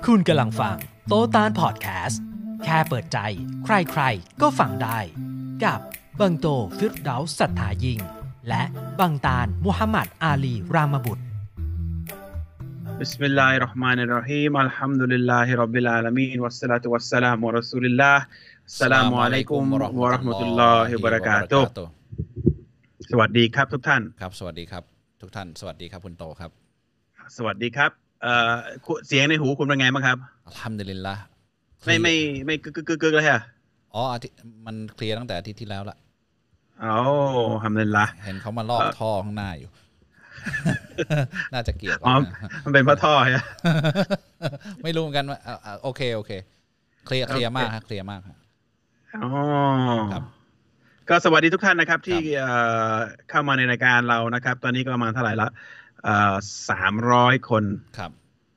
คุณกำลังฟังโต๊ะต้านพอดแคสต์แค่เปิดใจใครๆก็ฟังได้กับบังโตฟิรเดาส์ศรัทธายิ่งและบังตาลมุฮัมมัดอาลีรามบุตรบิสมิลลาฮิรเราะห์มานิรเราะฮีมอัลฮัมดุลิลลาฮิร็อบบิลอาลามีนวัสศอลาตุวัสสลามุอะลารอซูลิลลาฮ์อัสสลามุอะลัยกุมวะเราะห์มะตุลลอฮิวะบะเราะกาตุฮ์สวัสดีครับทุกท่านครับสวัสดีครับทุกท่านสวัสดีครับคุณโตครับสวัสดีครับเสียงในหูคุณเป็นไงบ้างครับอัลฮัมดุลิลละห์ไม่กึกเลยฮะมันเคลียร์ตั้งแต่อาทิตย์ที่แล้วละอัลฮัมดุลิลละห์เห็นเขามาลอกท่อข้างหน้าอยู่ น่าจะเกี่ยวกันมันเป็นเพราะท่อฮะไม่รู้เหมือนกันว่าโอเคเคลียร์มากฮะเคลียร์มากฮะครับก็สวัสดีทุกท่านนะครับที่เข้ามาในรายการเรานะครับตอนนี้ก็ประมาณเท่าไหร่ละ300 คนครับ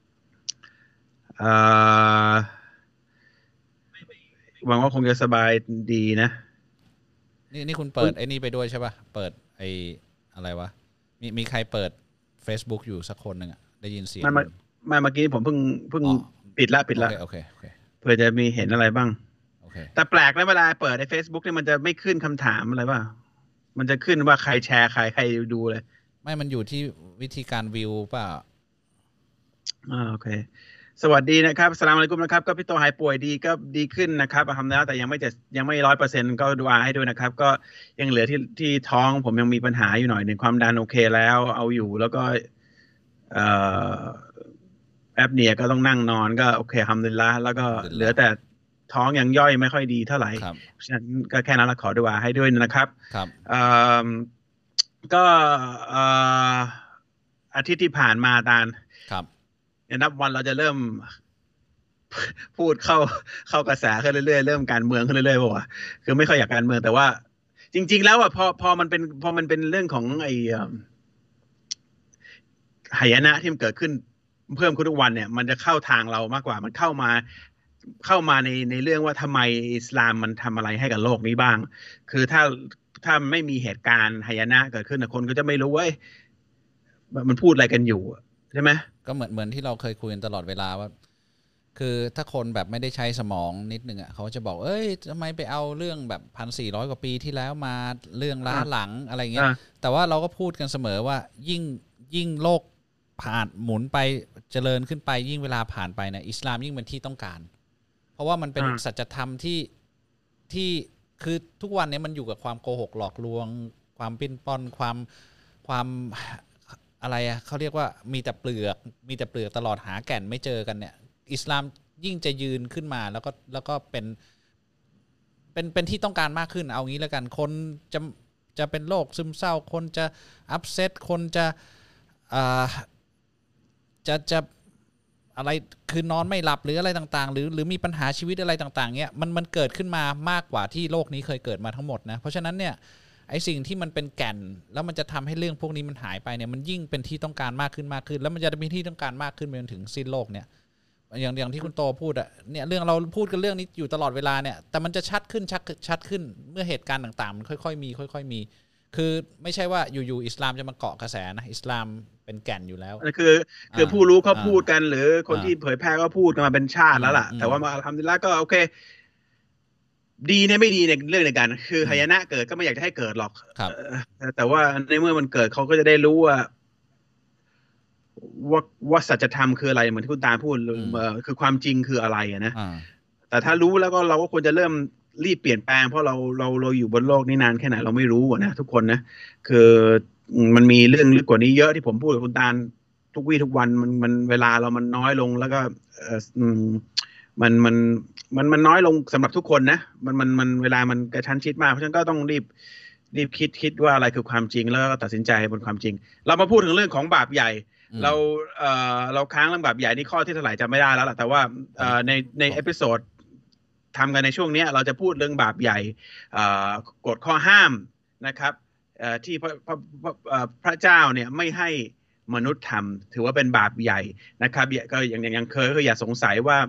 หวังว่าคงจะสบายดีนะนี่คุณเปิดไอ้นี่ไปด้วยใช่ป่ะเปิดไอ้อะไรวะมีใครเปิด Facebook อยู่สักคนหนึ่งอ่ะได้ยินเสียงไม่เมื่อกี้ผมเพิ่งปิดละโอเคเพื่อจะมีเห็นอะไรบ้างแต่แปลกนะเวลาเปิดใน Facebook เนี่ยมันจะไม่ขึ้นคำถามอะไรป่ะมันจะขึ้นว่าใครแชร์ใครดูเลยไม่มันอยู่ที่วิธีการวิวป่ะโอเคสวัสดีนะครับอัสสลามุอะลัยกุมนะครับก็พี่โตหายป่วยดีก็ดีขึ้นนะครับทำแล้วแต่ยังไม่ 100% ก็ดุอาให้ด้วยนะครับก็ยังเหลือที่ท้องผมยังมีปัญหาอยู่หน่อยหนึ่งความดันโอเคแล้วเอาอยู่แล้วก็แอปเนียก็ต้องนั่งนอนก็โอเคทำละแล้วก็เหลือแต่ท้องยังย่อยไม่ค่อยดีเท่าไหร่ฉะนั้นก็แค่นั้นละขอดุอาให้ด้วยนะครับก็อาทิตย์ที่ผ่านมาตาลนับวันเราจะเริ่มพูดเข้ากระแสขึ้นเรื่อยๆเริ่มการเมืองขึ้นเรื่อยๆป่ะคือไม่ค่อยอยากการเมืองแต่ว่าจริงๆแล้วอ่ะพอมันเป็นเรื่องของไอ้หายนะที่มันเกิดขึ้นเพิ่มขึ้นทุกวันเนี่ยมันจะเข้าทางเรามากกว่ามันเข้ามาในเรื่องว่าทำไมอิสลามมันทำอะไรให้กับโลกนี้บ้างคือถ้าไม่มีเหตุการณ์หายนะเกิดขึ้นคนก็จะไม่รู้ว่ามันพูดอะไรกันอยู่ใช่ไหมก็เหมือนที่เราเคยคุยกันตลอดเวลาว่าคือถ้าคนแบบไม่ได้ใช้สมองนิดนึงอ่ะเขาจะบอกทำไมไปเอาเรื่องแบบ 1,400 กว่าปีที่แล้วมาเรื่องล้าหลังอะไรเงี้ยแต่ว่าเราก็พูดกันเสมอว่ายิ่งโลกผ่านหมุนไปเจริญขึ้นไปยิ่งเวลาผ่านไปนะอิสลามยิ่งเป็นที่ต้องการเพราะว่ามันเป็นสัจธรรมที่คือทุกวันนี้มันอยู่กับความโกหกหลอกลวงความปิ้นป้อนความอะไรอ่ะเขาเรียกว่ามีแต่เปลือกตลอดหาแก่นไม่เจอกันเนี่ยอิสลามยิ่งจะยืนขึ้นมาแล้วก็เป็นที่ต้องการมากขึ้นเอางี้แล้วกันคนจะเป็นโรคซึมเศร้าคนจะอัพเซตคนจะอะไรคือนอนไม่หลับหรืออะไรต่างๆหรือมีปัญหาชีวิตอะไรต่างๆเนี่ยมันเกิดขึ้นมามากกว่าที่โลกนี้เคยเกิดมาทั้งหมดนะเพราะฉะนั้นเนี่ยไอ้สิ่งที่มันเป็นแก่นแล้วมันจะทำให้เรื่องพวกนี้มันหายไปเนี่ยมันยิ่งเป็นที่ต้องการมากขึ้นแล้วมันจะมีที่ต้องการมากขึ้นไปจนถึงสิ้นโลกเนี่ยอย่างที่คุณโตพูดอ่ะเนี่ยเรื่องเราพูดกันเรื่องนี้อยู่ตลอดเวลาเนี่ยแต่มันจะชัดขึ้นเมื่อเหตุการณ์ต่างๆมันค่อยๆมีคือไม่ใช่ว่าอยู่ๆอิสลามจะมาเกาะกระแสนะอิสลามเป็นแก่นอยู่แล้วคือผู้รู้เขาพูดกันหรือคนที่เผยแพร่ก็พูดกันมาเป็นชาติแล้วล่ะแต่ว่ามาทำดีแล้วก็โอเคดีเนี่ยไม่ดีในเรื่องในการคือหายนะเกิดก็ไม่อยากจะให้เกิดหรอกแต่ว่าในเมื่อมันเกิดเขาก็จะได้รู้ว่าสัจธรรมคืออะไรเหมือนที่คุณตาพูดคือความจริงคืออะไรนะแต่ถ้ารู้แล้วก็เราก็ควรจะเริ่มรีบเปลี่ยนแปลงเพราะเราอยู่บนโลกนี้นานแค่ไหนเราไม่รู้นะทุกคนนะคือมันมีเรื่องลึกกว่านี้เยอะที่ผมพูดกับคุณตาทุกวี่ทุกวันมันเวลาเรามันน้อยลงแล้วก็มันน้อยลงสำหรับทุกคนนะมันเวลามันกระชั้นชิดมากเพราะฉะนั้นก็ต้องรีบคิดว่าอะไรคือความจริงแล้วก็ตัดสินใจบนความจริงเรามาพูดถึงเรื่องของบาปใหญ่เราค้างเรื่องบาปใหญ่นี่ข้อที่เท่าไหร่จำไม่ได้แล้วล่ะแต่ว่าในเอพิโซดทำกันในช่วงนี้เราจะพูดเรื่องบาปใหญ่กฎข้อห้ามนะครับที่พระเจ้าเนี่ยไม่ให้มนุษย์ทำถือว่าเป็นบาปใหญ่นะครับก็อย่างเคยก็อย่าสงสัยว่า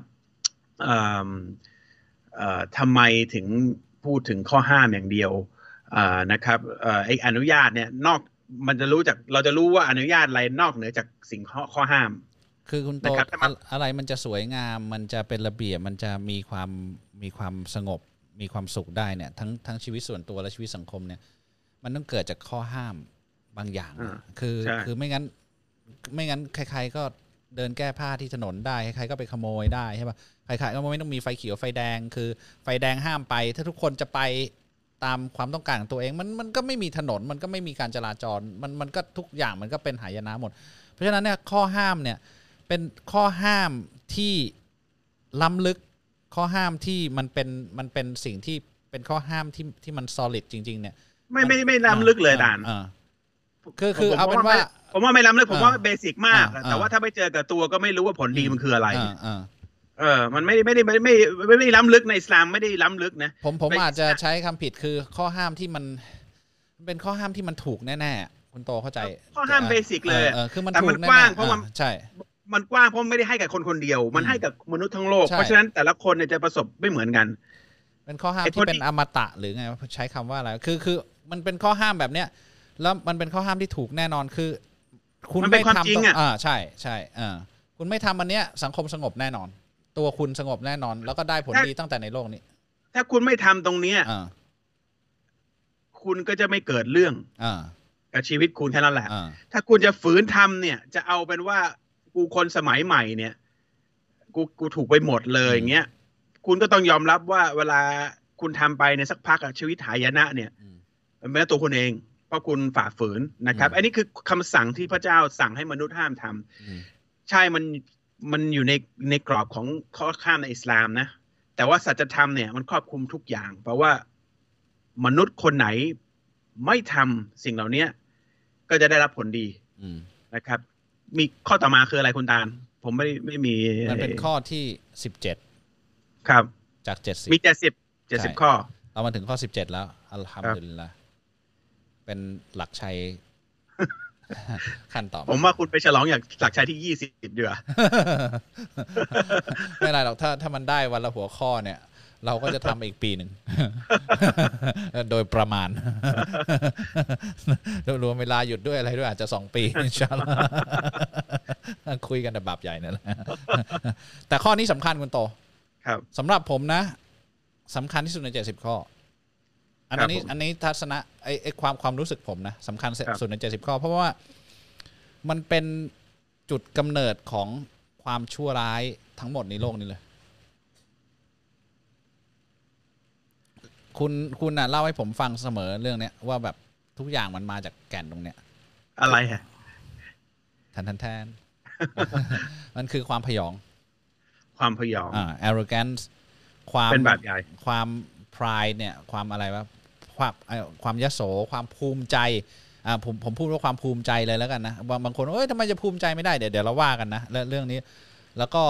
ทำไมถึงพูดถึงข้อห้ามอย่างเดียวนะครับไอ้อนุญาตเนี่ยเราจะรู้ว่าอนุญาตอะไรนอกเหนือจากสิ่งข้อห้ามคือคุณโตอะไรมันจะสวยงามมันจะเป็นระเบียบมันจะมีความสงบมีความสุขได้เนี่ยทั้งชีวิตส่วนตัวและชีวิตสังคมเนี่ยมันต้องเกิดจากข้อห้ามบางอย่างคือไม่งั้นใครๆก็เดินแก้ผ้าที่ถนนได้ใครๆก็ไปขโมยได้ใช่ป่ะใครๆก็ไม่ต้องมีไฟเขียวไฟแดงคือไฟแดงห้ามไปถ้าทุกคนจะไปตามความต้องการของตัวเองมันก็ไม่มีถนนมันก็ไม่มีการจราจรมันก็ทุกอย่างมันก็เป็นหายนะหมดเพราะฉะนั้นเนี่ยข้อห้ามเนี่ยเป็นข้อห้ามที่ล้ำลึกข้อห้ามที่มันเป็นสิ่งที่เป็นข้อห้ามที่มัน solid จริงๆเนี่ยไม่ล้ำลึกเลยด่านคือเอาเป็นว่าผมว่าไม่ล้ำลึกผมว่าเบสิกมากแต่ว่าถ้าไม่เจอกับตัวก็ไม่รู้ว่าผลดีมันคืออะไรมันไม่ได้ล้ำลึกในอิสลามไม่ได้ล้ำลึกนะผมอาจจะใช้คำผิดคือข้อห้ามที่มันเป็นข้อห้ามที่มันถูกแน่ๆคุณโตเข้าใจข้อห้ามเบสิกเลยคือมันแต่มันกว้างเพราะใช่มันกว้างเพราะไม่ได้ให้กับคนเดียวมันให้กับมนุษย์ทั้งโลกเพราะฉะนั้นแต่ละคนเนี่ยจะประสบไม่เหมือนกันเป็นข้อห้ามที่เป็นอมตะหรือไงใช้คำว่าอะไรคือมันเป็นข้อห้ามแบบเนี้ยแล้วมันเป็นข้อห้ามที่ถูกแน่นอนคือคุณไม่ทำใช่คุณไม่ทำอันเนี้ยสังคมสงบแน่นอนตัวคุณสงบแน่นอนแล้วก็ได้ผลดีตั้งแต่ในโลกนี้ถ้าคุณไม่ทำตรงเนี้ยคุณก็จะไม่เกิดเรื่องกับชีวิตคุณแค่นั้นแหละถ้าคุณจะฝืนทำเนี่ยจะเอาเป็นว่ากูคนสมัยใหม่เนี่ยกูถูกไปหมดเลยอย่างเงี้ยคุณก็ต้องยอมรับว่าเวลาคุณทำไปในสักพักชีวิตหายนะเนี่ยมันเป็นตัวคุณเองเพราะคุณฝ่าฝืนนะครับอันนี้คือคำสั่งที่พระเจ้าสั่งให้มนุษย์ห้ามทำใช่มันอยู่ในกรอบของข้อห้ามในอิสลามนะแต่ว่าสัจธรรมเนี่ยมันครอบคลุมทุกอย่างเพราะว่ามนุษย์คนไหนไม่ทำสิ่งเหล่านี้ก็จะได้รับผลดีนะครับมีข้อต่อมาคืออะไรคุณตาลผมไม่มีมันเป็นข้อที่17 ครับจาก70 มี70ข้อเรามาถึงข้อ17แล้วอัลฮัมดุลิลละห์เป็นหลักชัยขั้นต่อผมว่าคุณไปฉลองอย่างหลักชัยที่20ดีกว่าไม่ไรหรอกถ้ามันได้วันละหัวข้อเนี่ยเราก็จะทำอีกปีหนึ่งโดยประมาณรวมเวลาหยุดด้วยอะไรด้วยอาจจะ2 ปีอินชาอัลลอฮ์คุยกันแต่บาปใหญ่นั่นแหละแต่ข้อนี้สำคัญคุณโตครับสำหรับผมนะสำคัญที่สุดใน70ข้ออันนี้ทัศนะไอ้ความรู้สึกผมนะสำคัญสุดใน70ข้อเพราะว่ามันเป็นจุดกำเนิดของความชั่วร้ายทั้งหมดในโลกนี้เลยคุณน่ะเล่าให้ผมฟังเสมอเรื่องเนี้ยว่าแบบทุกอย่างมันมาจากแก่นตรงเนี้ยอะไรฮะแทนมันคือความพยองarrogance เป็นแบบใหญ่ความ pride เนี่ยความอะไรวะความยโสความภูมิใจผมพูดว่าความภูมิใจเลยแล้วกันนะบางคนทำไมจะภูมิใจไม่ได้เดี๋ยวเราว่ากันนะเรื่องนี้แล้วก็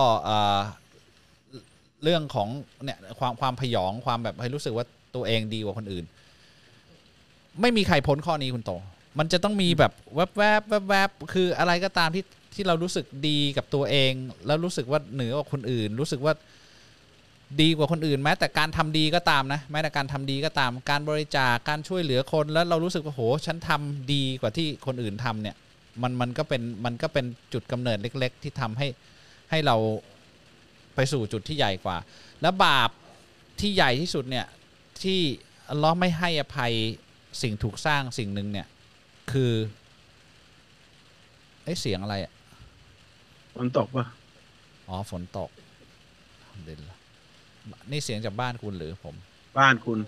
เรื่องของเนี่ยความพยองความแบบให้รู้สึกว่าตัวเองดีกว่าคนอื่นไม่มีใครพ้นข้อนี้คุณโตมันจะต้องมีแบบแวบคืออะไรก็ตามที่เรารู้สึกดีกับตัวเองแล้วรู้สึกว่าเหนือกว่าคนอื่นรู้สึกว่าดีกว่าคนอื่นแม้แต่การทำดีก็ตามนะแม้แต่การทำดีก็ตามการบริจาคการช่วยเหลือคนแล้วเรารู้สึกว่าโหฉันทำดีกว่าที่คนอื่นทำเนี่ยมันก็เป็นจุดกำเนิดเล็กๆที่ทำให้เราไปสู่จุดที่ใหญ่กว่าแล้วบาปที่ใหญ่ที่สุดเนี่ยที่อัลเลาะห์ไม่ให้อภัยสิ่งถูกสร้างสิ่งหนึ่งเนี่ยคือเสียงอะไรอ่ะฝนตกป่ะฝนตกเด่นละนี่เสียงจากบ้านคุณหรือผมบ้านคุณ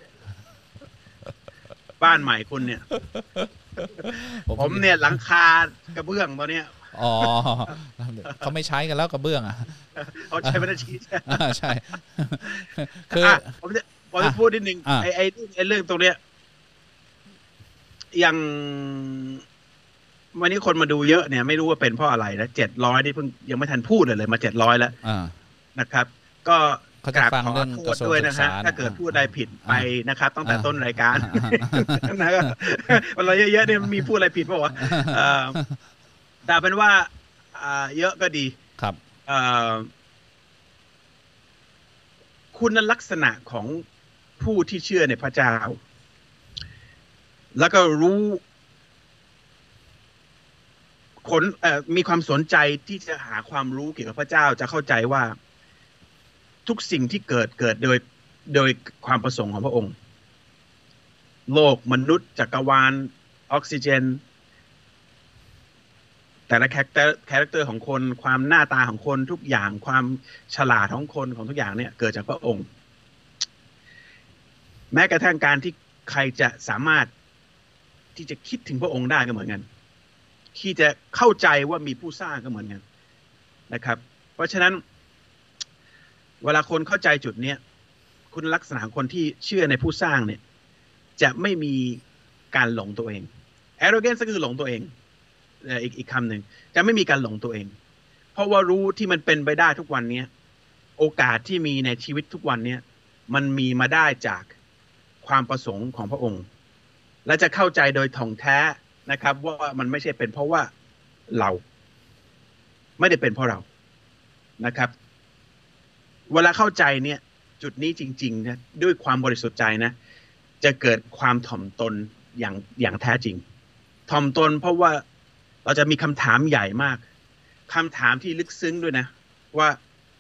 บ้านใหม่คุณเนี่ยผมเนี่ยหลังคากระเบื้องตอนเนี้ยเขาไม่ใช้กันแล้วกระเบื้องเขาใช้ไม่ได้ชี้ใช่คือผมจะพูดนิดนึงไอ้เรื่องตรงเนี้ยยังวันนี้คนมาดูเยอะเนี่ยไม่รู้ว่าเป็นเพราะอะไรนะ700นี่เพิ่งยังไม่ทันพูดเลยมา700แล้วนะครับก็กราบขอโทษด้วยนะฮะถ้าเกิดพูดอะไรผิดไปนะครับตั้งแต่ต้นรายการนะครับเราเยอะๆเนี่ยมีพูดอะไรผิดป่าววะแต่เป็นว่าเยอะก็ดีครับคุณลักษณะของผู้ที่เชื่อในพระเจ้าแล้วก็รู้มีความสนใจที่จะหาความรู้เกี่ยวกับพระเจ้าจะเข้าใจว่าทุกสิ่งที่เกิดโดยความประสงค์ของพระองค์โลกมนุษย์จักรวาลออกซิเจนแต่ละคาแรคเตอร์ของคนความหน้าตาของคนทุกอย่างความฉลาดของคนของทุกอย่างเนี่ยเกิดจากพระองค์แม้กระทั่งการที่ใครจะสามารถที่จะคิดถึงพระองค์ได้ก็เหมือนกันที่จะเข้าใจว่ามีผู้สร้างก็เหมือนกันนะครับเพราะฉะนั้นเวลาคนเข้าใจจุดนี้คุณลักษณะคนที่เชื่อในผู้สร้างเนี่ยจะไม่มีการหลงตัวเอง arrogance ก็คือหลงตัวเองอีกคำหนึ่งจะไม่มีการหลงตัวเองเพราะว่ารู้ที่มันเป็นไปได้ทุกวันนี้โอกาสที่มีในชีวิตทุกวันนี้มันมีมาได้จากความประสงค์ของพระองค์และจะเข้าใจโดยท่องแท้นะครับว่ามันไม่ใช่เป็นเพราะว่าเราไม่ได้เป็นเพราะเรานะครับเวลาเข้าใจเนี่ยจุดนี้จริงๆนะด้วยความบริสุทธิ์ใจนะจะเกิดความถ่อมตนอย่างแท้จริงถ่อมตนเพราะว่าเราจะมีคำถามใหญ่มากคำถามที่ลึกซึ้งด้วยนะว่า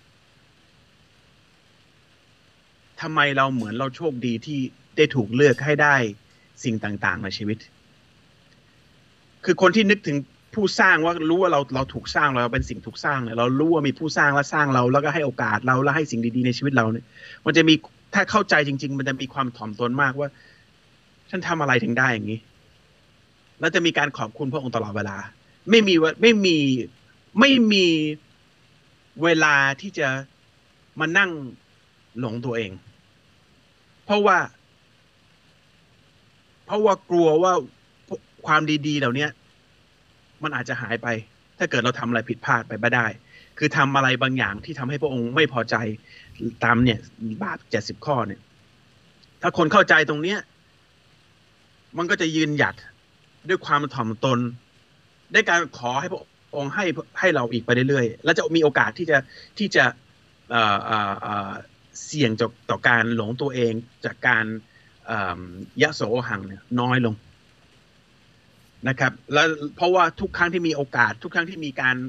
ทำไมเราเหมือนเราโชคดีที่ได้ถูกเลือกให้ได้สิ่งต่างๆในชีวิตคือคนที่นึกถึงผู้สร้างว่ารู้ว่าเราถูกสร้างเราเป็นสิ่งถูกสร้างเนี่ยเรารู้ว่ามีผู้สร้างและสร้างเราแล้วก็ให้โอกาสเราแล้วให้สิ่งดีๆในชีวิตเราเนี่ยมันจะมีถ้าเข้าใจจริงๆมันจะมีความถ่อมตนมากว่าฉันทำอะไรถึงได้อย่างนี้แล้วจะมีการขอบคุณพระองค์ตลอดเวลาไม่มีเวลาที่จะมานั่งหลงตัวเองเพราะว่ากลัวว่าความดีๆเหล่านี้มันอาจจะหายไปถ้าเกิดเราทำอะไรผิดพลาดไปไม่ได้คือทำอะไรบางอย่างที่ทำให้พระองค์ไม่พอใจตามเนี่ยบาป70 ข้อเนี่ยถ้าคนเข้าใจตรงเนี้ยมันก็จะยืนหยัดด้วยความถ่อมตนได้การขอให้พระองค์ให้เราอีกไปเรื่อยๆแล้วจะมีโอกาสที่จะเสี่ยงต่อการหลงตัวเองจากการยโสหังเนี่ยน้อยลงนะครับแล้วเพราะว่าทุกครั้งที่มีโอกาสทุกครั้งที่มีการ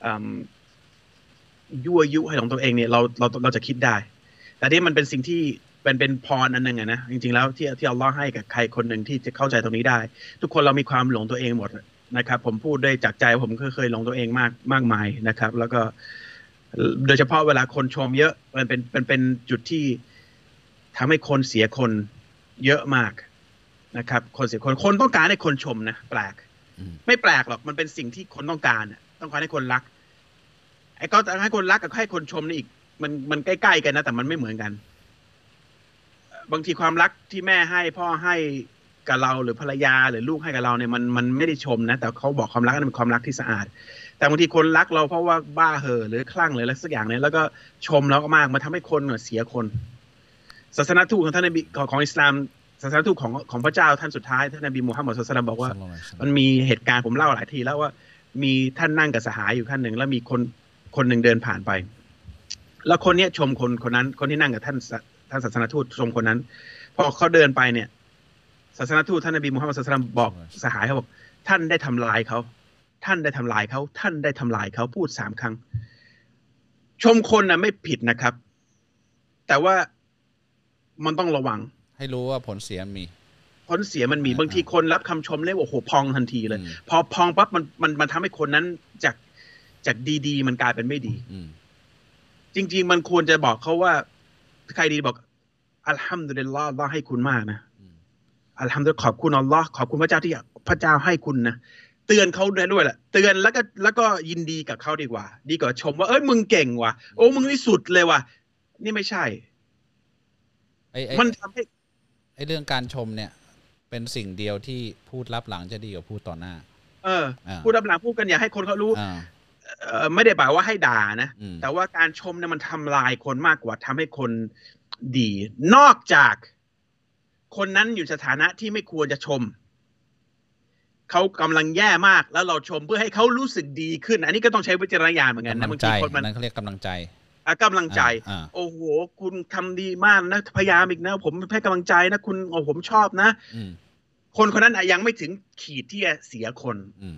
ยั่วยุให้หลงตัวเองเนี่ยเราจะคิดได้แต่นี่มันเป็นสิ่งที่เป็นพรอันนึงนะจริงๆแล้วที่อัลเลาะห์ให้กับใครคนหนึ่งที่จะเข้าใจตรงนี้ได้ทุกคนเรามีความหลงตัวเองหมดนะครับผมพูดได้จากใจผมเคยหลงตัวเองมากมายนะครับแล้วก็โดยเฉพาะเวลาคนชมเยอะมันเป็นจุดที่ทำให้คนเสียคนเยอะมากนะครับคนเสียคนต้องการให้คนชมนะแปลกไม่แปลกหรอกมันเป็นสิ่งที่คนต้องการต้องการให้คนรักไอ้ก็ให้คนรักกับให้คนชมนี่อีกมันใกล้ๆกันนะแต่มันไม่เหมือนกันบางทีความรักที่แม่ให้พ่อให้กับเราหรือภรรยาหรือลูกให้กับเราเนี่ยมันไม่ได้ชมนะแต่เขาบอกความรักนั้นเป็นความรักที่สะอาดแต่บางทีคนรักเราเพราะว่าบ้าเห่อหรือคลั่งหรืออะไรสักอย่างเนี่ยแล้วก็ชมเราก็มากมาทำให้คนเสียคนศาสนทูตของท่านนบีของอิสลามศาสนทูตของพระเจ้าท่านสุดท้ายท่านนบีมูฮัมมัดศ็อลลัลลอฮุอะลัยฮิวะซัลลัมบอกว่ามันมีเหตุการณ์ผมเล่าหลายทีแล้วว่ามีท่านนั่งกับสหายอยู่ท่านหนึ่งแล้วมีคนหนึ่งเดินผ่านไปแล้วคนนี้ชมคนนั้นคนที่นั่งกับท่านศาสนทูตชมคนนั้นพอเขาเดินไปเนี่ยศาสนทูตท่านนบีมูฮัมมัดศ็อลลัลลอฮุอะลัยฮิวะซัลลัมบอกสหายเขาบอกท่านได้ทำลายเขาท่านได้ทำลายเขาท่านได้ทำลายเขาพูด3 ครั้งชมคนนะไม่ผิดนะครับแต่ว่ามันต้องระวังให้รู้ว่าผลเสียมันมีบางทีคนรับคำชมเรียกว่าโอ้โหพองทันทีเลยพอพองปั๊บมันทำให้คนนั้นจากดีๆมันกลายเป็นไม่ดีจริงๆมันควรจะบอกเขาว่าใครดีบอกอัลฮัมดุลิลลาห์อัลเลาะห์ให้คุณมากนะอัลฮัมดุลิลลาห์ขอบคุณอัลเลาะห์ขอบคุณพระเจ้าที่พระเจ้าให้คุณนะเตือนเขาด้วยแหละเตือนแล้วก็ยินดีกับเขาดีกว่าชมว่าเอ้ยมึงเก่งว่ะโอ้มึงนี่สุดเลยว่ะนี่ไม่ใช่มันทำให้เรื่องการชมเนี่ยเป็นสิ่งเดียวที่พูดลับหลังจะดีกว่าพูดต่อหน้าพูดลับหลังพูดกันอย่าให้คนเขารู้ไม่ได้แปลว่าให้ด่านะแต่ว่าการชมเนี่ยมันทำลายคนมากกว่าทำให้คนดีนอกจากคนนั้นอยู่สถานะที่ไม่ควรจะชมเขากำลังแย่มากแล้วเราชมเพื่อให้เขารู้สึกดีขึ้นอันนี้ก็ต้องใช้วิจารณญาณเหมือนกันนะบางทีคนนั้นเขาเรียกกำลังใจโอ้โหคุณทำดีมากนะพยายามอีกนะผมให้กำลังใจนะคุณผมชอบนะคนนั้นยังไม่ถึงขีดที่จะเสียคน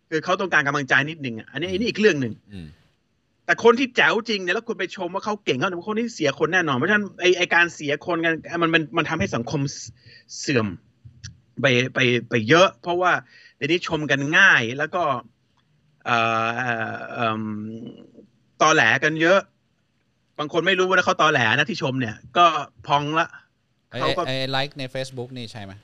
คือเขาต้องการกำลังใจนิดนึงอันนี้อีกเรื่องหนึ่งแต่คนที่แจ๋วจริงเนี่ยแล้วคุณไปชมว่าเขาเก่งเขาคนที่เสียคนแน่นอนเพราะฉะนั้นไอการเสียคนกันมันทำให้สังคมเสื่อมไปเยอะเพราะว่าเดี๋ยวนี้ชมกันง่ายแล้วก็ตอแหลกันเยอะบางคนไม่รู้ว่าเขาตอแหลนะที่ชมเนี่ยก็พองละเขาก็ไลค์ใน Facebook นี่ใช่ไหม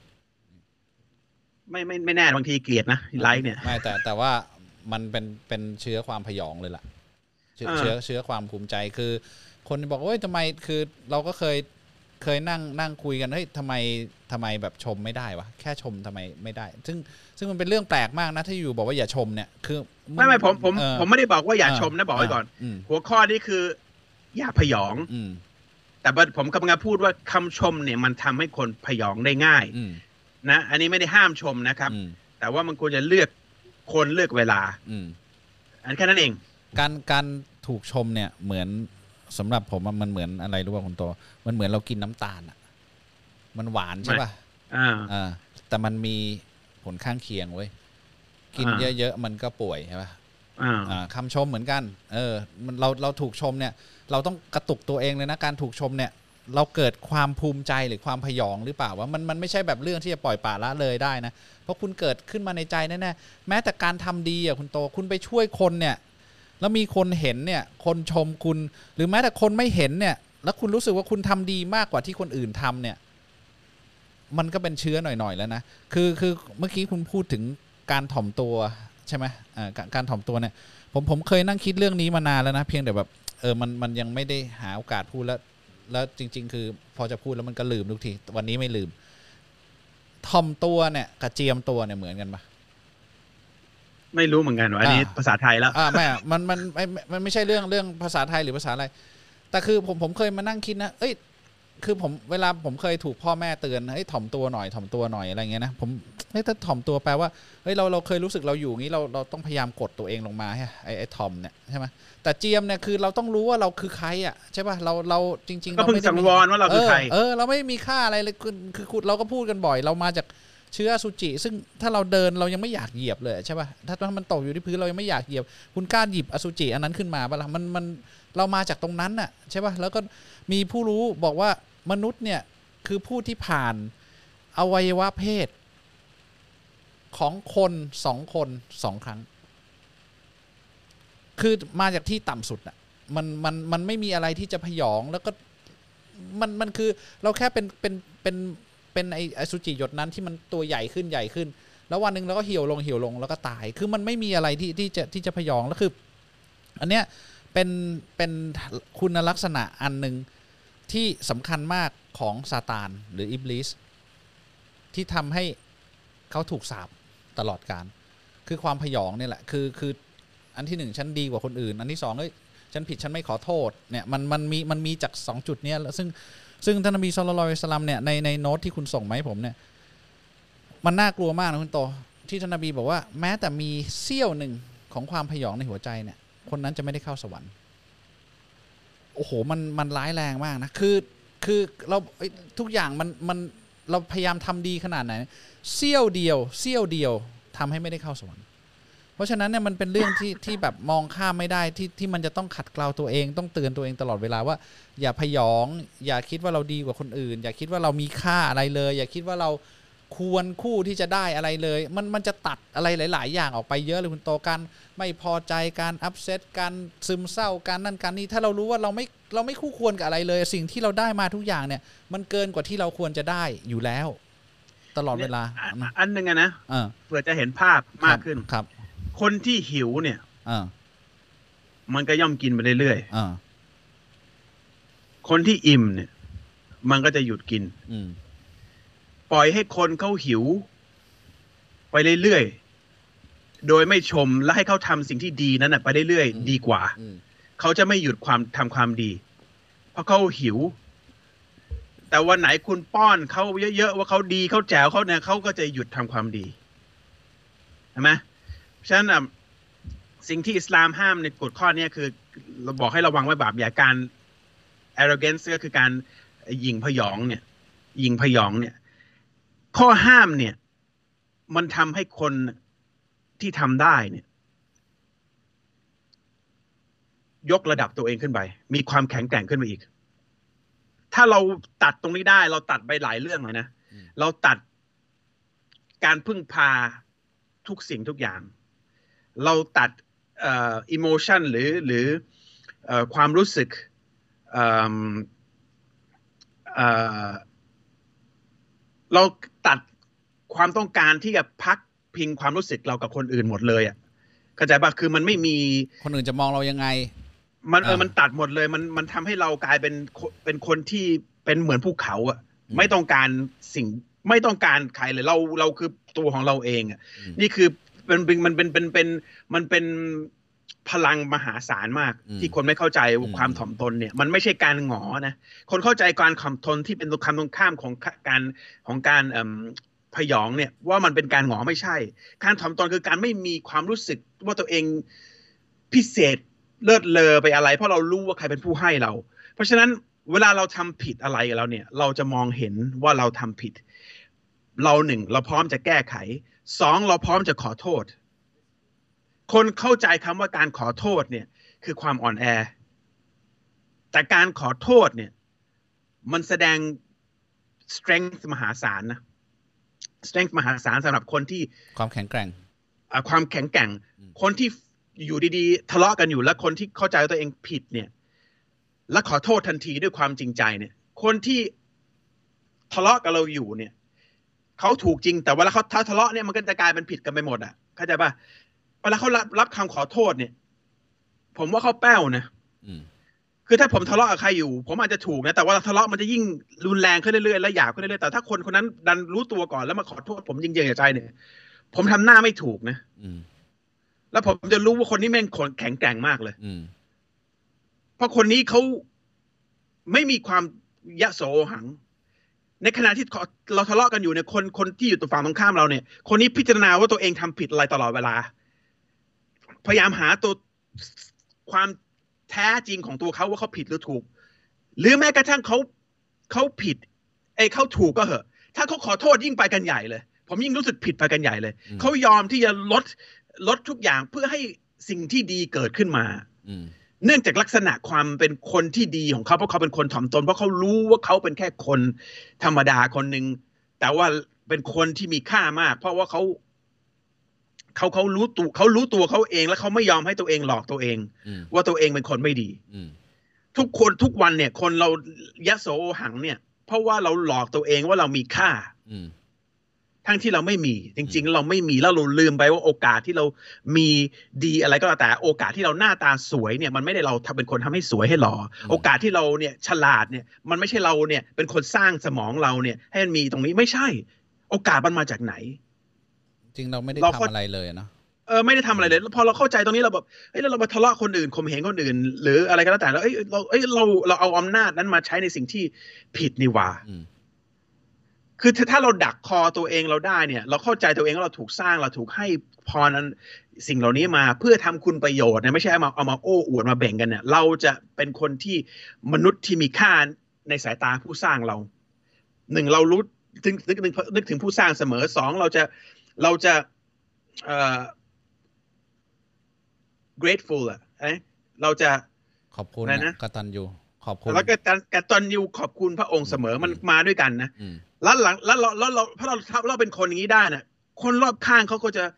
ไม่แน่บางทีเกลียดนะไลค์เนี่ยไม่แต่ว่ามันเป็นเชื้อความพยองเลยล่ะเชื้อความภูมิใจคือคนบอกว่าทำไมคือเราก็เคยนั่งคุยกันเฮ้ยทำไมแบบชมไม่ได้วะแค่ชมทำไมไม่ได้ซึ่งมันเป็นเรื่องแปลกมากนะที่อยู่บอกว่าอย่าชมเนี่ยคือไม่ผมไม่ได้บอกว่าอย่าชมนะบอกไว้ก่อนหัวข้อนี้คืออย่าพยองแต่ผมกำลังจะพูดว่าคำชมเนี่ยมันทำให้คนพยองได้ง่ายนะอันนี้ไม่ได้ห้ามชมนะครับแต่ว่ามันควรจะเลือกคนเลือกเวลาอันแค่นั้นเองการถูกชมเนี่ยเหมือนสำหรับผมมันเหมือนอะไรรู้ป่ะคุณโตมันเหมือนเรากินน้ำตาลอ่ะมันหวานใช่ป่ะแต่มันมีผลข้างเคียงเว้ยกินเยอะๆมันก็ป่วยใช่ป่ะคำชมเหมือนกันเราถูกชมเนี่ยเราต้องกระตุกตัวเองเลยนะการถูกชมเนี่ยเราเกิดความภูมิใจหรือความพยองหรือเปล่าว่ามันไม่ใช่แบบเรื่องที่จะปล่อยปละละเลยได้นะเพราะคุณเกิดขึ้นมาในใจแน่ๆแม้แต่การทำดีอ่ะคุณโตคุณไปช่วยคนเนี่ยแล้วมีคนเห็นเนี่ยคนชมคุณหรือแม้แต่คนไม่เห็นเนี่ยแล้วคุณรู้สึกว่าคุณทำดีมากกว่าที่คนอื่นทำเนี่ยมันก็เป็นเชื้อหน่อยๆแล้วนะคือเมื่อกี้คุณพูดถึงการถ่อมตัวใช่ไหมการถ่อมตัวเนี่ยผมเคยนั่งคิดเรื่องนี้มานานแล้วนะเพียงแต่แบบมันยังไม่ได้หาโอกาสพูดแล้วจริงๆคือพอจะพูดแล้วมันก็ลืมทุกทีวันนี้ไม่ลืมถ่อมตัวเนี่ยกับเจียมตัวเนี่ยเหมือนกันปะไม่รู้เหมือนกันว่าอันนี้ภาษาไทยแล้วไม่มันไม่ใช่เรื่องภาษาไทยหรือภาษาอะไรแต่คือผมเคยมานั่งคิดนะคือเวลาผมเคยถูกพ่อแม่เตือนถ่อมตัวหน่อยอะไรเงี้ยนะผมถ้าถ่อมตัวแปลว่าเราเคยรู้สึกเราอยู่งี้เราต้องพยายามกดตัวเองลงมาไอ้ถ่อมเนี่ยใช่ไหมแต่เจียมเนี่ยคือเราต้องรู้ว่าเราคือใครอ่ะใช่ป่ะเราจริงๆเราไม่ได้สังวรว่าเราคือใครเราไม่มีค่าอะไรเลยคือเราก็พูดกันบ่อยเรามาจากเชื้ออสุจิซึ่งถ้าเราเดินเรายังไม่อยากเหยียบเลยใช่ป่ะถ้ามันตกอยู่ที่พื้นเรายังไม่อยากเหยียบคุณกล้าหยิบอสุจิอันนั้นขึ้นมาป่ะล่ะมันเรามาจากตรงนั้นน่ะใช่ป่ะแล้วก็มีผู้รู้บอกว่ามนุษย์เนี่ยคือผู้ที่ผ่านอวัยวะเพศของคน2 คน 2 ครั้งคือมาจากที่ต่ำสุดอ่ะมันไม่มีอะไรที่จะพยองแล้วก็มันคือเราแค่เป็นไออสุจิหยดนั้นที่มันตัวใหญ่ขึ้นแล้ววันนึงเราก็เหี่ยวลงแล้วก็ตายคือมันไม่มีอะไรที่จะพยองแล้วคืออันเนี้ยเป็นคุณลักษณะอันนึงที่สำคัญมากของซาตานหรืออิบลิสที่ทำให้เขาถูกสาปตลอดกาลคือความพยองเนี่ยแหละคืออันที่1ฉันดีกว่าคนอื่นอันที่2ฉันผิดฉันไม่ขอโทษเนี่ยมันมีจาก2จุดเนี้ยซึ่งท่านนบีศ็อลลัลลอฮุอะลัยฮิวะซัลลัมเนี่ยในโน้ตที่คุณส่งมาให้ผมเนี่ยมันน่ากลัวมากนะคุณโตที่ท่านนบีบอกว่าแม้แต่มีเสี้ยวหนึ่งของความพยองในหัวใจเนี่ยคนนั้นจะไม่ได้เข้าสวรรค์โอ้โหมันร้ายแรงมากนะคือเราทุกอย่างมันเราพยายามทำดีขนาดไหนเสี้ยวเดียวทำให้ไม่ได้เข้าสวรรค์เพราะฉะนั้นเนี่ยมันเป็นเรื่องที่แบบมองข้ามไม่ได้ที่มันจะต้องขัดเกลาตัวเองต้องเตือนตัวเองตลอดเวลาว่าอย่าพยองอย่าคิดว่าเราดีกว่าคนอื่นอย่าคิดว่าเรามีค่าอะไรเลยอย่าคิดว่าเราควรคู่ที่จะได้อะไรเลยมันจะตัดอะไรหลายๆอย่างออกไปเยอะเลยคุณโตกันไม่พอใจการอัพเซตการซึมเศร้าการนั่นการนี้ถ้าเรารู้ว่าเราไม่คู่ควรกับอะไรเลยสิ่งที่เราได้มาทุกอย่างเนี่ยมันเกินกว่าที่เราควรจะได้อยู่แล้วตลอดเวลาอันนึงนะเพื่อจะเห็นภาพมากขึ้นครับคนที่หิวเนี่ยมันก็ย่อมกินไปเรื่อยๆคนที่อิ่มเนี่ยมันก็จะหยุดกินปล่อยให้คนเขาหิวไปเรื่อยๆโดยไม่ชมและให้เขาทำสิ่งที่ดีนั้นไปเรื่อยๆดีกว่าเขาจะไม่หยุดทำความดีเพราะเขาหิวแต่วันไหนคุณป้อนเขาเยอะๆว่าเขาดีเขาแจ๋วเขาเนี่ยเขาก็จะหยุดทำความดีใช่ไหมฉะนั้นสิ่งที่อิสลามห้ามในกฎข้อนี้คือเราบอกให้ระวังไว้บาปอย่าการ arrogance ก็คือการหยิ่งพยองเนี่ยข้อห้ามเนี่ยมันทำให้คนที่ทำได้เนี่ยยกระดับตัวเองขึ้นไปมีความแข็งแกร่งขึ้นมาอีกถ้าเราตัดตรงนี้ได้เราตัดไปหลายเรื่องเลยนะเราตัดการพึ่งพาทุกสิ่งทุกอย่างเราตัดemotion หรือความรู้สึกเราตัดความต้องการที่จะพักพิงความรู้สึกเรากับคนอื่นหมดเลยอ่ะเข้าใจป่ะคือมันไม่มีคนอื่นจะมองเรายังไงมันตัดหมดเลยมันทำให้เรากลายเป็นคนที่เป็นเหมือนภูเขาอ่ะไม่ต้องการสิ่งไม่ต้องการใครเลยเราคือตัวของเราเองอ่ะนี่คือมันเป็นพลังมหาศาลมากที่คนไม่เข้าใจความถ่อมตนเนี่ยมันไม่ใช่การหงอนะคนเข้าใจการถ่อมตนที่เป็นคำตรงข้ามของการพยองเนี่ยว่ามันเป็นการหงอไม่ใช่การถ่อมตนคือการไม่มีความรู้สึกว่าตัวเองพิเศษเลิศเลอไปอะไรเพราะเรารู้ว่าใครเป็นผู้ให้เราเพราะฉะนั้นเวลาเราทำผิดอะไรแล้วเนี่ยเราจะมองเห็นว่าเราทำผิดเราเราพร้อมจะแก้ไข2เราพร้อมจะขอโทษคนเข้าใจคำว่าการขอโทษเนี่ยคือความอ่อนแอแต่การขอโทษเนี่ยมันแสดง strength มหาศาลนะ strength มหาศาลสำหรับคนที่ความแข็งแกร่งความแข็งแกร่งคนที่อยู่ดีๆทะเลาะกันอยู่แล้วคนที่เข้าใจว่าตัวเองผิดเนี่ยและขอโทษทันทีด้วยความจริงใจเนี่ยคนที่ทะเลาะกับเราอยู่เนี่ยเขาถูกจริงแต่เวลาเขาทะเลาะเนี่ยมันก็จะกลายเป็นผิดกันไปหมดอ่ะเข้าใจป่ะเวลาเขารับคำขอโทษเนี่ยผมว่าเขาแป้วนะคือถ้าผมทะเลาะกับใครอยู่ผมอาจจะถูกนะแต่ว่าทะเลาะมันจะยิ่งรุนแรงขึ้นเรื่อยๆและหยาบขึ้นเรื่อยๆแต่ถ้าคนนั้นดันรู้ตัวก่อนแล้วมาขอโทษผมจริงๆจากใจเนี่ยผมทำหน้าไม่ถูกนะแล้วผมจะรู้ว่าคนนี้แม่งแข็งแกร่งมากเลยเพราะคนนี้เขาไม่มีความยโสหังในขณะที่เราทะเลาะกันอยู่เนี่ยคนที่อยู่ตัวฝั่งตรงข้ามเราเนี่ยคนนี้พิจารณาว่าตัวเองทำผิดอะไรตลอดเวลาพยายามหาตัวความแท้จริงของตัวเขาว่าเขาผิดหรือถูกหรือแม้กระทั่งเขาผิดเขาถูกก็เหอะถ้าเขาขอโทษยิ่งไปกันใหญ่เลยผมยิ่งรู้สึกผิดไปกันใหญ่เลยเขายอมที่จะลดทุกอย่างเพื่อให้สิ่งที่ดีเกิดขึ้นมาเนื่องจากลักษณะความเป็นคนที่ดีของเขาเพราะเขาเป็นคนถ่อมตนเพราะเขารู้ว่าเขาเป็นแค่คนธรรมดาคนหนึ่งแต่ว่าเป็นคนที่มีค่ามากเพราะว่าเขารู้ตัวเขาเองและเขาไม่ยอมให้ตัวเองหลอกตัวเองว่าตัวเองเป็นคนไม่ดีทุกคนทุกวันเนี่ยคนเรายโสหังเนี่ยเพราะว่าเราหลอกตัวเองว่าเรามีค่าทั้งที่เราไม่มีจริงๆเราไม่มีแล้วเราลืมไปว่าโอกาสที่เรามีดีอะไรก็แล้วแต่โอกาสที่เราหน้าตาสวยเนี่ยมันไม่ได้เราทำเป็นคนทำให้สวยให้หล่อโอกาสที่เราเนี่ยฉลาดเนี่ยมันไม่ใช่เราเนี่ยเป็นคนสร้างสมองเราเนี่ยให้มันมีตรงนี้ไม่ใช่โอกาสมันมาจากไหนจริงเราไม่ได้ทำอะไรเลยเนาะไม่ได้ทำอะไรเลยพอเราเข้าใจตรงนี้เราแบบแล้วเรามาทะเลาะคนอื่นข่มเหงคนอื่นหรืออะไรก็แล้วแต่แล้วเราเอาอำนาจนั้นมาใช้ในสิ่งที่ผิดนี่หว่าคือถ้าเราดักคอตัวเองเราได้เนี่ยเราเข้าใจตัวเองว่าเราถูกสร้างเราถูกให้พรนั้นสิ่งเหล่านี้มาเพื่อทำคุณประโยชน์เนี่ยไม่ใช่เอามาโอ้อวดมาแบ่งกันเนี่ยเราจะเป็นคนที่มนุษย์ที่มีค่าในสายตาผู้สร้างเราเรารู้นึกถึงผู้สร้างเสมอ2เราจะgrateful เราจะขอบคุณนะกตัญญูขอบคุณแล้วกตัญญูขอบคุณพระองค์เสมอมันมาด้วยกันนะแล้วหลังแล้วเราเพราะเราเป็นคนอย่างนี้ได้นะคนรอบข้างเขาก็จะ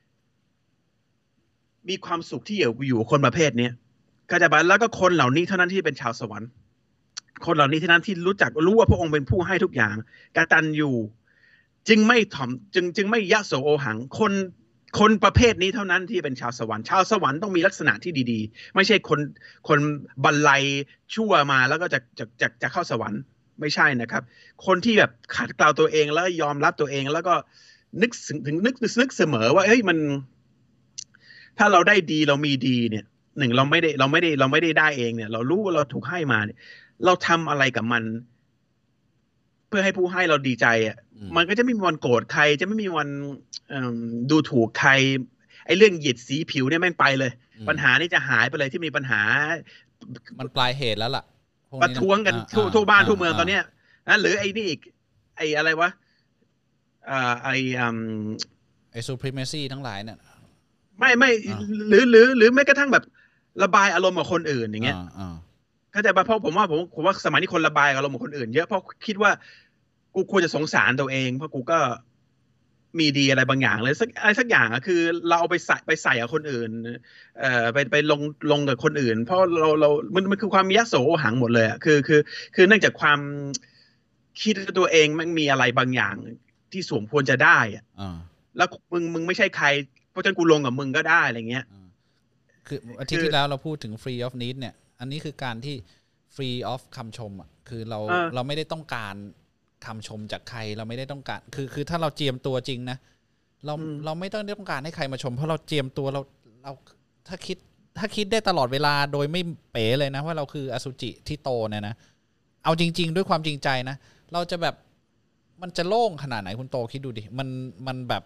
มีความสุขที่อยู่คนประเภทนี้ก็จะแล้วก็คนเหล่านี้เท่านั้นที่เป็นชาวสวรรค์คนเหล่านี้เท่านั้นที่รู้ว่าพระองค์เป็นผู้ให้ทุกอย่างกตัญญูจึงไม่ถ่อมจึงไม่ยโสโอหังคนประเภทนี้เท่านั้นที่เป็นชาวสวรรค์ต้องมีลักษณะที่ดีๆไม่ใช่คนบันไลชั่วมาแล้วก็จะเข้าสวรรค์ไม่ใช่นะครับคนที่แบบขัดเกลาตัวเองแล้วยอมรับตัวเองแล้วก็นึกเสมอว่าเฮ้ยมันถ้าเราได้ดีเรามีดีเนี่ยเราไม่ได้เองเนี่ยเรารู้ว่าเราถูกให้มาเนี่ยเราทำอะไรกับมันเพื่อให้ผู้ให้เราดีใจอ่ะมันก็จะไม่มีวันโกรธใครจะไม่มีวันดูถูกใครไอ้เรื่องเหยียดสีผิวเนี่ยแม่งไปเลยปัญหานี่จะหายไปเลยที่มีปัญหามันปลายเหตุแล้วล่ะประท้วงกันทั่วบ้านทั่วเมืองตอนเนี้ยนะหรือไอ้นี่อีกไอ้อะไรวะไอ้ supremacy ทั้งหลายเนี่ยไม่หรือแม้กระทั่งแบบระบายอารมณ์กับคนอื่นอย่างเงี้ยเข้าใจป่ะเพราะผมว่าสมัยนี้คนระบายอารมณ์กับคนอื่นเยอะเพราะคิดว่ากูควรจะสงสารตัวเองเพราะกูก็มีดีอะไรบางอย่างเลยอะไรสักอย่างอะคือเราเอาไปใส่กับคนอื่นไปลงกับคนอื่นเพราะมันคือความมียโสโอหังหมดเลยอะคือเนื่องจากความคิดตัวเองมันมีอะไรบางอย่างที่สมควรจะได้อะแล้วมึงไม่ใช่ใครเพราะฉะนั้นกูลงกับมึงก็ได้อะไรเงี้ยคืออาทิตย์ที่แล้วเราพูดถึง free of need เนี่ยอันนี้คือการที่ free of คำชมอ่ะคือเราไม่ได้ต้องการคำชมจากใครเราไม่ได้ต้องการคือถ้าเราเจียมตัวจริงนะเราไม่ต้องการให้ใครมาชมเพราะเราเจียมตัวเราถ้าคิดได้ตลอดเวลาโดยไม่เป๋เลยนะว่าเราคืออสุจิที่โตเนี่ยนะเอาจริงๆด้วยความจริงใจนะเราจะแบบมันจะโล่งขนาดไหนคุณโตคิดดูดิมันแบบ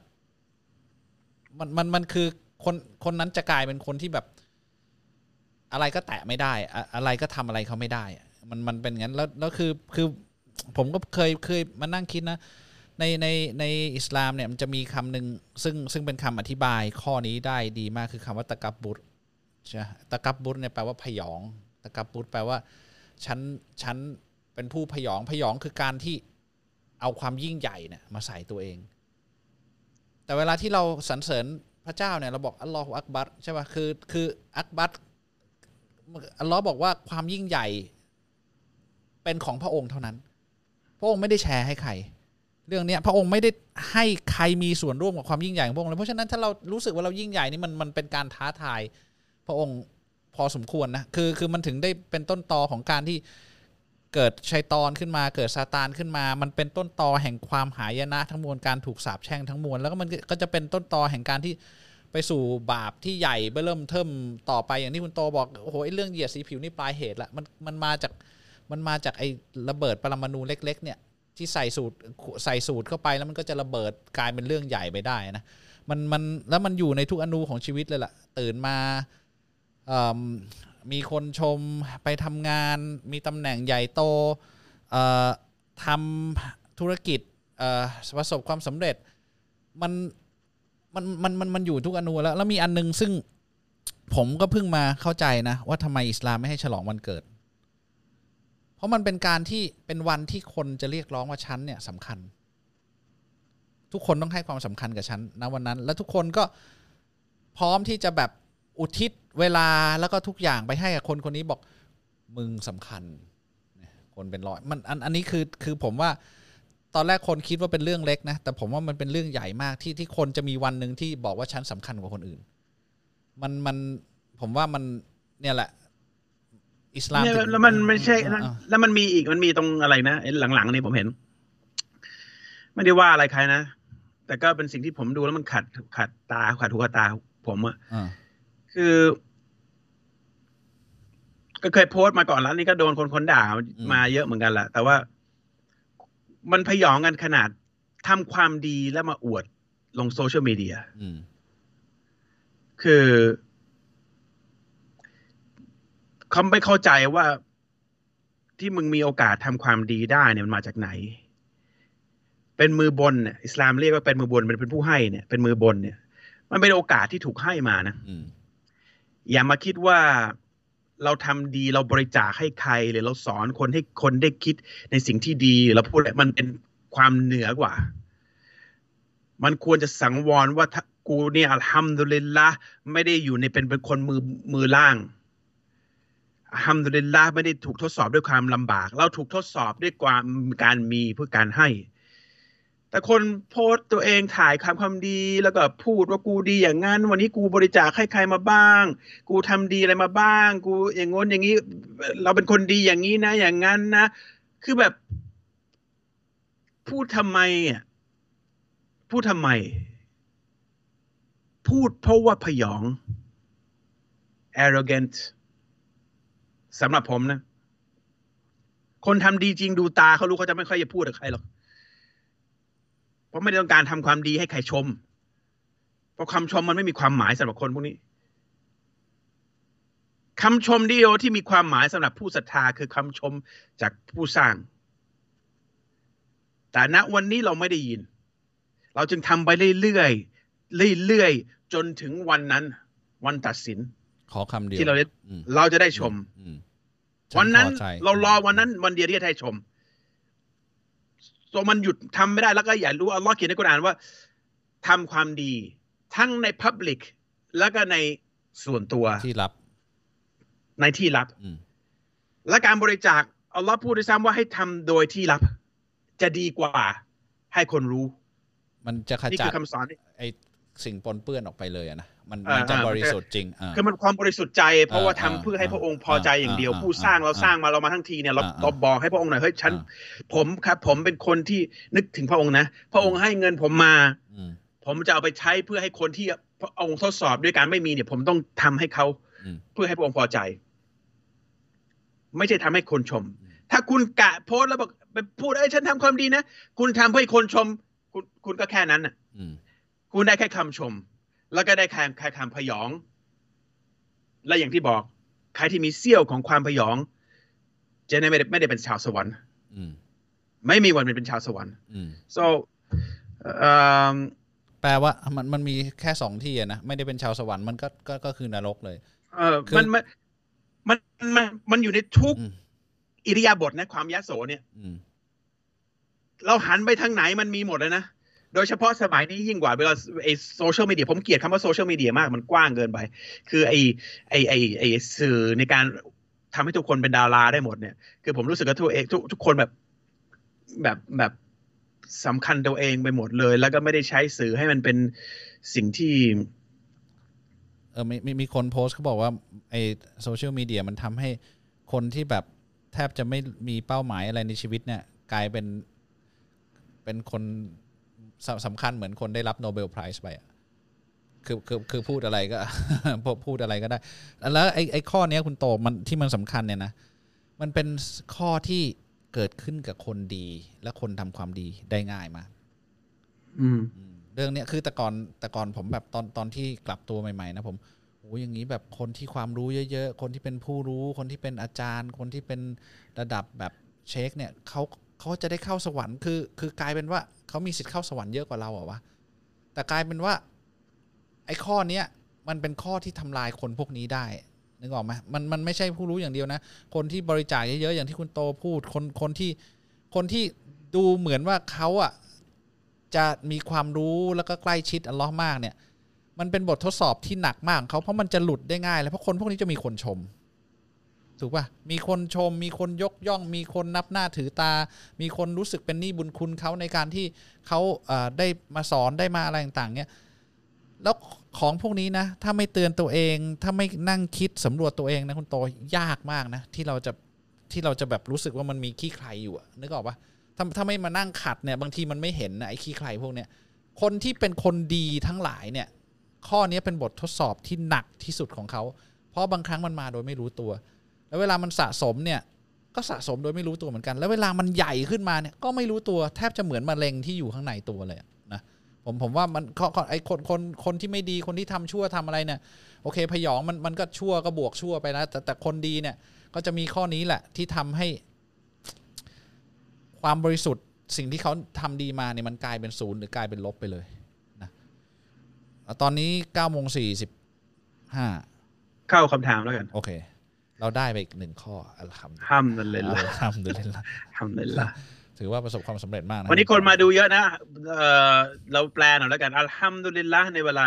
มันคือคนนั้นจะกลายเป็นคนที่แบบอะไรก็แตะไม่ได้อะไรก็ทำอะไรเขาไม่ได้มันเป็นงั้นแล้วคือผมก็เคยมานั่งคิดนะในอิสลามเนี่ยมันจะมีคำหนึ่งซึ่งเป็นคำอธิบายข้อนี้ได้ดีมากคือคำว่าตะกับบรุใช่ตะกับบรุเนี่ยแปลว่าพยองตะกับบรุแปลว่าฉันเป็นผู้พยองคือการที่เอาความยิ่งใหญ่เนี่ยมาใส่ตัวเองแต่เวลาที่เราสรรเสริญพระเจ้าเนี่ยเราบอกอัลลอฮฺอักบัรใช่ป่ะคืออักบัรอัลลอฮ์บอกว่าความยิ่งใหญ่เป็นของพระองค์เท่านั้นพระองค์ไม่ได้แชร์ให้ใครเรื่องนี้พระองค์ไม่ได้ให้ใครมีส่วนร่วมกับความยิ่งใหญ่ของพระองค์เลยเพราะฉะนั้นถ้าเรารู้สึกว่าเรายิ่งใหญ่นี่มันเป็นการท้าทายพระองค์พอสมควรนะคือมันถึงได้เป็นต้นตอของการที่เกิดชัยฏอนขึ้นมาเกิดซาตานขึ้นมามันเป็นต้นตอแห่งความหายนะทั้งมวลการถูกสาปแช่งทั้งมวลแล้วก็มันก็จะเป็นต้นตอแห่งการที่ไปสู่บาปที่ใหญ่เริ่มเทิมต่อไปอย่างที่คุณโตบอกโอ้โหไอ้เรื่องเหยียดสีผิวนี่ปลายเหตุละมันมาจากไอ้ระเบิดปรมาณูเล็กๆเนี่ยที่ใส่สูตรเข้าไปแล้วมันก็จะระเบิดกลายเป็นเรื่องใหญ่ไปได้นะมันแล้วมันอยู่ในทุกอนูของชีวิตเลยล่ะตื่นมามีคนชมไปทำงานมีตำแหน่งใหญ่โตทำธุรกิจประสบความสำเร็จมันอยู่ทุกอนูแล้วมีอันนึงซึ่งผมก็เพิ่งมาเข้าใจนะว่าทำไมอิสลามไม่ให้ฉลองวันเกิดเพราะมันเป็นการที่เป็นวันที่คนจะเรียกร้องว่าฉันเนี่ยสำคัญทุกคนต้องให้ความสำคัญกับฉันณวันนั้นแล้วทุกคนก็พร้อมที่จะแบบอุทิศเวลาแล้วก็ทุกอย่างไปให้กับคนคนนี้บอกมึงสำคัญคนเป็นร้อยมันอันนี้คือผมว่าตอนแรกคนคิดว่าเป็นเรื่องเล็กนะแต่ผมว่ามันเป็นเรื่องใหญ่มากที่คนจะมีวันนึงที่บอกว่าฉันสำคัญกว่าคนอื่นมันผมว่ามันเนี่ยแหละอิสลามแล้วมันไม่ใช่แล้วมันมีตรงอะไรนะหลังๆนี่ผมเห็นไม่ได้ว่าอะไรใครนะแต่ก็เป็นสิ่งที่ผมดูแล้วมันขัดตาขัดหูขัดตาผมอะคือก็เคยโพสต์มาก่อนแล้วนี่ก็โดนคนด่ามาเยอะเหมือนกันแหละแต่ว่ามันพยองกันขนาดทำความดีแล้วมาอวดลงโซเชียลมีเดียคือเขาไม่เข้าใจว่าที่มึงมีโอกาสทำความดีได้เนี่ยมันมาจากไหนเป็นมือบนเนี่ยอิสลามเรียกว่าเป็นมือบนเป็นผู้ให้เนี่ยเป็นมือบนเนี่ยมันเป็นโอกาสที่ถูกให้มานะอย่ามาคิดว่าเราทำดีเราบริจาคให้ใครหรือเราสอนคนให้คนได้คิดในสิ่งที่ดีเราพูดอะไรมันเป็นความเหนือกว่ามันควรจะสังวรว่ากูเนี่ยอัลฮัมดุลิลละห์ไม่ได้อยู่ในเป็นคนมือล่างอัลฮัมดุลิลละห์ไม่ได้ถูกทดสอบด้วยความลำบากเราถูกทดสอบด้วยการมีเพื่อการให้แต่คนโพสต์ตัวเองถ่ายความดีแล้วก็พูดว่ากูดีอย่างนั้นวันนี้กูบริจาคให้ใครมาบ้างกูทำดีอะไรมาบ้างกูอย่างง้นอย่างนี้เราเป็นคนดีอย่างนี้นะอย่างนั้นนะคือแบบพูดทำไมพูดเพราะว่าพยอง arrogant สำหรับผมนะคนทำดีจริงดูตาเขารู้เขาจะไม่ค่อยจะพูดกับใครหรอกเพราะไม่ได้ต้องการทำความดีให้ใครชมเพราะคำชมมันไม่มีความหมายสำหรับคนพวกนี้คำชมเดียวที่มีความหมายสำหรับผู้ศรัทธาคือคำชมจากผู้สร้างแต่ณวันนี้เราไม่ได้ยินเราจึงทำไปเรื่อยจนถึงวันนั้นวันตัดสินขอคำเดียวที่เราจะได้ชมวันนั้นเรารอวันนั้นวันเดียวที่จะได้ชมมันหยุดทำไม่ได้แล้วก็อย่ารู้อัลลอฮ์เขียนในกุรอานว่าทำความดีทั้งใน Public แล้วก็ในส่วนตัวที่ลับในที่ลับและการบริจาคอัลลอฮ์พูดด้วยซ้ำว่าให้ทำโดยที่ลับจะดีกว่าให้คนรู้มันจะขจัดนี่คือคำสอนไอ้สิ่งปนเปื้อนออกไปเลยนะมันจะบริสุทธิ์จริงคือมันความบริสุทธิ์ใจเพราะว่าทำเพื่อให้พระองค์พอใจอย่างเดียวผู้สร้างเราสร้างมาเรามาทั้งทีเนี่ยเราบอกให้พระองค์หน่อยเฮ้ยผมเป็นคนที่นึกถึงพระองค์นะพระองค์ให้เงินผมมาผมจะเอาไปใช้เพื่อให้คนที่พระองค์ทดสอบด้วยการไม่มีเนี่ยผมต้องทำให้เขาเพื่อให้พระองค์พอใจไม่ใช่ทำให้คนชมถ้าคุณกะโพสแล้วบอกไปพูดฉันทำความดีนะคุณทำเพื่อให้คนชมคุณก็แค่นั้นน่ะคุณได้แค่คำชมแล้วก็ได้แค่คำพยองและอย่างที่บอกใครที่มีเสี้ยวของความพยองจะไม่ได้เป็นชาวสวรรค์ไม่มีวันเป็นชาวสวรรค์ so แปลว่ามันมีแค่2ที่นะไม่ได้เป็นชาวสวรรค์มันก็คือนรกเลยมันอยู่ในทุกอิริยาบถนะความยโสเนี่ยเราหันไปทางไหนมันมีหมดเลยนะโดยเฉพาะสมัยนี้ยิ่งกว่าเวลาไอ้โซเชียลมีเดียผมเกลียดคำว่าโซเชียลมีเดียมากมันกว้างเกินไปคือไอ้สื่อในการทำให้ทุกคนเป็นดาราได้หมดเนี่ยคือผมรู้สึกว่าทุกคนแบบสำคัญตัวเองไปหมดเลยแล้วก็ไม่ได้ใช้สื่อให้มันเป็นสิ่งที่มีคนโพสต์เขาบอกว่าไอ้โซเชียลมีเดียมันทำให้คนที่แบบแทบจะไม่มีเป้าหมายอะไรในชีวิตเนี่ยกลายเป็นคนสำคัญเหมือนคนได้รับโนเบลไพรส์ไปคือพูดอะไรก็ พูดอะไรก็ได้แล้วไอ้ข้อนี้คุณโตมันที่มันสำคัญเนี่ยนะมันเป็นข้อที่เกิดขึ้นกับคนดีและคนทำความดีได้ง่ายมากเรื่องนี้คือแต่ก่อนผมแบบตอนที่กลับตัวใหม่ๆนะผมโอ้อย่างนี้แบบคนที่ความรู้เยอะๆคนที่เป็นผู้รู้คนที่เป็นอาจารย์คนที่เป็นระดับแบบเชคเนี่ยเขาจะได้เข้าสวรรค์คือกลายเป็นว่าเขามีสิทธิ์เข้าสวรรค์เยอะกว่าเราเหรอวะแต่กลายเป็นว่าไอ้ข้อเนี้ยมันเป็นข้อที่ทำลายคนพวกนี้ได้นึกออกไหมมันไม่ใช่ผู้รู้อย่างเดียวนะคนที่บริจาคเยอะๆอย่างที่คุณโตพูดคนที่ดูเหมือนว่าเขาอ่ะจะมีความรู้แล้วก็ใกล้ชิดอัลเลาะห์มากเนี่ยมันเป็นบททดสอบที่หนักมากเขาเพราะมันจะหลุดได้ง่ายเลยเพราะคนพวกนี้จะมีคนชมถูกป่ะมีคนชมมีคนยกย่องมีคนนับหน้าถือตามีคนรู้สึกเป็นหนี้บุญคุณเขาในการที่เขาได้มาสอนได้มาอะไรต่างๆเนี่ยแล้วของพวกนี้นะถ้าไม่เตือนตัวเองถ้าไม่นั่งคิดสำรวจตัวเองนะคุณโตยากมากนะที่เราจะแบบรู้สึกว่ามันมีขี้ใครอยู่นึกออกป่ะถ้าไม่มานั่งขัดเนี่ยบางทีมันไม่เห็นนะไอ้ขี้ใครพวกเนี้ยคนที่เป็นคนดีทั้งหลายเนี่ยข้อนี้เป็นบททดสอบที่หนักที่สุดของเขาเพราะบางครั้งมันมาโดยไม่รู้ตัวแล้วเวลามันสะสมเนี่ยก็สะสมโดยไม่รู้ตัวเหมือนกันแล้วเวลามันใหญ่ขึ้นมาเนี่ยก็ไม่รู้ตัวแทบจะเหมือนมะเร็งที่อยู่ข้างในตัวเลยนะผมว่ามันไอ้คนที่ไม่ดีคนที่ทำชั่วทำอะไรเนี่ยโอเคพยองมันก็ชั่วก็บวกชั่วไปนะแต่คนดีเนี่ยก็จะมีข้อนี้แหละที่ทำให้ความบริสุทธิ์สิ่งที่เขาทำดีมาเนี่ยมันกลายเป็นศูนย์หรือกลายเป็นลบไปเลยนะตอนนี้9:45 เข้าคำถามแล้วกันโอเคเราได้ไปอีก1ข้ออัลฮัมดุลิลลาห์ถือว่าประสบความสำเร็จมากนะวันนี้คนมาดูเยอะนะเราแปลหน่อยแล้วกันอัลฮัมดุลิลลาห์ในเว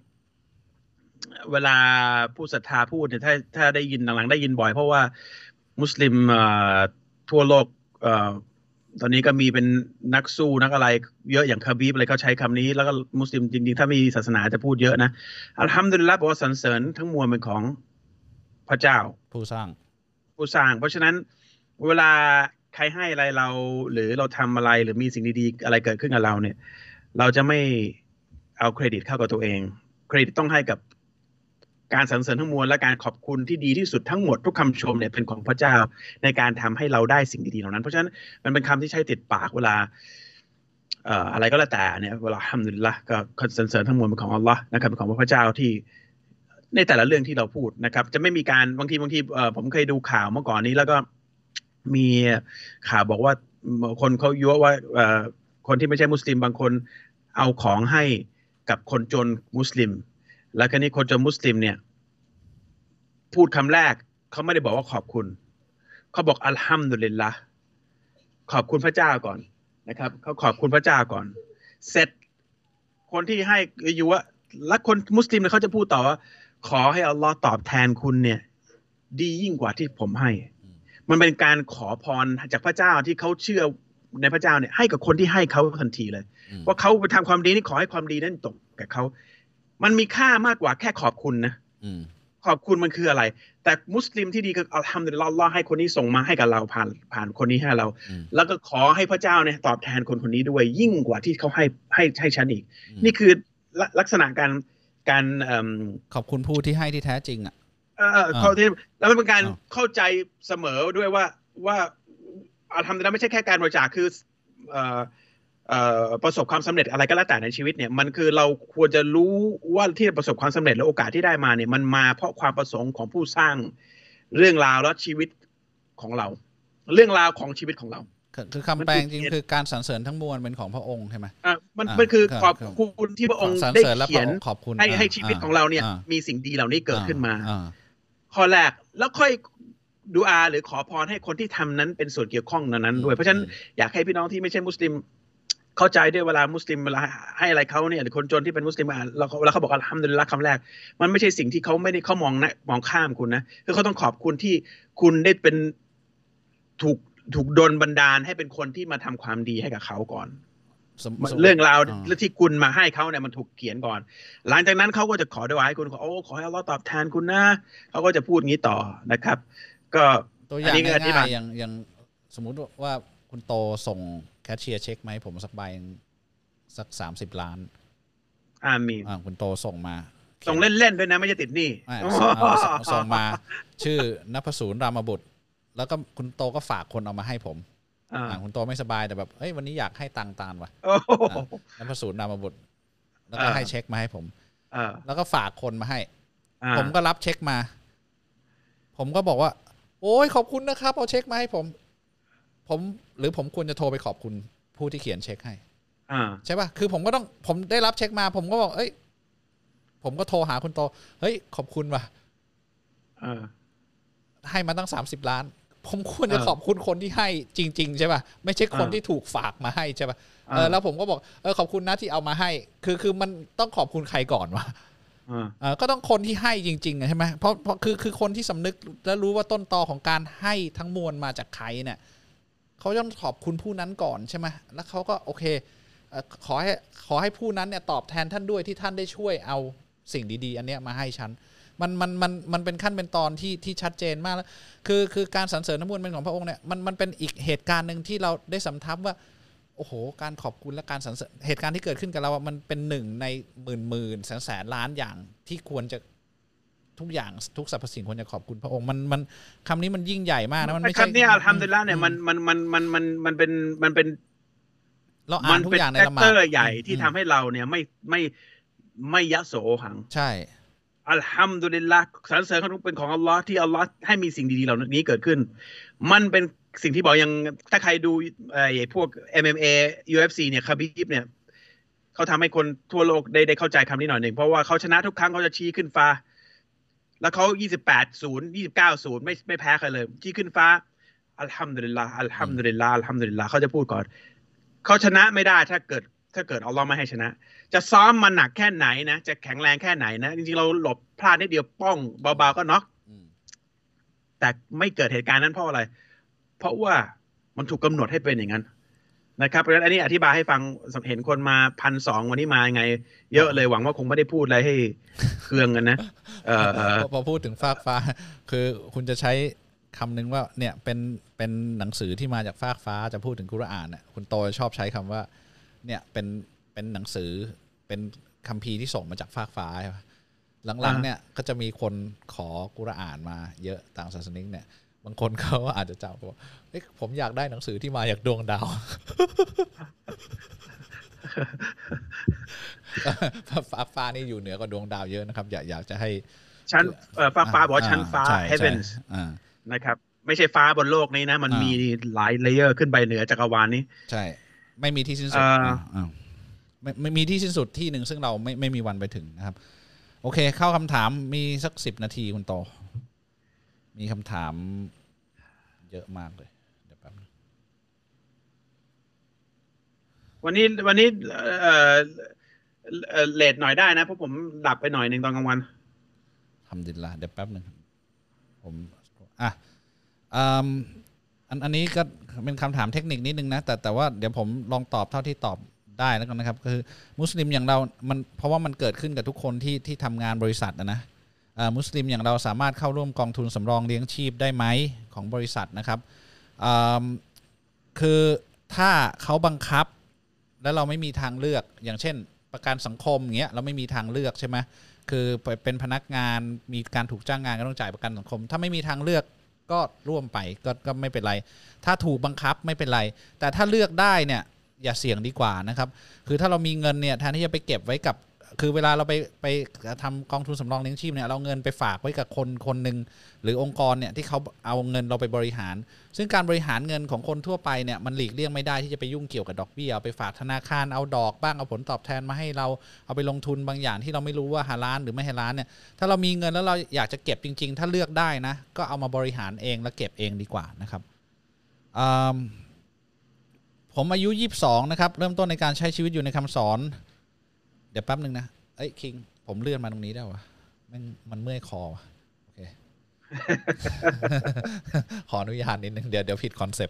ลาผู้ศรัทธาพูดเนี่ยถ้าได้ยินหลังๆได้ยินบ่อยเพราะว่ามุสลิมทั่วโลกตอนนี้ก็มีเป็นนักสู้นักอะไรเยอะอย่างคาบีบอะไรเขาใช้คำนี้แล้วก็มุสลิมจริงๆถ้ามีศาสนาจะพูดเยอะนะอัลฮัมดุลิลลาห์บอกว่าสรรเสริญทั้งมวลเป็นของพระเจ้าผู้สร้างเพราะฉะนั้นเวลาใครให้อะไรเราหรือเราทำอะไรหรือมีสิ่งดีๆอะไรเกิดขึ้นกับเราเนี่ยเราจะไม่เอาเครดิตเข้ากับตัวเองเครดิตต้องให้กับการสรรเสริญทั้งมวลและการขอบคุณที่ดีที่สุดทั้งหมดทุกคำชมเนี่ยเป็นของพระเจ้าในการทำให้เราได้สิ่งดีๆเหล่านั้นเพราะฉะนั้นมันเป็นคำที่ใช้ติดปากเวลาอะไรก็แล้วแต่เนี่ยเวลาอัลฮัมดุลิลละห์ก็สรรเสริญทั้งมวลเป็นของอัลลอฮ์นะครับเป็นของพระเจ้าที่ในแต่ละเรื่องที่เราพูดนะครับจะไม่มีการบางทีผมเคยดูข่าวเมื่อก่อนนี้แล้วก็มีข่าวบอกว่าคนเขายั่วว่าคนที่ไม่ใช่มุสลิมบางคนเอาของให้กับคนจนมุสลิมแล้วคราวนี้คนจะมุสลิมเนี่ยพูดคำแรกเขาไม่ได้บอกว่าขอบคุณเขาบอกอัลฮัมดุลิลละห์ขอบคุณพระเจ้าก่อนนะครับเขาขอบคุณพระเจ้าก่อนเสร็จคนที่ให้อยู่ว่าและคนมุสลิมเนี่ยเขาจะพูดต่อว่าขอให้อัลลอฮ์ตอบแทนคุณเนี่ยดียิ่งกว่าที่ผมให้มันเป็นการขอพรจากพระเจ้าที่เขาเชื่อในพระเจ้าเนี่ยให้กับคนที่ให้เขาทันทีเลยว่าเขาไปทำความดีนี่ขอให้ความดีนั้นตกแก่เขามันมีค่ามากกว่าแค่ขอบคุณนะขอบคุณมันคืออะไรแต่มุสลิมที่ดีคืออัลฮัมดุลิลลาห์ให้คนนี้ส่งมาให้กับเราผ่านคนนี้ให้เราแล้วก็ขอให้พระเจ้าเนี่ยตอบแทนคนนี้ด้วยยิ่งกว่าที่เขาให้ฉันอีกนี่คือลักษณะการขอบคุณผู้ที่ให้ที่แท้จริงอ่ะเขาที่แล้วมันเป็นการเข้าใจเสมอด้วยว่าอัลฮัมดุลิลลาห์ไม่ใช่แค่การบริจาคคือประสบความสำเร็จอะไรก็แล้วแต่ในชีวิตเนี่ยมันคือเราควรจะรู้ว่าที่ประสบความสำเร็จและโอกาสที่ได้มาเนี่ยมันมาเพราะความประสงค์ของผู้สร้างเรื่องราวและชีวิตของเราเรื่องราวของชีวิตของเราคือคำแปลจริงคือการสรรเสริญทั้งมวลเป็นของพระองค์ใช่ไหมมันคือขอบคุณที่พระองค์ได้เขียนให้ชีวิตของเราเนี่ยมีสิ่งดีเหล่านี้เกิดขึ้นมาข้อแรกแล้วค่อยดูอาหรือขอพรให้คนที่ทำนั้นเป็นส่วนเกี่ยวข้องนั้นด้วยเพราะฉะนั้นอยากให้พี่น้องที่ไม่ใช่มุสลิมเข้าใจด้วยเวลามุสลิมเวลาให้อะไรเขาเนี่ยหรือคนจนที่เป็นมุสลิมแล้วเขาบอกอัลฮัมดุลิลละห์คำแรกมันไม่ใช่สิ่งที่เขาไม่ได้เขามองข้ามคุณนะคือเขาต้องขอบคุณที่คุณได้เป็นถูกดลบันดาลให้เป็นคนที่มาทำความดีให้กับเขาก่อนเรื่องราวที่คุณมาให้เขาเนี่ยมันถูกเขียนก่อนหลังจากนั้นเขาก็จะขอด้วยให้คุณขอให้อัลเลาะห์ตอบแทนคุณนะเขาก็จะพูดงี้ต่อนะครับก็ตัวอย่างง่ายๆอย่างสมมุติว่าคุณโตส่งแคชเชียร์เช็คไหมผมสักใบสัก30 ล้านอามีนคุณโตส่งมาส่งเล่นๆด้วยนะไม่ใช่ติดหนี้ส่งมาชื่อณพศูนย์รามบุตรแล้วก็คุณโตก็ฝากคนเอามาให้ผมคุณโตไม่สบายแต่แบบเฮ้ยวันนี้อยากให้ตังค์ตาลว่ะณพศูนย์รามบุตรแล้วก็ให้เช็คมาให้ผมแล้วก็ฝากคนมาให้ผมก็รับเช็คมาผมก็บอกว่าโอ้ยขอบคุณนะครับเอาเช็คมาให้ผมหรือผมควรจะโทรไปขอบคุณผู้ที่เขียนเช็คให้ใช่ป่ะคือผมได้รับเช็คมาผมก็บอกเอ้ยผมก็โทรหาคุณโตเฮ้ยขอบคุณว่ะให้มาตั้ง30 ล้านผมควรจะขอบคุณคนที่ให้จริงๆใช่ป่ะไม่ใช่คนที่ถูกฝากมาให้ใช่ป่ะแล้วผมก็บอกขอบคุณนะที่เอามาให้คือมันต้องขอบคุณใครก่อนวะก็ต้องคนที่ให้จริงๆใช่ไหมเพราะคือคนที่สำนึกและรู้ว่าต้นตอของการให้ทั้งมวลมาจากใครเนี่ยเขาต้องขอบคุณผู้นั้นก่อนใช่ไหมแล้วเขาก็โอเคขอให้ผู้นั้นเนี่ยตอบแทนท่านด้วยที่ท่านได้ช่วยเอาสิ่งดีๆอันเนี้ยมาให้ฉันมันเป็นขั้นเป็นตอนที่ชัดเจนมากแล้วคือการสรรเสริญน้ำมนต์เป็นของพระองค์เนี่ยมันเป็นอีกเหตุการณ์นึงที่เราได้สำทับว่าโอ้โหการขอบคุณและการสรรเสริญเหตุการณ์ที่เกิดขึ้นกับเรามันเป็นหนึ่งในหมื่นแสนล้านอย่างที่ควรจะทุกอย่างทุกสรรพสิ่งควรจะขอบคุณพระองค์มันคำนี้มันยิ่งใหญ่มากนะมันไม่ใช่คำนี้อัลฮัมดุลิลละห์เนี่ยมันเป็นเราอ่านทุกอย่างในละหมาดใหญ่ที่ทำให้เราเนี่ยไม่ยะโสหังใช่อัลฮัมดุลิลละห์สรรเสริญเป็นของอัลลอฮ์ที่อัลลอฮ์ให้มีสิ่งดีๆเหล่านี้เกิดขึ้นมันเป็นสิ่งที่บอกยังถ้าใครดูพวก MMA UFC เนี่ยคาบีบเนี่ยเขาทำให้คนทั่วโลกได้เข้าใจคำนี้หน่อยหนึ่งเพราะว่าเขาชนะทุกครั้งเขาจะชี้ขึ้นฟ้าแล้วเขา28-0 29-0ไม่แพ้ใครเลยชี้ขึ้นฟ้าอัลฮัมดุลิลละห์อัลฮัมดุลิลละห์อัลฮัมดุลิลละห์เขาจะพูดก่อนเขาชนะไม่ได้ถ้าเกิดอัลลอฮ์ไม่ให้ชนะจะซ้อมมันหนักแค่ไหนนะจะแข็งแรงแค่ไหนนะจริงๆเราหลบพลาดนิดเดียวป้องเบาๆก็น็อกแต่ไม่เกิดเหตุการณ์นั้นเพราะอะไรเพราะว่ามันถูกกำหนดให้เป็นอย่างนั้นนะครับเพราะฉะนั้นอันนี้อธิบายให้ฟังเห็นคนมา 1,200 วันนี้มาไงเยอะเลยหวังว่าคงไม่ได้พูดอะไรให้เครืองกันนะพอพูดถึงฟากฟ้าคือคุณจะใช้คำนึงว่าเนี่ยเป็นหนังสือที่มาจากฟากฟ้าจะพูดถึงกุรอานเนี่ยคุณโตชอบใช้คำว่าเนี่ยเป็นหนังสือเป็นคัมภีร์ที่ส่งมาจากฟากฟ้าใช่ไหมหลังๆเนี่ยก็จะมีคนขอกุรอานมาเยอะต่างศาสนิกเนี่ยบางคนเขาอาจจะจำว่าผมอยากได้หนังสือที่มาจากดวงดาวฟ้านี่อยู่เหนือกว่าดวงดาวเยอะนะครับอยากจะให้ชั้นฟ้าบอกชั้นฟ้า heavens นะครับไม่ใช่ฟ้าบนโลกนี้นะมันมีหลายเลเยอร์ขึ้นไปเหนือจักรวาลนี้ใช่ไม่มีที่สิ้นสุดไม่มีที่สิ้นสุดที่หนึ่งซึ่งเราไม่มีวันไปถึงนะครับโอเคเข้าคำถามมีสัก10 นาทีคุณโตมีคำถามเยอะมากเลยเดี๋ยวแป๊บนึงวันนี้เลทหน่อยได้นะเพราะผมหลับไปหน่อยหนึ่งตอนกลางวันทำดินละเดี๋ยวแป๊บนึงผมอันนี้ก็เป็นคำถามเทคนิคนิดนึงนะแต่ว่าเดี๋ยวผมลองตอบเท่าที่ตอบได้แล้วกันนะครับคือมุสลิมอย่างเรามันเพราะว่ามันเกิดขึ้นกับทุกคนที่ทำงานบริษัทนะมุสลิมอย่างเราสามารถเข้าร่วมกองทุนสำรองเลี้ยงชีพได้ไหมของบริษัทนะครับคือถ้าเขาบังคับแล้วเราไม่มีทางเลือกอย่างเช่นประกันสังคมอย่างเงี้ยเราไม่มีทางเลือกใช่ไหมคือเป็นพนักงานมีการถูกจ้างงานก็ต้องจ่ายประกันสังคมถ้าไม่มีทางเลือกก็ร่วมไปก็ไม่เป็นไรถ้าถูกบังคับไม่เป็นไรแต่ถ้าเลือกได้เนี่ยอย่าเสี่ยงดีกว่านะครับคือถ้าเรามีเงินเนี่ยแทนที่จะไปเก็บไว้กับคือเวลาเราไปทำกองทุนสำรองเลี้ยงชีพเนี่ยเราเงินไปฝากไว้กับคนหนึ่งหรือองค์กรเนี่ยที่เขาเอาเงินเราไปบริหารซึ่งการบริหารเงินของคนทั่วไปเนี่ยมันหลีกเลี่ยงไม่ได้ที่จะไปยุ่งเกี่ยวกับดอกเบี้ยเอาไปฝากธนาคารเอาดอกบ้างเอาผลตอบแทนมาให้เราเอาไปลงทุนบางอย่างที่เราไม่รู้ว่าฮาลาลหรือไม่ฮาลาลเนี่ยถ้าเรามีเงินแล้วเราอยากจะเก็บจริงๆถ้าเลือกได้นะก็เอามาบริหารเองแล้วเก็บเองดีกว่านะครับผมอายุ22นะครับเริ่มต้นในการใช้ชีวิตอยู่ในคำสอนเดี๋ยวแป๊บนึงนะคิงผมเลื่อนมาตรงนี้ได้วะมันเมื่อยคอโอเค ขออนุญาตนิดนึงเดี๋ยวผิดคอนเซปต์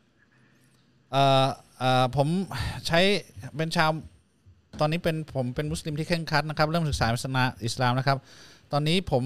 ผมใช้เป็นชาวตอนนี้ผมเป็นมุสลิมที่เคร่งครัดนะครับเริ่มศึกษาอิสลามนะครับตอนนี้ผม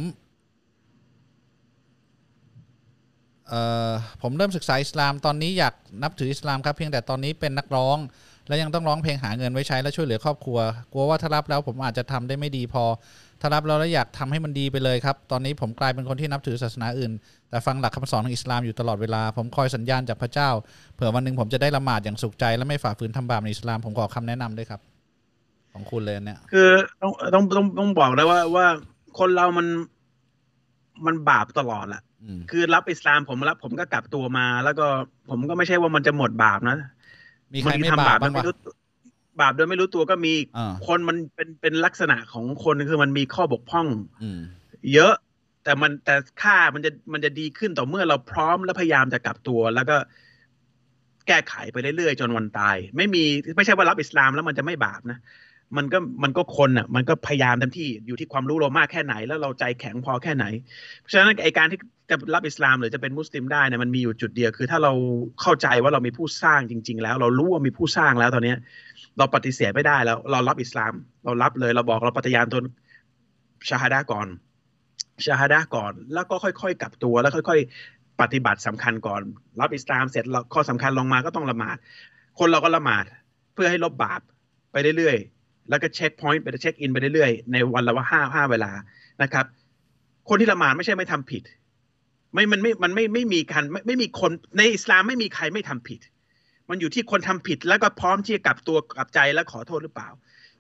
เริ่มศึกษาอิสลามตอนนี้อยากนับถืออิสลามครับเพียงแต่ตอนนี้เป็นนักร้องและยังต้องร้องเพลงหาเงินไว้ใช้และช่วยเหลือครอบครัวกลัวว่าถ้ารับแล้วผมอาจจะทำได้ไม่ดีพอถ้ารับแล้วอยากทำให้มันดีไปเลยครับตอนนี้ผมกลายเป็นคนที่นับถือศาสนาอื่นแต่ฟังหลักคำสอนของอิสลามอยู่ตลอดเวลาผมคอยสัญญาณจากพระเจ้าเผื่อวันนึงผมจะได้ละหมาดอย่างสุขใจและไม่ฝ่าฝืนทำบาปในอิสลามผมขอคำแนะนำด้วยครับของคุณเลยเนี่ยคือต้องบอกเลยว่าคนเรามันบาปตลอดแหละคือรับอิสลามผมก็กลับตัวมาแล้วก็ผมก็ไม่ใช่ว่ามันจะหมดบาปนะมีใครไม่บาปบ้างวะบาปโดยไม่รู้ตัวก็มีคนมันเป็นลักษณะของคนคือมันมีข้อบกพร่องเยอะแต่ค่ามันจะดีขึ้นต่อเมื่อเราพร้อมและพยายามจะกลับตัวแล้วก็แก้ไขไปเรื่อยๆจนวันตายไม่ใช่ว่ารับอิสลามแล้วมันจะไม่บาปนะมันก็คนอ่ะมันก็พยายามเต็มที่อยู่ที่ความรู้เรามากแค่ไหนแล้วเราใจแข็งพอแค่ไหนเพราะฉะนั้นไอการที่จะรับอิสลามหรือจะเป็นมุสลิมได้เนี่ยมันมีอยู่จุดเดียวคือถ้าเราเข้าใจว่าเรามีผู้สร้างจริงๆแล้วเรารู้ว่ามีผู้สร้างแล้วตอนนี้เราปฏิเสธไม่ได้แล้วเรารับอิสลามเรารับเลยเราบอกเราปฏิญาณตนชาฮาดะก่อนแล้วก็ค่อยๆกลับตัวแล้วค่อยๆปฏิบัติสำคัญก่อนรับอิสลามเสร็จข้อสำคัญลงมาก็ต้องละหมาดคนเราก็ละหมาดเพื่อให้ลบบาปไปเรื่อยๆแล้วก็เช็คพอยต์ไปเช็คอินไปเรื่อยๆในวันละว่าห้าเวลานะครับคนที่ละหมาดไม่ใช่ไม่ทำผิดมันไม่มีการไม่มีคนในอิสลามไม่มีใครไม่ทำผิดมันอยู่ที่คนทำผิดแล้วก็พร้อมที่จะกลับตัวกลับใจและขอโทษหรือเปล่า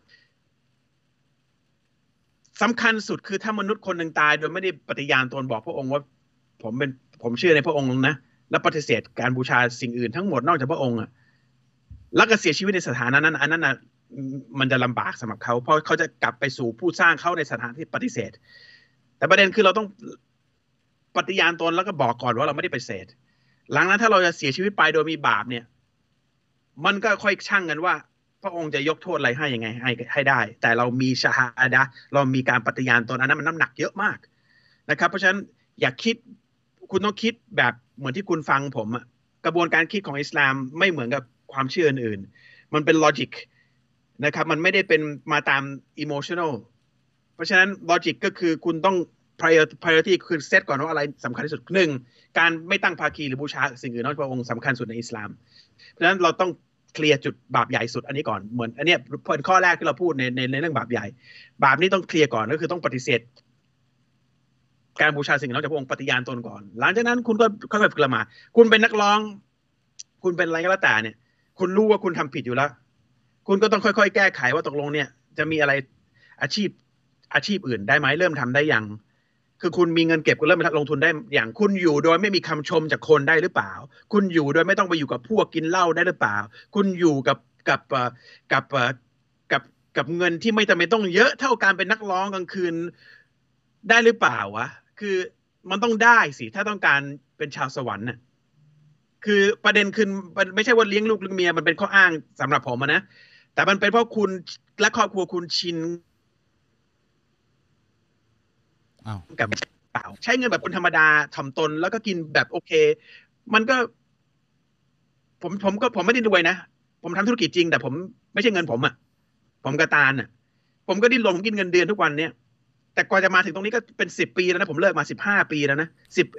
สำคัญสุดคือถ้ามนุษย์คนหนึ่งตายโดยไม่ได้ปฏิญาณตนบอกพระองค์ว่าผมเชื่อในพระองค์นะและปฏิเสธการบูชาสิ่งอื่นทั้งหมดนอกจากพระองค์แล้วก็เสียชีวิตในสถานะนั้นอันนั้นมันจะลำบากสำหรับเขาเพราะเขาจะกลับไปสู่ผู้สร้างเขาในสถานที่ปฏิเสธแต่ประเด็นคือเราต้องปฏิญาณตนแล้วก็บอกก่อนว่าเราไม่ได้ปฏิเสธหลังนั้นถ้าเราจะเสียชีวิตไปโดยมีบาปเนี่ยมันก็ค่อยชั่งกันว่าพระองค์จะยกโทษอะไรให้ยังไงให้ได้แต่เรามีชาฮาดะเรามีการปฏิญาณตนอันนั้นมันน้ำหนักเยอะมากนะครับเพราะฉะนั้นอย่าคิดคุณต้องคิดแบบเหมือนที่คุณฟังผมกระบวนการคิดของอิสลามไม่เหมือนกับความเชื่ออื่นๆมันเป็นลอจิกนะครับมันไม่ได้เป็นมาตาม emotional เพราะฉะนั้นลอจิกก็คือคุณต้อง priority คือเซตก่อนว่าอะไรสำคัญที่สุดหนึ่งการไม่ตั้งภาคีหรือบูชาสิ่งอื่นนอกจากพระองค์สำคัญสุดในอิสลามเพราะฉะนั้นเราต้องเคลียร์จุดบาปใหญ่สุดอันนี้ก่อนเหมือนอันนี้เป็นข้อแรกที่เราพูดในเรื่องบาปใหญ่บาปนี้ต้องเคลียร์ก่อนก็คือต้องปฏิเสธการบูชาสิ่งนอกจากพระองค์ปฏิญาณตนก่อนหลังจากนั้นคุณก็ค่อยๆละหมาดคุณเป็นนักร้องคุณเป็นอะไรก็แล้วแต่เนี่ยคุณรู้ว่าคุณทำผิดอยู่แล้วคุณก็ต้องค่อยๆแก้ไขว่าตกลงเนี่ยจะมีอะไรอาชีพอื่นได้ไหมเริ่มทำได้อย่างคือคุณมีเงินเก็บคุณเริ่มลงทุนได้อย่างคุณอยู่โดยไม่มีคำชมจากคนได้หรือเปล่าคุณอยู่โดยไม่ต้องไปอยู่กับพวกกินเหล้าได้หรือเปล่าคุณอยู่กับกับเงินที่ไม่จำเป็นต้องเยอะเท่าการเป็นนักร้องกลางคืนได้หรือเปล่าวะคือมันต้องได้สิถ้าต้องการเป็นชาวสวรรค์น่ะคือประเด็นคือมันไม่ใช่ว่าเลี้ยงลูกเลี้ยงเมียมันเป็นข้ออ้างสำหรับผมนะแต่มันเป็นเพราะคุณและครอบครัวคุณชินกับเปล่าใช้เงินแบบคนธรรมดาถ่อมตนแล้วก็กินแบบโอเคมันก็ผมไม่ได้รวยนะผมทำธุรกิจจริงแต่ผมไม่ใช่เงินผมอ่ะผมกระตาลอ่ะผมก็ดิ้นรนผมกินเงินเดือนทุกวันเนี่ยแต่กว่าจะมาถึงตรงนี้ก็เป็น10 ปีแล้วนะผมเลิกมา15 ปีแล้วนะ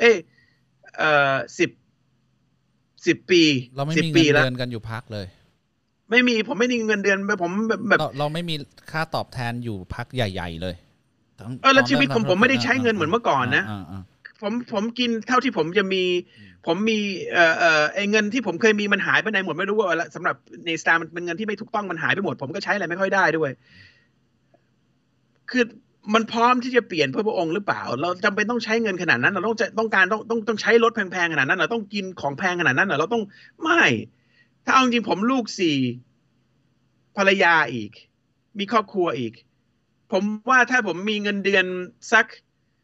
10 ปีเราไม่มีเงินเดือนกันอยู่พักเลยไม่มีผมไม่มีเงินเดือนผมแบบเราไม่มีค่าตอบแทนอยู่พักใหญ่ๆเลยแล้วชีวิตผมไม่ได้ใช้เงินเหมือนเมื่อก่อนนะผมกินเท่าที่ผมจะมีผมมีไอ้เงินที่ผมเคยมีมันหายไปไหนหมดไม่รู้ว่าสำหรับในสตาร์มันเป็นเงินที่ไม่ถูกต้องมันหายไปหมดผมก็ใช้อะไรไม่ค่อยได้ด้วยคือมันพร้อมที่จะเปลี่ยนเพื่อพระองค์หรือเปล่าเราจำเป็นต้องใช้เงินขนาดนั้นเราต้องใช้รถแพงๆขนาดนั้นเราต้องกินของแพงขนาดนั้นเราต้องไม่ถ้าเอาจริงผมลูก4ภรรยาอีกมีครอบครัวอีกผมว่าถ้าผมมีเงินเดือนสัก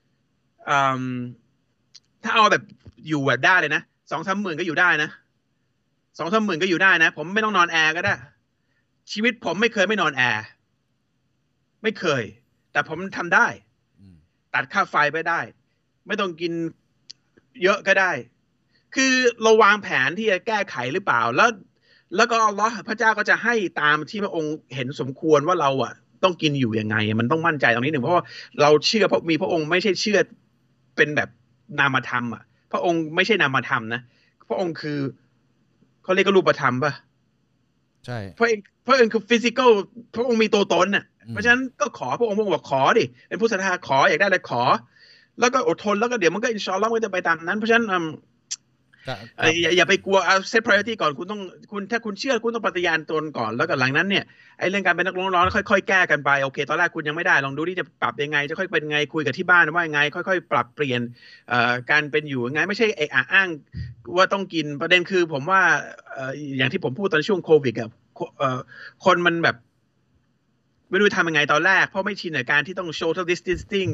ถ้าเอาแบบอยู่แบบได้เลยนะ2-3 หมื่นก็อยู่ได้นะ2-3 หมื่นก็อยู่ได้นะผมไม่ต้องนอนแอร์ก็ได้ชีวิตผมไม่เคยไม่นอนแอร์ไม่เคยแต่ผมทำได้ตัดค่าไฟไปได้ไม่ต้องกินเยอะก็ได้คือเราวางแผนที่จะแก้ไขหรือเปล่าแล้วก็อัลเลาะห์พระเจ้าก็จะให้ตามที่พระองค์เห็นสมควรว่าเราอ่ะต้องกินอยู่ยังไงมันต้องมั่นใจตรงนี้หนึ่งเพราะว่าเราเชื่อเพราะมีพระองค์ไม่ใช่เชื่อเป็นแบบนามธรรมอ่ะพระองค์ไม่ใช่นามธรรมนะพระองค์คือเขาเรียกว่ารูปธรรมป่ะใช่พระองค์คือฟิสิกอลพระองค์มีตัวตนน่ะเพราะฉะนั้นก็ขอพระองค์บอกขอดิเป็นผู้ศรัทธาขออยากได้อะไรขอแล้วก็อดทนแล้วก็เดี๋ยวมันก็อินชาอัลเลาะห์มันจะไปตามนั้นเพราะฉะนั้นอย่าไปกลัวเอาเซต priority ก่อนถ้าคุณเชื่อคุณต้องปฏิญาณตนก่อนแล้วก็หลังนั้นเนี่ยไอ้เรื่องการเป็นนักร้องค่อยๆแก้กันไปโอเคตอนแรกคุณยังไม่ได้ลองดูที่จะปรับยังไงจะค่อยเป็นไงคุยกับที่บ้านว่ายังไงค่อยๆปรับเปลี่ยนการเป็นอยู่ยังไงไม่ใช่อ้างว่าต้องกินประเด็นคือผมว่าอย่างที่ผมพูดตอนช่วงโควิดคนมันแบบไม่รู้ทำยังไงตอนแรกเพราะไม่ชินกับการที่ต้อง social distancing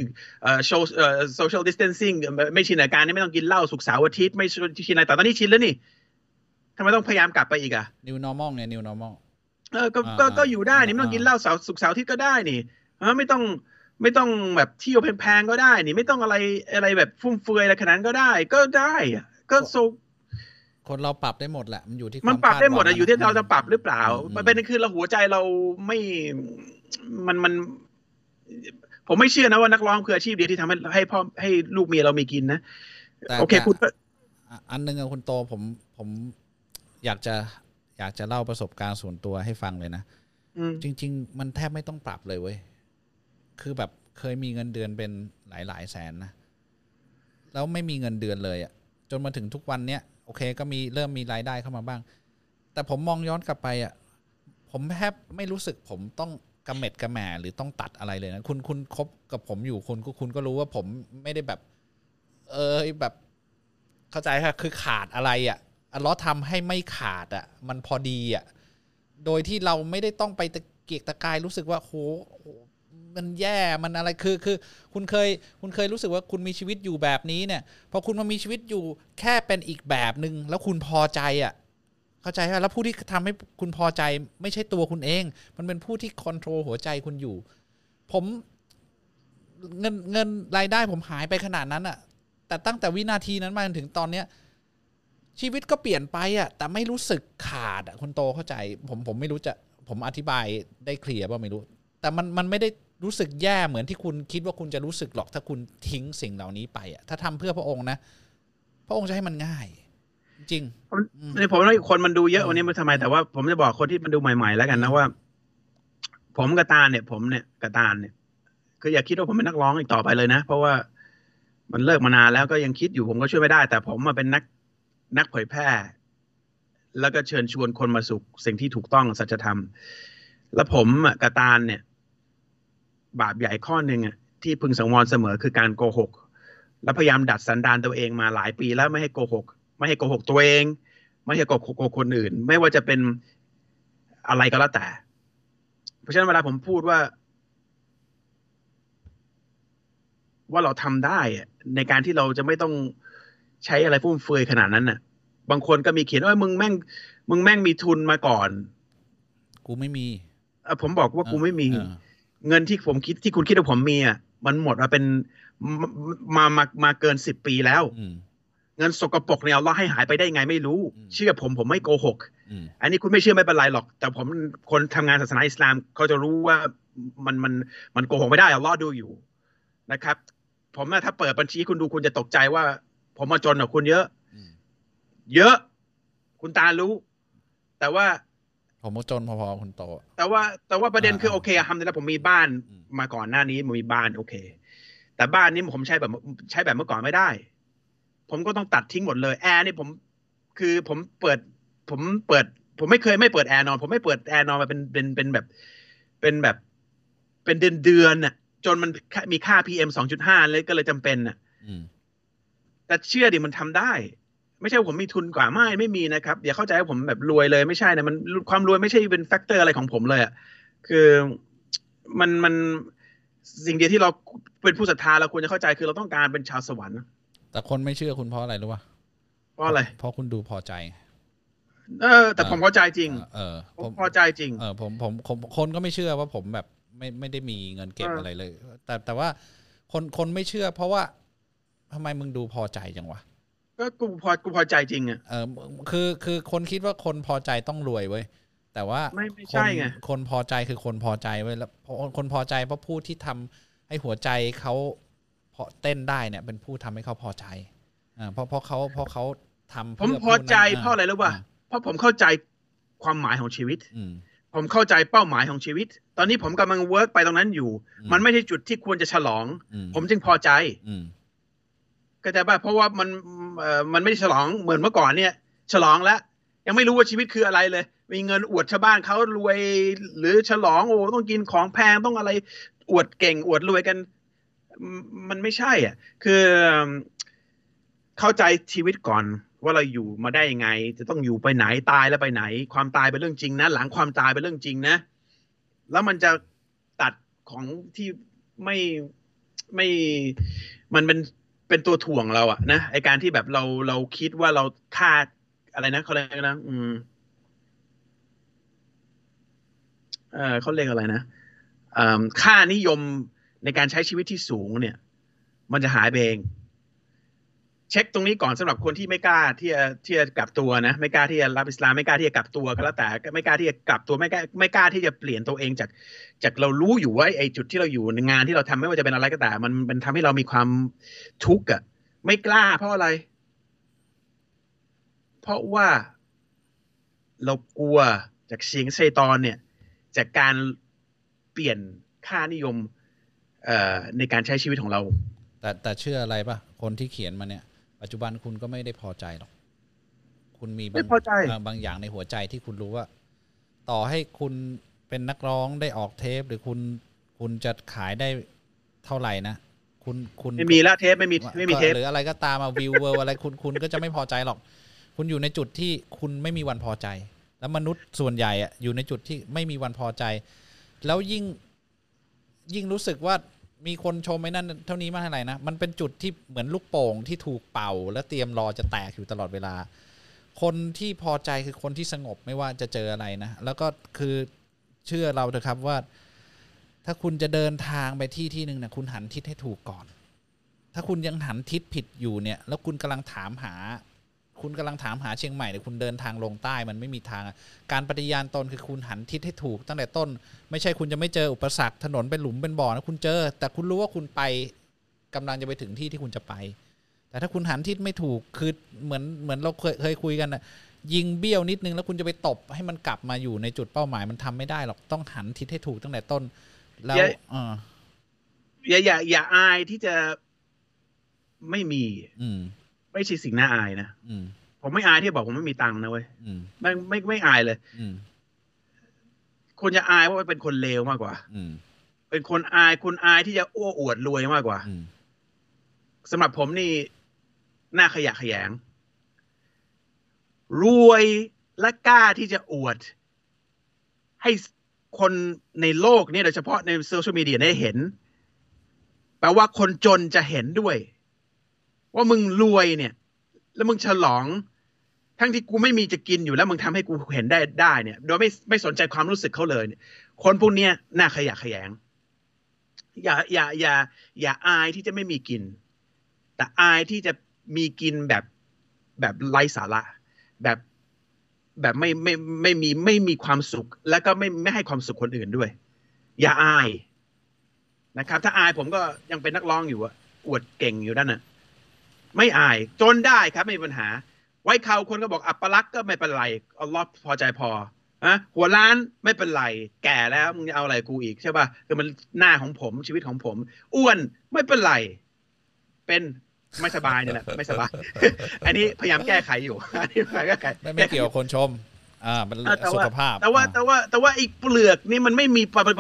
social distancing ไม่ชินกับการที่ไม่ต้องกินเหล้าศุกร์เสาร์อาทิตย์ไม่ชินอะไรแต่ตอนนี้ชินแล้วนี่ทำไมต้องพยายามกลับไปอีกอะ new normal เนี่ย new normal ก็อยู่ได้นี่ไม่ต้องกินเหล้าศุกร์เสาร์อาทิตย์ก็ได้นี่ไม่ต้องแบบเที่ยวแพงๆก็ได้นี่ไม่ต้องอะไรแบบฟุ่มเฟือยอะไรขนาดนั้นก็ได้ก็คนเราปรับได้หมดแหละมันอยู่ที่มันปรับได้หมดอยู่ที่เราจะปรับหรือเปล่ามันเป็นคือเราหัวใจเราไม่มันผมไม่เชื่อนะว่านักร้องคืออาชีพเดียวที่ทำให้พ่อให้ลูกเมียเรามีกินนะโอเคคุณอันนึงอะคุณโตผมอยากจะเล่าประสบการณ์ส่วนตัวให้ฟังเลยนะจริงๆมันแทบไม่ต้องปรับเลยเว้ยคือแบบเคยมีเงินเดือนเป็นหลายแสนนะแล้วไม่มีเงินเดือนเลยอะจนมาถึงทุกวันเนี้ยโอเคก็เริ่มมีรายได้เข้ามาบ้างแต่ผมมองย้อนกลับไปอ่ะผมแทบไม่รู้สึกผมต้องกระเม็ดกระแหม่หรือต้องตัดอะไรเลยนะคุณคบกับผมอยู่คุณก็รู้ว่าผมไม่ได้แบบแบบเข้าใจค่ะคือขาดอะไรอ่ะอัลเลาะห์ทำให้ไม่ขาดอ่ะมันพอดีอ่ะโดยที่เราไม่ได้ต้องไปตะเกียกตะกายรู้สึกว่าโหมันแย่มันอะไรคือคุณเคยรู้สึกว่าคุณมีชีวิตอยู่แบบนี้เนี่ยพอคุณมามีชีวิตอยู่แค่เป็นอีกแบบนึงแล้วคุณพอใจอ่ะเข้าใจไหมแล้วผู้ที่ทำให้คุณพอใจไม่ใช่ตัวคุณเองมันเป็นผู้ที่คอนโทรลหัวใจคุณอยู่ผมเงินรายได้ผมหายไปขนาดนั้นอ่ะแต่ตั้งแต่วินาทีนั้นมาจนถึงตอนเนี้ยชีวิตก็เปลี่ยนไปอ่ะแต่ไม่รู้สึกขาดอ่ะคุณโตเข้าใจผมไม่รู้จะผมอธิบายได้เคลียร์ป่ะไม่รู้แต่มันไม่ได้รู้สึกแย่เหมือนที่คุณคิดว่าคุณจะรู้สึกหรอกถ้าคุณทิ้งสิ่งเหล่านี้ไปอ่ะถ้าทำเพื่อพระองค์นะพระองค์จะให้มันง่ายจริงผมว่าคนมันดูเยอะวันนี้มันทำไมแต่ว่าผมจะบอกคนที่มันดูใหม่ๆแล้วกันนะว่าผมกับตาเนี่ยกับตาเนี่ยคืออย่าคิดว่าผมเป็นนักร้องอีกต่อไปเลยนะเพราะว่ามันเลิกมานานแล้วก็ยังคิดอยู่ผมก็ช่วยไม่ได้แต่ผมมาเป็นนักเผยแพร่แล้วก็เชิญชวนคนมาสู่สิ่งที่ถูกต้องสัจธรรมแล้วผมกับตาเนี่ยบาปใหญ่ข้อหนึ่งที่พึงสังวรเสมอคือการโกหกและพยายามดัดสันดานตัวเองมาหลายปีแล้วไม่ให้โกหกตัวเองไม่ให้โกหกคนอื่นไม่ว่าจะเป็นอะไรก็แล้วแต่ราะฉะนั้นเวลาผมพูดว่าเราทำได้ในการที่เราจะไม่ต้องใช้อะไรฟุ่มเฟือยขนาดนั้นน่ะบางคนก็มีเขียนว่ามึงแม่งมีทุนมาก่อนกูไม่มีผมบอกว่ากูไม่มีเงินที่ผมคิดที่คุณคิดว่าผมมีมันหมดมาเป็นมาเกิน10 ปีแล้วเงินสกปรกเนี่ยเราให้หายไปได้ไงไม่รู้เชื่อผมไม่โกหกอันนี้คุณไม่เชื่อไม่เป็นไรหรอกแต่ผมคนทำงานศาสนาอิสลามเขาจะรู้ว่ามันโกหกไม่ได้เราดูอยู่นะครับผมถ้าเปิดบัญชีคุณดูคุณจะตกใจว่าผมมาจนกว่าคุณเยอะคุณตารู้แต่ว่าผมจนพอๆคุณโตแต่ว่าประเด็นคือโอเคทำได้แล้วผมมีบ้านมาก่อนหน้านี้ผมมีบ้านโอเคแต่บ้านนี้ผมใช้แบบเมื่อก่อนไม่ได้ผมก็ต้องตัดทิ้งหมดเลยแอร์นี่ผมไม่เคยไม่เปิดแอร์นอนผมไม่เปิดแอร์นอนมาเป็นแบบเป็นเดือนน่ะจนมันมีค่า PM 2.5เลยก็เลยจำเป็นน่ะแต่เชื่อดิมันทำได้ไม่ใช่ผมมีทุนกว่าไม่มีนะครับอย่าเข้าใจว่าผมแบบรวยเลยไม่ใช่นะมันความรวยไม่ใช่เป็นแฟกเตอร์อะไรของผมเลยคือมันสิ่งเดียวที่เราเป็นผู้ศรัทธาเราควรจะเข้าใจคือเราต้องการเป็นชาวสวรรค์แต่คนไม่เชื่อคุณเพราะอะไรรู้ป่ะเพราะอะไรเพราะคุณดูพอใจแต่ผมพอใจจริงผมพอใจจริงผมคนก็ไม่เชื่อว่าผมแบบไม่ได้มีเงินเก็บอะไรเลยแต่ว่าคนไม่เชื่อเพราะว่าทำไมมึงดูพอใจจังวะก็กูพอใจจริงคือคนคิดว่าคนพอใจต้องรวยเว้ยแต่ว่าไม่ใช่ไงคนพอใจคือคนพอใจเว้ยแล้วคนพอใจเพราะผู้ที่ทำให้หัวใจเขาเต้นได้เนี่ยเป็นผู้ทำให้เขาพอใจเพราะเขาทำผมพอใจเพราะอะไรรู้ป่ะเพราะผมเข้าใจความหมายของชีวิตผมเข้าใจเป้าหมายของชีวิตตอนนี้ผมกำลังเวิร์กไปตรงนั้นอยู่มันไม่ใช่จุดที่ควรจะฉลองผมจึงพอใจก็แต่ว่าเพราะว่ามันไม่ได้ฉลองเหมือนเมื่อก่อนเนี่ยฉลองแล้วยังไม่รู้ว่าชีวิตคืออะไรเลยมีเงินอวดชาวบ้านเขารวยหรือฉลองโอ้ต้องกินของแพงต้องอะไรอวดเก่งอวดรวยกันมันไม่ใช่คือเข้าใจชีวิตก่อนว่าเราอยู่มาได้ยังไงจะต้องอยู่ไปไหนตายแล้วไปไหนความตายเป็นเรื่องจริงนะหลังความตายเป็นเรื่องจริงนะแล้วมันจะตัดของที่มันเป็นตัวถ่วงเรานะไอการที่แบบเราคิดว่าเราคาดอะไรนะเขาเรียกนะเขาเรียกอะไรนะค่านิยมในการใช้ชีวิตที่สูงเนี่ยมันจะหายไปเองเช็คตรงนี้ก่อนสำหรับคนที่ไม่กล้าที่จะกลับตัวนะไม่กล้าที่จะรับอิสลามไม่กล้าที่จะกลับตัวก็แล้วแต่ไม่กล้าที่จะกลับตัวไม่กล้าที่จะเปลี่ยนตัวเองจากเรารู้อยู่ว่าไอ้จุดที่เราอยู่ในงานที่เราทำไม่ว่าจะเป็นอะไรก็แต่มันทำให้เรามีความทุกข์ไม่กล้าเพราะอะไรเพราะว่าเรากลัวจากเสียงชัยฏอนเนี่ยจากการเปลี่ยนค่านิยมในการใช้ชีวิตของเราแต่เชื่ออะไรป่ะคนที่เขียนมาเนี่ยปัจจุบันคุณก็ไม่ได้พอใจหรอกคุณมีบางอย่างในหัวใจที่คุณรู้ว่าต่อให้คุณเป็นนักร้องได้ออกเทปหรือคุณจะขายได้เท่าไหร่นะคุณไม่มีละเทปไม่มีเทปหรืออะไรก็ตามวิวเวอร์อะไรคุณก็จะไม่พอใจหรอกคุณอยู่ในจุดที่คุณไม่มีวันพอใจแล้วมนุษย์ส่วนใหญ่อยู่ในจุดที่ไม่มีวันพอใจแล้วยิ่งรู้สึกว่ามีคนชมไอ้นั่นเท่านี้มาเท่าไหร่นะมันเป็นจุดที่เหมือนลูกโป่งที่ถูกเป่าและเตรียมรอจะแตกอยู่ตลอดเวลาคนที่พอใจคือคนที่สงบไม่ว่าจะเจออะไรนะแล้วก็คือเชื่อเราเถอะครับว่าถ้าคุณจะเดินทางไปที่นึงนะคุณหันทิศให้ถูกก่อนถ้าคุณยังหันทิศผิดอยู่เนี่ยแล้วคุณกำลังถามหาเชียงใหม่เนี่ยคุณเดินทางลงใต้มันไม่มีทางการปฏิญาณตนคือคุณหันทิศให้ถูกตั้งแต่ต้นไม่ใช่คุณจะไม่เจออุปสรรคถนนเป็นหลุมเป็นบ่อนะคุณเจอแต่คุณรู้ว่าคุณไปกำลังจะไปถึงที่คุณจะไปแต่ถ้าคุณหันทิศไม่ถูกคือเหมือนเราเคยคุยกันนะยิงเบี้ยวนิดนึงแล้วคุณจะไปตบให้มันกลับมาอยู่ในจุดเป้าหมายมันทำไม่ได้หรอกต้องหันทิศให้ถูกตั้งแต่ต้นแล้วอย่าอายที่จะไม่มีไม่ใช่สิ่งน่าอายนะผมไม่อายที่บอกผมไม่มีตังค์นะเว้ยไม่อายเลยคนจะอายว่าเป็นคนเลวมากกว่าเป็นคนอายคุณอายที่จะอ้อวดรวยมากกว่าสำหรับผมนี่น่าขยะแขยงรวยและกล้าที่จะอวดให้คนในโลกนี้โดยเฉพาะในโซเชียลมีเดียได้เห็นแปลว่าคนจนจะเห็นด้วยว่ามึงรวยเนี่ยแล้วมึงฉลองทั้งที่กูไม่มีจะกินอยู่แล้วมึงทำให้กูเห็นได้เนี่ยโดยไม่สนใจความรู้สึกเขาเลยเนี่ยคนพวกนี้น่าขยะแขยงอย่าอายที่จะไม่มีกินแต่อายที่จะมีกินแบบไร้สาระแบบไม่มีความสุขแล้วก็ไม่ให้ความสุขคนอื่นด้วยอย่าอายนะครับถ้าอายผมก็ยังเป็นนักร้องอยู่อะอวดเก่งอยู่นั่นน่ะไม่อายจนได้ครับไม่มีปัญหาไว้เขาคนก็บอกอัปลักษณ์ก็ไม่เป็นไรอัลลอฮ์พอใจพอหัวล้านไม่เป็นไรแก่แล้วมึงจะเอาอะไรกูอีกใช่ป่ะคือมันหน้าของผมชีวิตของผมอ้วนไม่เป็นไรเป็นไม่สบายเนี่ยแหละไม่สบาย อันนี้พยายามแก้ไขอยู่อันนี้พยายามแก้ไขไม่เกี่ยวคนชมมันสุขภาพแต่ว่าอีกเปลือกนี่มันไม่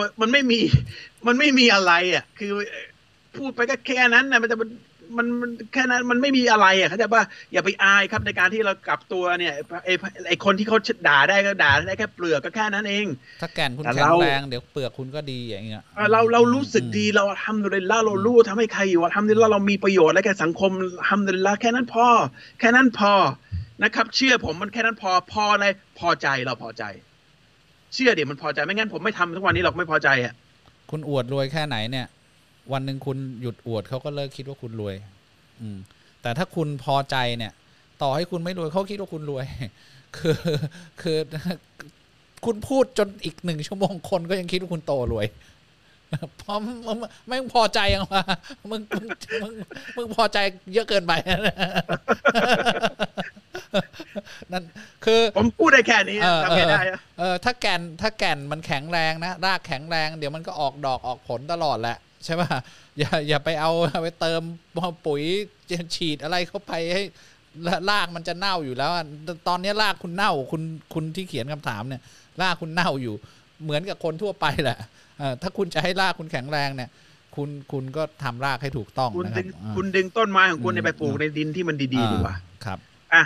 มีอะไรอ่ะคือพูดไปก็แค่นั้นนะมันแค่นั้นมันไม่มีอะไรอ่ะเขาใจป่ะอย่าไปอายครับในการที่เรากลับตัวเนี่ยไอคนที่เขาด่าได้ก็ด่าได้แค่เปลือกก็แค่นั้นเองถ้าแก่นคุณแข็งแรงเดี๋ยวเปลือกคุณก็ดีอย่างเงี้ยเรารู้สึกดีเราทำด้วยแล้วเรารู้ทำให้ใครอยู่ทำด้วยแล้วเรามีประโยชน์และแก่สังคมทำด้วยแล้วแค่นั้นพอนะครับเชื่อผมมันแค่นั้นพอในพอใจเราพอใจเชื่อเดี๋ยวมันพอใจไม่งั้นผมไม่ทำทุกวันนี้หรอกไม่พอใจอ่ะคุณอวดรวยแค่ไหนเนี่ยวันหนึ่งคุณหยุดอวดเขาก็เลิกคิดว่าคุณรวยแต่ถ้าคุณพอใจเนี่ยต่อให้คุณไม่รวยเขาคิดว่าคุณรวยคือคุณพูดจนอีก1 ชั่วโมงคนก็ยังคิดว่าคุณโตรวยเพราะไม่พอใจยังว่ามึงพอใจเยอะเกินไปนั่นคือผมพูดได้แค่นี้ทำไงได้ถ้าแก่นมันแข็งแรงนะรากแข็งแรงเดี๋ยวมันก็ออกดอกออกผลตลอดแหละใช่ป่ะอย่าไปเอาไปเติมปุ๋ยฉีดอะไรเข้าไปให้รากมันจะเน่าอยู่แล้วตอนนี้รากคุณเน่าคุณที่เขียนคำถามเนี่ยรากคุณเน่าอยู่เหมือนกับคนทั่วไปแหละถ้าคุณจะให้รากคุณแข็งแรงเนี่ยคุณก็ทำรากให้ถูกต้องนะครับคุณดึงต้นไม้ของคุณไปปลูกในดินที่มันดีๆดีกว่าครับ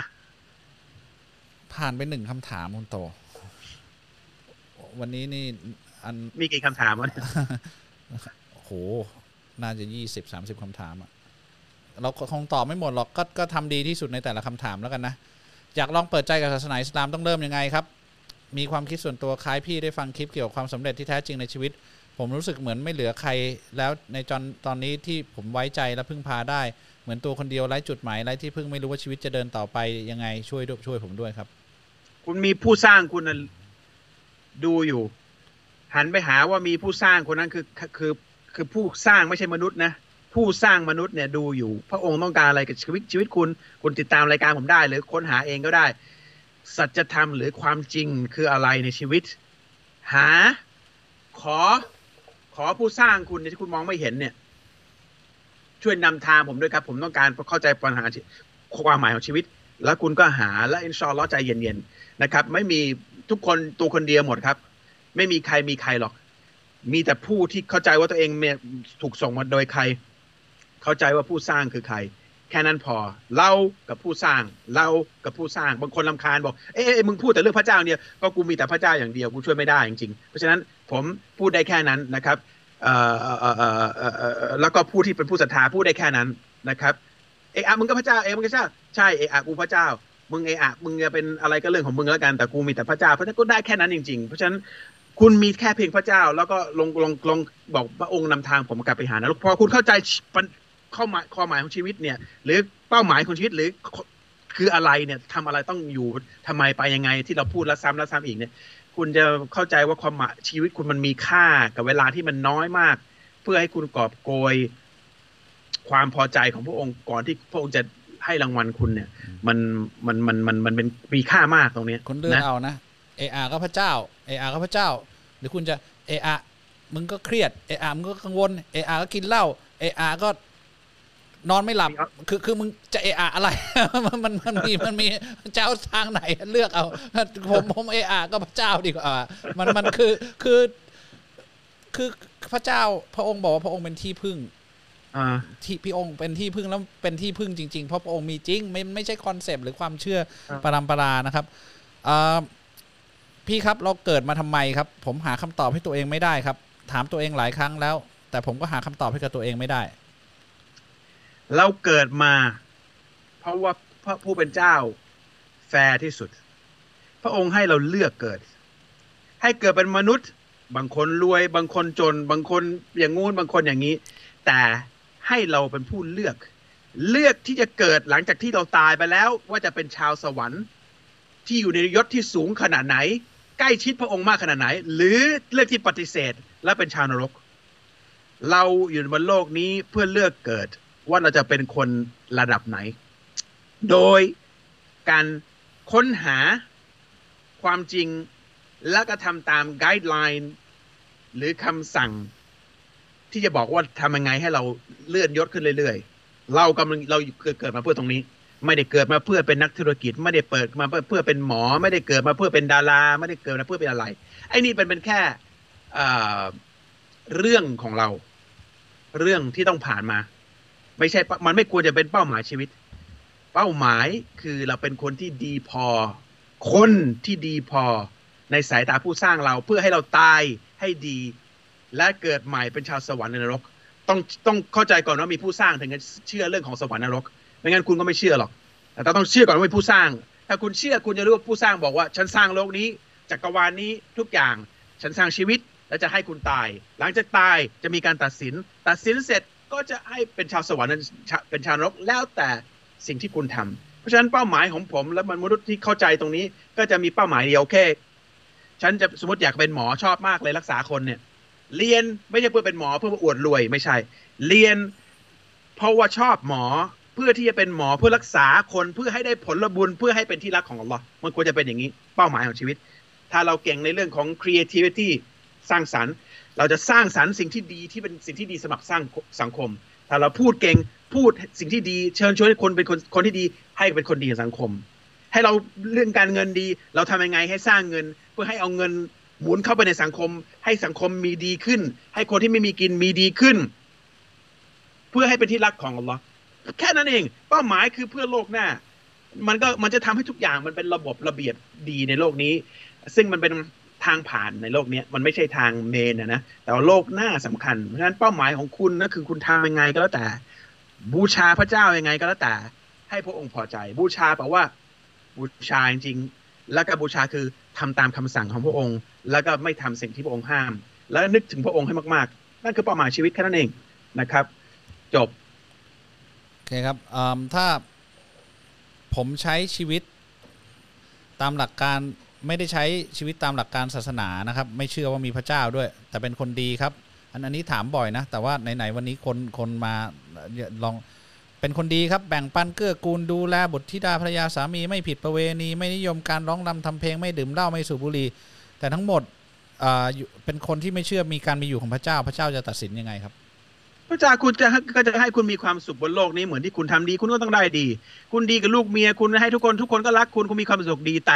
ผ่านไป1 คำถามคุณโตวันนี้นี่มีกี่คำถามวะโหน่าจะ20-30 คำถามอ่ะเราคงตอบไม่หมดหรอกก็ทำดีที่สุดในแต่ละคำถามแล้วกันนะอยากลองเปิดใจกับศาสนาอิสลามต้องเริ่มยังไงครับมีความคิดส่วนตัวคล้ายพี่ได้ฟังคลิปเกี่ยวกับความสำเร็จที่แท้จริงในชีวิตผมรู้สึกเหมือนไม่เหลือใครแล้วในตอนนี้ที่ผมไว้ใจและพึ่งพาได้เหมือนตัวคนเดียวไร้จุดหมายไร้ที่พึ่งไม่รู้ว่าชีวิตจะเดินต่อไปยังไงช่วยผมด้วยครับคุณมีผู้สร้างคุณดูอยู่หันไปหาว่ามีผู้สร้างคนนั้นคือผู้สร้างไม่ใช่มนุษย์นะผู้สร้างมนุษย์เนี่ยดูอยู่พระองค์ต้องการอะไรกับชีวิตคุณติดตามรายการผมได้หรือค้นหาเองก็ได้สัจธรรมหรือความจริงคืออะไรในชีวิตหาขอผู้สร้างคุณที่คุณมองไม่เห็นเนี่ยช่วยนำทางผมด้วยครับผมต้องการเข้าใจปัญหาความหมายของชีวิตแล้วคุณก็หาและอินชาอัลเลาะห์ใจเย็นๆนะครับไม่มีทุกคนตัวคนเดียวหมดครับไม่มีใครหรอกมีแต่ผู้ที่เข้าใจว่าตัวเองถูกส่งมาโดยใครเข้าใจว่าผู้สร้างคือใครแค่นั้นพอเรากับผู้สร้างบางคนรำคาญบอกมึงพูดแต่เรื่องพระเจ้าเนี่ยก็กูมีแต่พระเจ้าอย่างเดียวกูช่วยไม่ได้จริงๆเพราะฉะนั้นผมพูดได้แค่นั้นนะครับแล้วก็ผู้ที่เป็นผู้ศรัทธาพูดได้แค่นั้นนะครับมึงก็พระเจ้ามึงก็พระเจ้าใช่กูพระเจ้ามึงมึงจะเป็นอะไรก็เรื่องของมึงแล้วกันแต่กูมีแต่พระเจ้าเพราะฉะนั้นก็ได้แค่นั้นจริงๆเพราะฉะนั้นคุณมีแค่เพียงพระเจ้าแล้วก็ลงบอกพระองค์นำทางผมกลับไปหานะพอคุณเข้าใจความหมายของชีวิตเนี่ยหรือเป้าหมายของชีวิตหรือคืออะไรเนี่ยทำอะไรต้องอยู่ทำไมไปยังไงที่เราพูดแล้วซ้ำอีกเนี่ยคุณจะเข้าใจว่าความหมายชีวิตคุณมันมีค่ากับเวลาที่มันน้อยมากเพื่อให้คุณกอบโกยความพอใจของพระองค์ก่อนที่พระองค์จะให้รางวัลคุณเนี่ยมันเป็นมีค่ามากตรงนี้คุณเลือกเอานะก็พระเจ้าก็พระเจ้าหรือคุณจะมึงก็เครียดมึงก็กังวลก็กินเหล้าก็นอนไม่หลับคือมึงจะอะไรมันมีเจ้าทางไหนเลือกเอาผมก็พระเจ้าดีกว่ามันคือพระเจ้าพระองค์บอกว่าพระองค์เป็นที่พึ่งที่พระองค์เป็นที่พึ่งแล้วเป็นที่พึ่งจริงๆเพราะพระองค์มีจริงไม่ใช่คอนเซปต์หรือความเชื่อปรำปรานะครับพี่ครับเราเกิดมาทำไมครับผมหาคำตอบให้ตัวเองไม่ได้ครับถามตัวเองหลายครั้งแล้วแต่ผมก็หาคำตอบให้กับตัวเองไม่ได้เราเกิดมาเพราะว่าพระผู้เป็นเจ้าแฟร์ที่สุดพระองค์ให้เราเลือกเกิดให้เกิดเป็นมนุษย์บางคนรวยบางคนจนบางคนอย่างงู้นบางคนอย่างนี้แต่ให้เราเป็นผู้เลือกที่จะเกิดหลังจากที่เราตายไปแล้วว่าจะเป็นชาวสวรรค์ที่อยู่ในยศที่สูงขนาดไหนใกล้ชิดพระองค์มากขนาดไหนหรือเลือกที่ปฏิเสธและเป็นชาวนรกเราอยู่บนโลกนี้เพื่อเลือกเกิดว่าเราจะเป็นคนระดับไหนโดยการค้นหาความจริงและก็ทำตามไกด์ไลน์หรือคำสั่งที่จะบอกว่าทำยังไงให้เราเลื่อนยศขึ้นเรื่อยๆเราเกิดมาเพื่อตรงนี้ไม่ได้เกิดมาเพื่อเป็นนักธุรกิจไม่ได้เปิดมาเพื่อเป็นหมอไม่ได้เกิดมาเพื่อเป็นดาราไม่ได้เกิดมาเพื่อเป็นอะไรไอ้นี่เป็นแค่เรื่องของเราเรื่องที่ต้องผ่านมาไม่ใช่มันไม่ควรจะเป็นเป้าหมายชีวิตเป้าหมายคือเราเป็นคนที่ดีพอคนที่ดีพอในสายตาผู้สร้างเราเพื่อให้เราตายให้ดีและเกิดใหม่เป็นชาวสวรรค์ในนรกต้องเข้าใจก่อนว่ามีผู้สร้างถึงจะเชื่อเรื่องของสวรรค์นรกไม่งั้นคุณก็ไม่เชื่อหรอกแต่ต้องเชื่อก่อนว่ามีผู้สร้างถ้าคุณเชื่อคุณจะรู้ว่าผู้สร้างบอกว่าฉันสร้างโลกนี้จักรวาลนี้ทุกอย่างฉันสร้างชีวิตและจะให้คุณตายหลังจากตายจะมีการตัดสินเสร็จก็จะให้เป็นชาวสวรรค์เป็นชาวนรกแล้วแต่สิ่งที่คุณทำเพราะฉะนั้นเป้าหมายของผมและมนุษย์ที่เข้าใจตรงนี้ก็จะมีเป้าหมายเดียวแค่ฉันจะสมมติอยากเป็นหมอชอบมากเลยรักษาคนเนี่ยเรียนไม่ใช่เพื่อเป็นหมอเพื่ออวดรวยไม่ใช่เรียนเพราะว่าชอบหมอเพื่อที่จะเป็นหมอเพื่อรักษาคนเพื่อให้ได้ผลบุญเพื่อให้เป็นที่รักของอัลเลาะห์มันควรจะเป็นอย่างนี้เป้าหมายของชีวิตถ้าเราเก่งในเรื่องของ creativity สร้างสรรค์เราจะสร้างสรรค์สิ่งที่ดีที่เป็นสิ่งที่ดีสำหรับสร้างสังคมถ้าเราพูดเก่งพูดสิ่งที่ดีเชิญชวนให้คนเป็นคนที่ดีให้เป็นคนดีในสังคมให้เราเรื่องการเงินดีเราทำยังไงให้สร้างเงินเพื่อให้เอาเงินหมุนเข้าไปในสังคมให้สังคมมีดีขึ้นให้คนที่ไม่มีกินมีดีขึ้นเพื่อให้เป็นที่รักของอัลเลาะห์แค่นั้นเองเป้าหมายคือเพื่อโลกหน้ามันจะทำให้ทุกอย่างมันเป็นระบบระเบียบดีในโลกนี้ซึ่งมันเป็นทางผ่านในโลกนี้มันไม่ใช่ทางเมนนะแต่ว่าโลกหน้าสำคัญเพราะฉะนั้นเป้าหมายของคุณก็คือคุณทำยังไงก็แล้วแต่บูชาพระเจ้ายังไงก็แล้วแต่ให้พระองค์พอใจบูชาแปลว่าบูชาจริงๆแล้วก็บูชาคือทำตามคำสั่งของพระองค์แล้วก็ไม่ทำสิ่งที่พระองค์ห้ามแล้วนึกถึงพระองค์ให้มากๆนั่นคือเป้าหมายชีวิตแค่นั้นเองนะครับจบโอเคครับถ้าผมใช้ชีวิตตามหลักการไม่ได้ใช้ชีวิตตามหลักการศาสนานะครับไม่เชื่อว่ามีพระเจ้าด้วยแต่เป็นคนดีครับอันนี้ถามบ่อยนะแต่ว่าไหนๆวันนี้คนมาลองเป็นคนดีครับแบ่งปันเกื้อกูลดูแลบุตรธิดาภรรยาสามีไม่ผิดประเวณีไม่นิยมการร้องรำทำเพลงไม่ดื่มเหล้าไม่สูบบุหรี่แต่ทั้งหมดเป็นคนที่ไม่เชื่อมีการมีอยู่ของพระเจ้าจะตัดสินยังไงครับพระเจ้าคุณก็จะให้คุณมีความสุขบนโลกนี้เหมือนที่คุณทำดีคุณก็ต้องได้ดีคุณดีกับลูกเมียคุณให้ทุกคนก็รักคุณมีความสุขดีแต่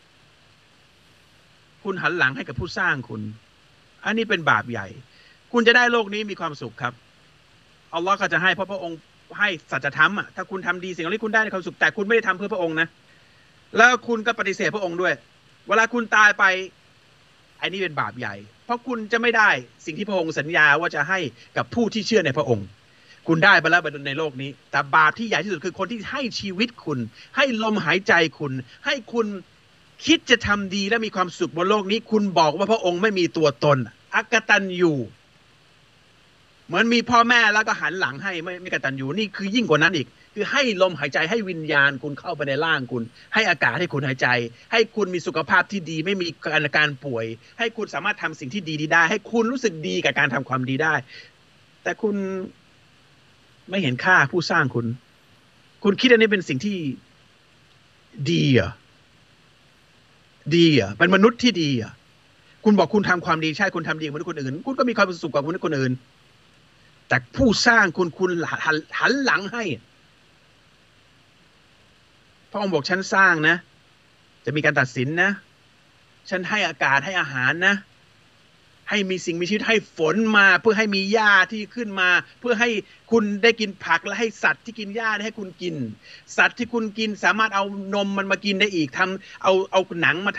คุณหันหลังให้กับผู้สร้างคุณอันนี้เป็นบาปใหญ่คุณจะได้โลกนี้มีความสุขครับอัลลอฮ์ก็จะให้เพราะพระองค์ให้สัจธรรมอ่ะถ้าคุณทำดีสิ่งนี้คุณได้ในความสุขแต่คุณไม่ได้ทำเพื่อพระองค์นะแล้วคุณก็ปฏิเสธพระองค์ด้วยเวลาคุณตายไปอันนี้เป็นบาปใหญ่เพราะคุณจะไม่ได้สิ่งที่พระองค์สัญญาว่าจะให้กับผู้ที่เชื่อในพระองค์คุณได้ไปแล้วในโลกนี้แต่บาปที่ใหญ่ที่สุดคือคนที่ให้ชีวิตคุณให้ลมหายใจคุณให้คุณคิดจะทำดีและมีความสุขบนโลกนี้คุณบอกว่าพระองค์ไม่มีตัวตนอกตัญญูเหมือนมีพ่อแม่แล้วก็หันหลังให้ไม่กตัญญูนี่คือยิ่งกว่านั้นอีกคือให้ลมหายใจให้วิญญาณคุณเข้าไปในร่างคุณให้อากาศให้คุณหายใจให้คุณมีสุขภาพที่ดีไม่มีอาการป่วยให้คุณสามารถทำสิ่งที่ดีได้ให้คุณรู้สึกดีกับการทำความดีได้แต่คุณไม่เห็นค่าผู้สร้างคุณคิดอันนี้เป็นสิ่งที่ดีเหรอเป็นมนุษย์ที่ดีอ่ะคุณบอกคุณทำความดีใช่คุณทำดีเหมือนคนอื่นคุณก็มีความสุขกว่าคนอื่นแต่ผู้สร้างคุณหันหลังให้พระองค์บอกฉันสร้างนะจะมีการตัดสินนะฉันให้อากาศให้อาหารนะให้มีสิ่งมีชีวิตให้ฝนมาเพื่อให้มีหญ้าที่ขึ้นมาเพื่อให้คุณได้กินผักและให้สัตว์ที่กินหญ้าให้คุณกินสัตว์ที่คุณกินสามารถเอานมมันมากินได้อีกเอาหนังมาท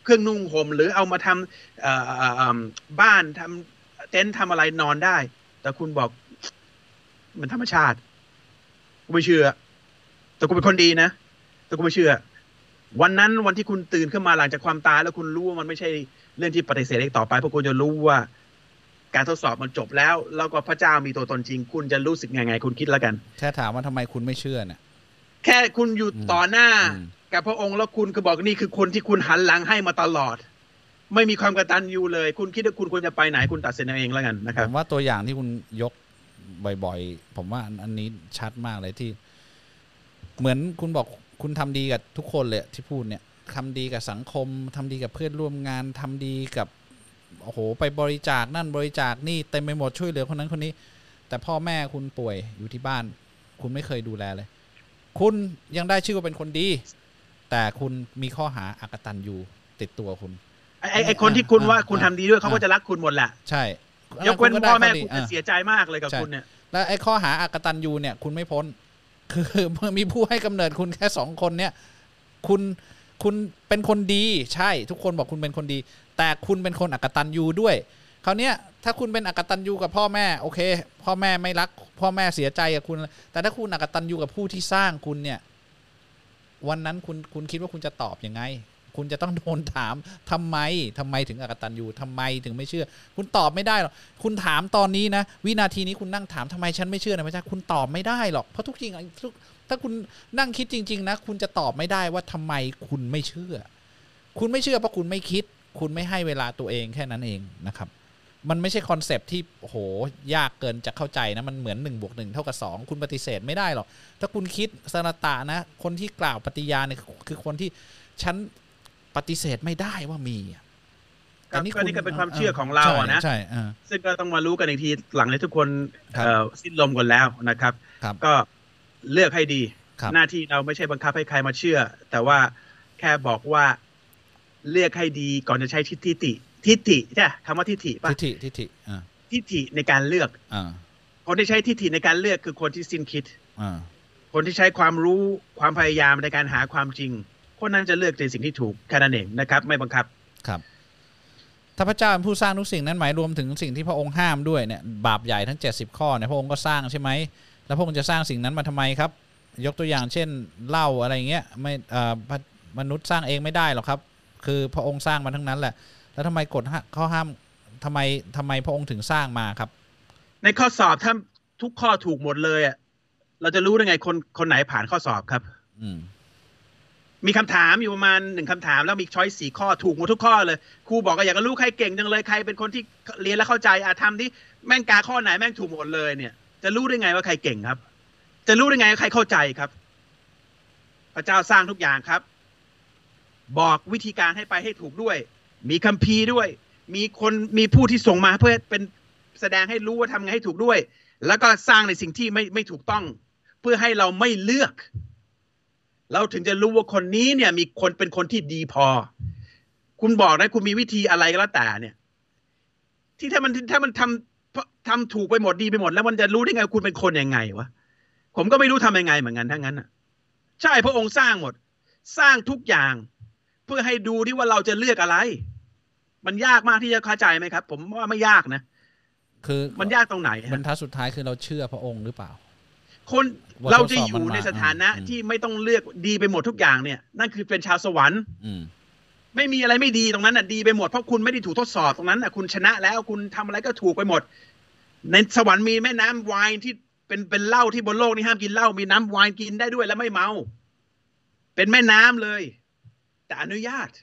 เครื่องนุ่งห่มหรือเอามาทำบ้านทำเต็นท์ทำอะไรนอนได้แต่คุณบอกมันธรรมชาติกูไม่เชื่อแต่กูเป็นคนดีนะแต่กูไม่เชื่อวันนั้นวันที่คุณตื่นขึ้นมาหลังจากความตายแล้วคุณรู้ว่ามันไม่ใช่เรื่องที่ปฏิเสธอีกต่อไปเพราะคุณจะรู้ว่าการทดสอบมันจบแล้วก็พระเจ้ามีตัวตนจริงคุณจะรู้สึกยังไงคุณคิดแล้วกันแค่ถามว่าทำไมคุณไม่เชื่อเนี่ยแค่คุณอยู่ต่อหน้ากับพระองค์แล้วคุณก็บอกนี่คือคนที่คุณหันหลังให้มาตลอดไม่มีความกตัญญูเลยคุณคิดว่าคุณควรจะไปไหนคุณตัดสินเอาเองแล้วกันนะครับผมว่าตัวอย่างที่คุณยกบ่อยๆผมว่าอันนี้ชัดมากเลยที่เหมือนคุณบอกคุณทำดีกับทุกคนเลยที่พูดเนี่ยทำดีกับสังคมทำดีกับเพื่อนร่วมงานทำดีกับโอ้โหไปบริจาคนั่นบริจาคนี่เต็มไปหมดช่วยเหลือคนนั้นคนนี้แต่พ่อแม่คุณป่วยอยู่ที่บ้านคุณไม่เคยดูแลเลยคุณยังได้ชื่อว่าเป็นคนดีแต่คุณมีข้อหาอกตัญญูติดตัวคุณไอ้คนที่คุณว่าคุณทำดีด้วยเขาก็จะรักคุณหมดแหละใช่ยกเว้นพ่อแม่คุณจะเสียใจมากเลยกับคุณเนี่ยแล้วไอ้ข้อหาอกตัญญูเนี่ยคุณไม่พ้นคือเมื่อมีผู้ให้กำเนิดคุณแค่2 คนเนี่ยคุณเป็นคนดีใช่ทุกคนบอกคุณเป็นคนดีแต่คุณเป็นคนอกตัญญูด้วยคราวเนี้ยถ้าคุณเป็นอกตัญญูกับพ่อแม่โอเคพ่อแม่ไม่รักพ่อแม่เสียใจกับคุณแต่ถ้าคุณอกตัญญูกับผู้ที่สร้างคุณเนี่ยวันนั้นคุณคิดว่าคุณจะตอบยังไงคุณจะต้องโดนถามทำไมถึงอกตัญญูทำไมถึงไม่เชื่อคุณตอบไม่ได้หรอกคุณถามตอนนี้นะวินาทีนี้คุณนั่งถามทำไมฉันไม่เชื่อนะพระเจ้าคุณตอบไม่ได้หรอกเพราะทุกจริงถ้าคุณนั่งคิดจริงๆนะคุณจะตอบไม่ได้ว่าทำไมคุณไม่เชื่อคุณไม่เชื่อเพราะคุณไม่คิดคุณไม่ให้เวลาตัวเองแค่นั้นเองนะครับมันไม่ใช่คอนเซปต์ที่โหยากเกินจะเข้าใจนะมันเหมือน1 + 1 เท่ากับ 2คุณปฏิเสธไม่ได้หรอกถ้าคุณคิดสรตะนะคนที่กล่าวปฏิญาณเนี่ยคือคนที่ฉันปฏิเสธไม่ได้ว่ามีอันนี้ก็เป็นความเชื่อของเราอะนะซึ่งก็ต้องมารู้กันอีกทีหลังที่ทุกคนสิ้นลมกันแล้วนะครับก็เลือกให้ดีหน้าที่เราไม่ใช่บังคับให้ใครมาเชื่อแต่ว่าแค่บอกว่าเลือกให้ดีก่อนจะใช้ทิฏฐิใช่คำว่าทิฏฐิป่ะทิฏฐิในการเลือกคนที่ใช้ทิฏฐิในการเลือกคือคนที่สิ้นคิดคนที่ใช้ความรู้ความพยายามในการหาความจริงคนนั้นจะเลือกในสิ่งที่ถูกแค่นั้นเองนะครับไม่บังคับครับถ้าพระเจ้าเป็นผู้สร้างทุกสิ่งนั้นหมายรวมถึงสิ่งที่พระองค์ห้ามด้วยเนี่ยบาปใหญ่ทั้ง70 ข้อเนี่ยพระองค์ก็สร้างใช่ไหมแล้วพระองค์จะสร้างสิ่งนั้นมาทำไมครับยกตัวอย่างเช่นเหล้าอะไรเงี้ยไม่มนุษย์สร้างเองไม่ได้หรอกครับคือพระองค์สร้างมาทั้งนั้นแหละแล้วทำไมกฎข้อห้ามทำไมพระองค์ถึงสร้างมาครับในข้อสอบถ้าทุกข้อถูกหมดเลยอ่ะเราจะรู้ได้ไงคนไหนผ่านข้อสอบครับมีคำถามอยู่ประมาณ1 คำถามแล้วมีช้อยส์4 ข้อถูกหมดทุกข้อเลยครูบอกก็อยากจะรู้ใครเก่งจังเลยใครเป็นคนที่เรียนแล้วเข้าใจทำที่แม่งกาข้อไหนแม่งถูกหมดเลยเนี่ยจะรู้ได้ไงว่าใครเก่งครับจะรู้ได้ไงว่าใครเข้าใจครับพระเจ้าสร้างทุกอย่างครับบอกวิธีการให้ไปให้ถูกด้วยมีคัมภีร์ด้วยมีผู้ที่ส่งมาเพื่อเป็นแสดงให้รู้ว่าทำไงให้ถูกด้วยแล้วก็สร้างในสิ่งที่ไม่ถูกต้องเพื่อให้เราไม่เลือกเราถึงจะรู้ว่าคนนี้เนี่ยมีคนเป็นคนที่ดีพอคุณบอกนะคุณมีวิธีอะไรก็แล้วแต่เนี่ยที่ถ้ามันทำถูกไปหมดดีไปหมดแล้วมันจะรู้ได้ไงคุณเป็นคนยังไงวะผมก็ไม่รู้ทำยังไงเหมือนกันทั้งนั้นอ่ะใช่พระองค์สร้างหมดสร้างทุกอย่างเพื่อให้ดูที่ว่าเราจะเลือกอะไรมันยากมากที่จะเข้าใจไหมครับผมว่าไม่ยากนะคือมันยากตรงไหนบรรทัดสุดท้ายคือเราเชื่อพระองค์หรือเปล่าคนเราจะอยู่ในสถานะที่ไม่ต้องเลือกดีไปหมดทุกอย่างเนี่ยนั่นคือเป็นชาวสวรรค์ไม่มีอะไรไม่ดีตรงนั้นน่ะดีไปหมดเพราะคุณไม่ได้ถูกทดสอบตรงนั้นน่ะคุณชนะแล้วคุณทำอะไรก็ถูกไปหมดในสวรรค์มีแม่น้ำไวน์ที่เป็นเหล้าที่บนโลกนี้ห้ามกินเหล้ามีน้ำไวน์กินได้ด้วยแล้วไม่เมาเป็นแม่น้ำเลยแต่อนุญาต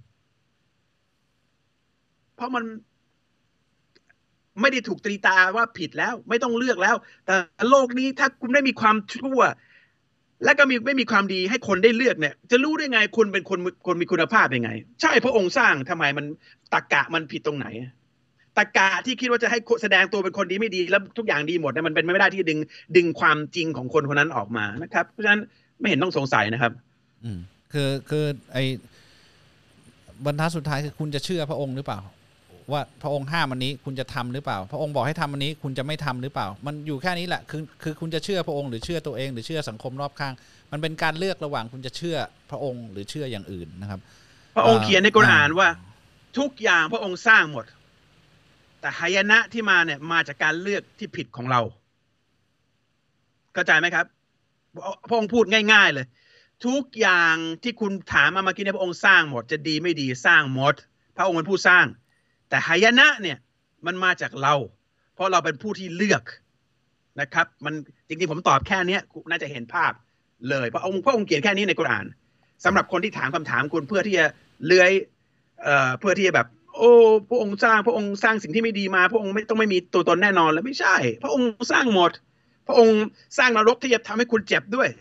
เพราะมันไม่ได้ถูกตรีตาว่าผิดแล้วไม่ต้องเลือกแล้วแต่โลกนี้ถ้าคุณไม่มีความชั่วและก็ไม่มีความดีให้คนได้เลือกเนี่ยจะรู้ได้ไงคุณเป็นคนมีคุณภาพยังไงใช่พระองค์สร้างทำไมมันตรรกะมันผิดตรงไหนตรรกะที่คิดว่าจะให้แสดงตัวเป็นคนดีไม่ดีแล้วทุกอย่างดีหมดเนี่ยมันเป็นไม่ได้ที่ดึงความจริงของคนคนนั้นออกมานะครับเพราะฉะนั้นไม่เห็นต้องสงสัยนะครับคือไอ้บรรทัดสุดท้ายคือคุณจะเชื่อพระองค์หรือเปล่าว่าพระองค์ห้ามอันนี้คุณจะทำหรือเปล่าพระองค์บอกให้ทำอันนี้คุณจะไม่ทำหรือเปล่ามันอยู่แค่นี้แหละคือคุณจะเชื่อพระองค์หรือเชื่อตัวเองหรือเชื่อสังคมรอบข้างมันเป็นการเลือกระหว่างคุณจะเชื่อพระองค์หรือเชื่ออย่างอื่นนะครับพระองค์เขียนในกุรอานว่าทุกอย่างพระองค์สร้างหมดแต่หายนะที่มาเนี่ยมาจากการเลือกที่ผิดของเราเข้าใจไหมครับพระองค์พูดง่ายๆเลยทุกอย่างที่คุณถามมาเมื่อกี้เนี่ยพระองค์สร้างหมดจะดีไม่ดีสร้างหมดพระองค์เป็นผู้สร้างแต่หายนะเนี่ยมันมาจากเราเพราะเราเป็นผู้ที่เลือกนะครับมันจริงๆผมตอบแค่นี้น่าจะเห็นภาพเลยพระองค์เขียนแค่นี้ในกุรอานสำหรับคนที่ถามคำถามคุณเพื่อที่จะเลื้อยเพื่อที่จะแบบโอ้พระองค์สร้างสิ่งที่ไม่ดีมาพระองค์ไม่มีตัวตนแน่นอนแล้วไม่ใช่พระองค์สร้างหมดพระองค์สร้างนรกที่จะทำให้คุณเจ็บด้วย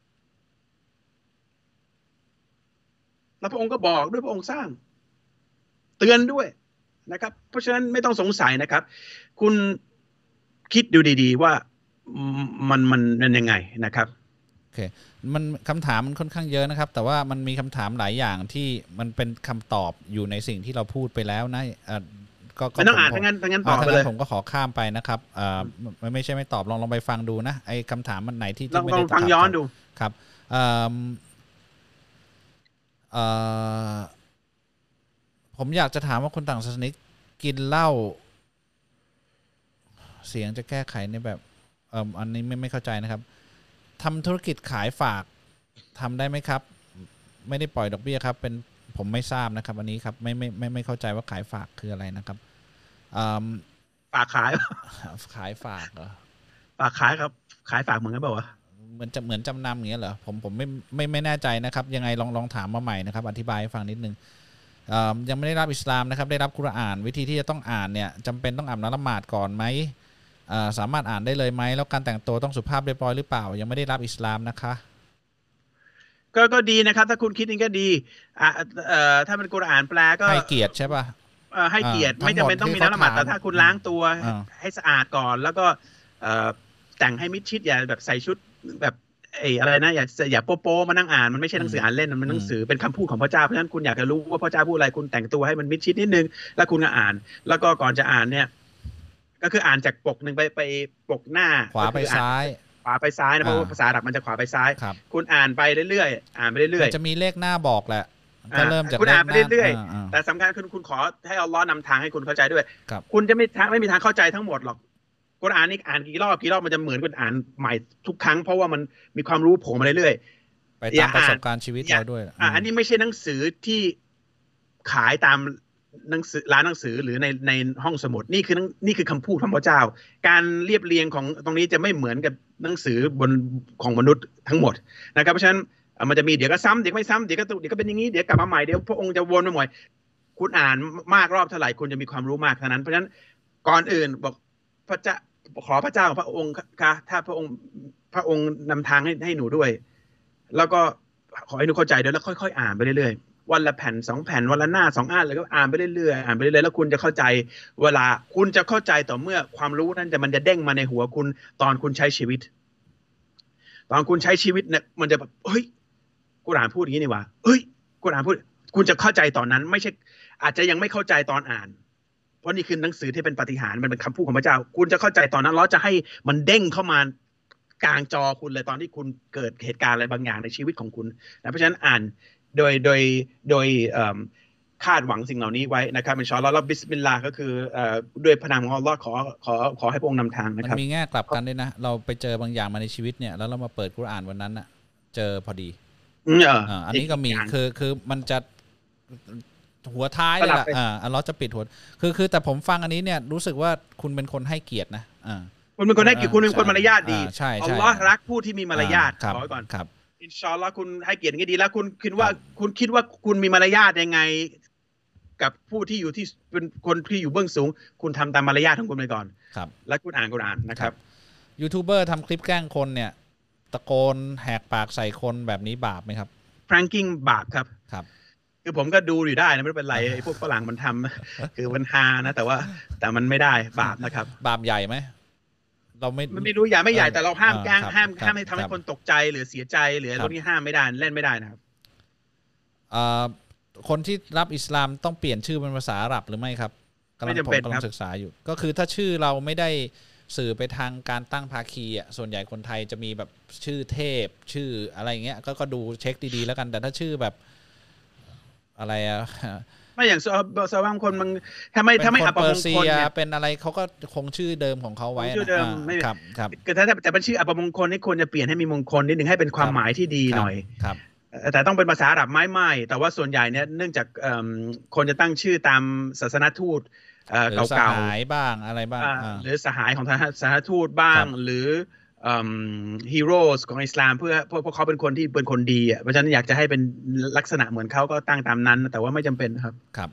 แล้วพระองค์ก็บอกด้วยพระองค์สร้างเตือนด้วยนะครับเพราะฉะนั้นไม่ต้องสงสัยนะครับคุณคิดดูดีๆว่ามันยังไงนะครับโอเคมันคำถามมันค่อนข้างเยอะนะครับแต่ว่ามันมีคำถามหลายอย่างที่มันเป็นคำตอบอยู่ในสิ่งที่เราพูดไปแล้วนะก็ไม่ต้องอ่านทั้งนั้นตอบไปเลยผมก็ขอข้ามไปนะครับไม่ใช่ไม่ตอบลองไปฟังดูนะไอ้คำถามมันไหนที่ไม่ได้ฟังย้อนดูครับผมอยากจะถามว่าคนต่างศาสนากินเหล้าเสียงจะแก้ไขในแบบอันนี้ไม่เข้าใจนะครับทำธุรกิจขายฝากทำได้ไหมครับไม่ได้ปล่อยดอกเบี้ยครับเป็นผมไม่ทราบนะครับอันนี้ครับไม่เข้าใจว่าขายฝากคืออะไรนะครับฝากขายฝากเหรอฝากขายครับขายฝากเหมือนกันเปล่าวะเหมือนจำนำอย่างเงี้ยเหรอผมไม่แน่ใจนะครับยังไงลองถามมาใหม่นะครับอธิบายให้ฟังนิดนึงยังไม่ได้รับอิสลามนะครับได้รับกุรอานวิธีที่จะต้องอ่านเนี่ยจำเป็นต้องอาบน้ำละหมาดก่อนไหมสามารถอ่านได้เลยไหมแล้วการแต่งตัวต้องสุภาพเรียบร้อยหรือเปล่ายังไม่ได้รับอิสลามนะคะก็ดีนะครับถ้าคุณคิดนี่ก็ดีถ้าเป็นกุรอานแปลก็ให้เกียรติใช่ป่ะให้เกียรติไม่จำเป็นต้องมีน้ำละหมาดแต่ถ้าคุณล้างตัวให้สะอาดก่อนแล้วก็แต่งให้มิดชิดอย่าแบบใส่ชุดแบบอะไรนะอย่าโป๊มานั่งอ่านมันไม่ใช่หนังสืออ่านเล่นมันหนังสือเป็นคำพูดของพระเจ้าเพราะฉะนั้นคุณอยากจะรู้ว่าพระเจ้าพูดอะไรคุณแต่งตัวให้มันมิดชิดนิดนึงแล้วคุณก็อ่านแล้วก็ก่อนจะอ่านเนี่ยก็คืออ่านจากปกหนึ่งไปปกหน้าขวาไปซ้ายนะเพราะภาษาอาหรับมันจะขวาไปซ้ายคุณอ่านไปเรื่อยๆอ่านไปเรื่อยๆจะมีเลขหน้าบอกแหละก็เริ่มจากคุณอ่านไปเรื่อยๆแต่สำคัญคือคุณขอให้อัลเลาะห์นำทางให้คุณเข้าใจด้วยคุณจะไม่มีทางเข้าใจทั้งหมดหรอกกุรอานนี่อ่านกี่รอบมันจะเหมือนคุณอ่านใหม่ทุกครั้งเพราะว่ามันมีความรู้โผล่มาเรื่อยๆไปตามประสบการณ์ชีวิตเราด้วยอันนี้ไม่ใช่หนังสือที่ขายตามหนังสือร้านหนังสือหรือในห้องสมุดนี่คือคำพูดของพระเจ้าการเรียบเรียงของตรงนี้จะไม่เหมือนกับหนังสือบนของมนุษย์ทั้งหมดนะครับเพราะฉะนั้นมันจะมีเดี๋ยวก็ซ้ำเดี๋ยวไม่ซ้ำเดี๋ยวก็เป็นอย่างนี้เดี๋ยวกลับมาใหม่เดี๋ยวพระองค์จะวนมาใหม่คุณอ่านมากรอบเท่าไหร่คุณจะมีความรู้มากเท่านั้นเพราะฉะนั้นก่อนอื่นบอกขอพระเจ้าของพระองค์ค่ะถ้าพระองค์นำทางให้หนูด้วยแล้วก็ขอให้หนูเข้าใจด้วยแล้วค่อยๆอ่านไปเรื่อยๆวันละแผ่น2แผ่นวันละหน้า2อ่านแล้วก็อ่านไปเรื่อยๆแล้วคุณจะเข้าใจเวลาคุณจะเข้าใจต่อเมื่อความรู้นั้นมันจะเด้งมาในหัวคุณตอนคุณใช้ชีวิตตอนคุณใช้ชีวิตเนี่ยมันจะแบบเฮ้ยกุรอานพูดอย่างนี้นี่หว่าเฮ้ยกุรอานพูดคุณจะเข้าใจตอนนั้นไม่ใช่อาจจะยังไม่เข้าใจตอนอ่านเพราะนี่คือหนังสือที่เป็นปาฏิหาริย์มันเป็นคำพูดของพระเจ้าคุณจะเข้าใจตอนนั้นเราจะให้มันเด้งเข้ามากลางจอคุณเลยตอนที่คุณเกิดเหตุการณ์อะไรบางอย่างในชีวิตของคุณนะเพราะฉะนั้นอ่านโดยคาดหวังสิ่งเหล่านี้ไว้นะครับอินชาอัลลอฮ์แล้วบิสมิลลาห์ก็คือด้วยพระนามของอัลลอฮ์ขอให้พระองค์นำทางนะครับมันมีแง่กลับกันด้วยนะเราไปเจอบางอย่างมาในชีวิตเนี่ยแล้วเรามาเปิดกุรอานวันนั้นน่ะเจอพอดีอันนี้ก็มีคือมันจะหัวท้ายเลยล่ะอัลเลาะห์จะปิดหัวคือแต่ผมฟังอันนี้เนี่ยรู้สึกว่าคุณเป็นคนให้เกียรตินะคุณเป็นคนให้เกียรติคุณเป็นคนมารยาทดีอัลเลาะห์รักผู้ที่มีมารยาทขอไว้ก่อนครับอินชาอัลลอฮ์คุณให้เกียรติอย่างนี้ดีแล้วคุณคิดว่าคุณมีมารยาทยังไงกับผู้ที่อยู่ที่เป็นคนที่อยู่เบื้องสูงคุณทำตามมารยาทของคุณไปก่อนครับแล้วคุณอ่านนะครับยูทูบเบอร์ทำคลิปแกล้งคนเนี่ยตะโกนแหกปากใส่คนแบบนี้บาปไหมครับแพร้งกิ้งบาปครับคือผมก็ดูอยู่ได้นะไม่เป็นไรไอ้พวกฝรั่งมันทำคือมันฮานะแต่มันไม่ได้บาปนะครับบาปใหญ่ไหมเราไม่รู้ใหญ่ไม่ใหญ่แต่เราห้ามแกล้งห้ามให้ทำให้คนตกใจหรือเสียใจหรือพวกนี้ห้ามไม่ได้เล่นไม่ได้นะครับคนที่รับอิสลามต้องเปลี่ยนชื่อเป็นภาษาอาหรับหรือไม่ครับไม่จำเป็นครับศึกษาอยู่ก็คือถ้าชื่อเราไม่ได้สื่อไปทางการตั้งภาคีอ่ะส่วนใหญ่คนไทยจะมีแบบชื่อเทพชื่ออะไรเงี้ยก็ดูเช็คดีๆแล้วกันแต่ถ้าชื่อแบบอะไรอะไม่อย่างซาบางคนมันถ้าไม่อัปมงคลเนี่ยเป็นอะไรเขาก็คงชื่อเดิมของเขาไว้ชื่อเดิมไม่ครับแต่เป็นชื่ออัปมงคลนี่ควรจะเปลี่ยนให้มีมงคลนิดนึงให้เป็นความหมายที่ดีหน่อยครับแต่ต้องเป็นภาษาอาหรับไม่แต่ว่าส่วนใหญ่เนี่ยเนื่องจากคนจะตั้งชื่อตามศาสนทูตเก่าๆสหายบ้างอะไรบ้างหรือสหายของศาสนทูตบ้างหรือฮีโร่ของอิสลามเพื่อเขาเป็นคนที่เป็นคนดีเพราะฉะนั้นอยากจะให้เป็นลักษณะเหมือนเขาก็ตั้งตามนั้นแต่ว่าไม่จำเป็นครับครับ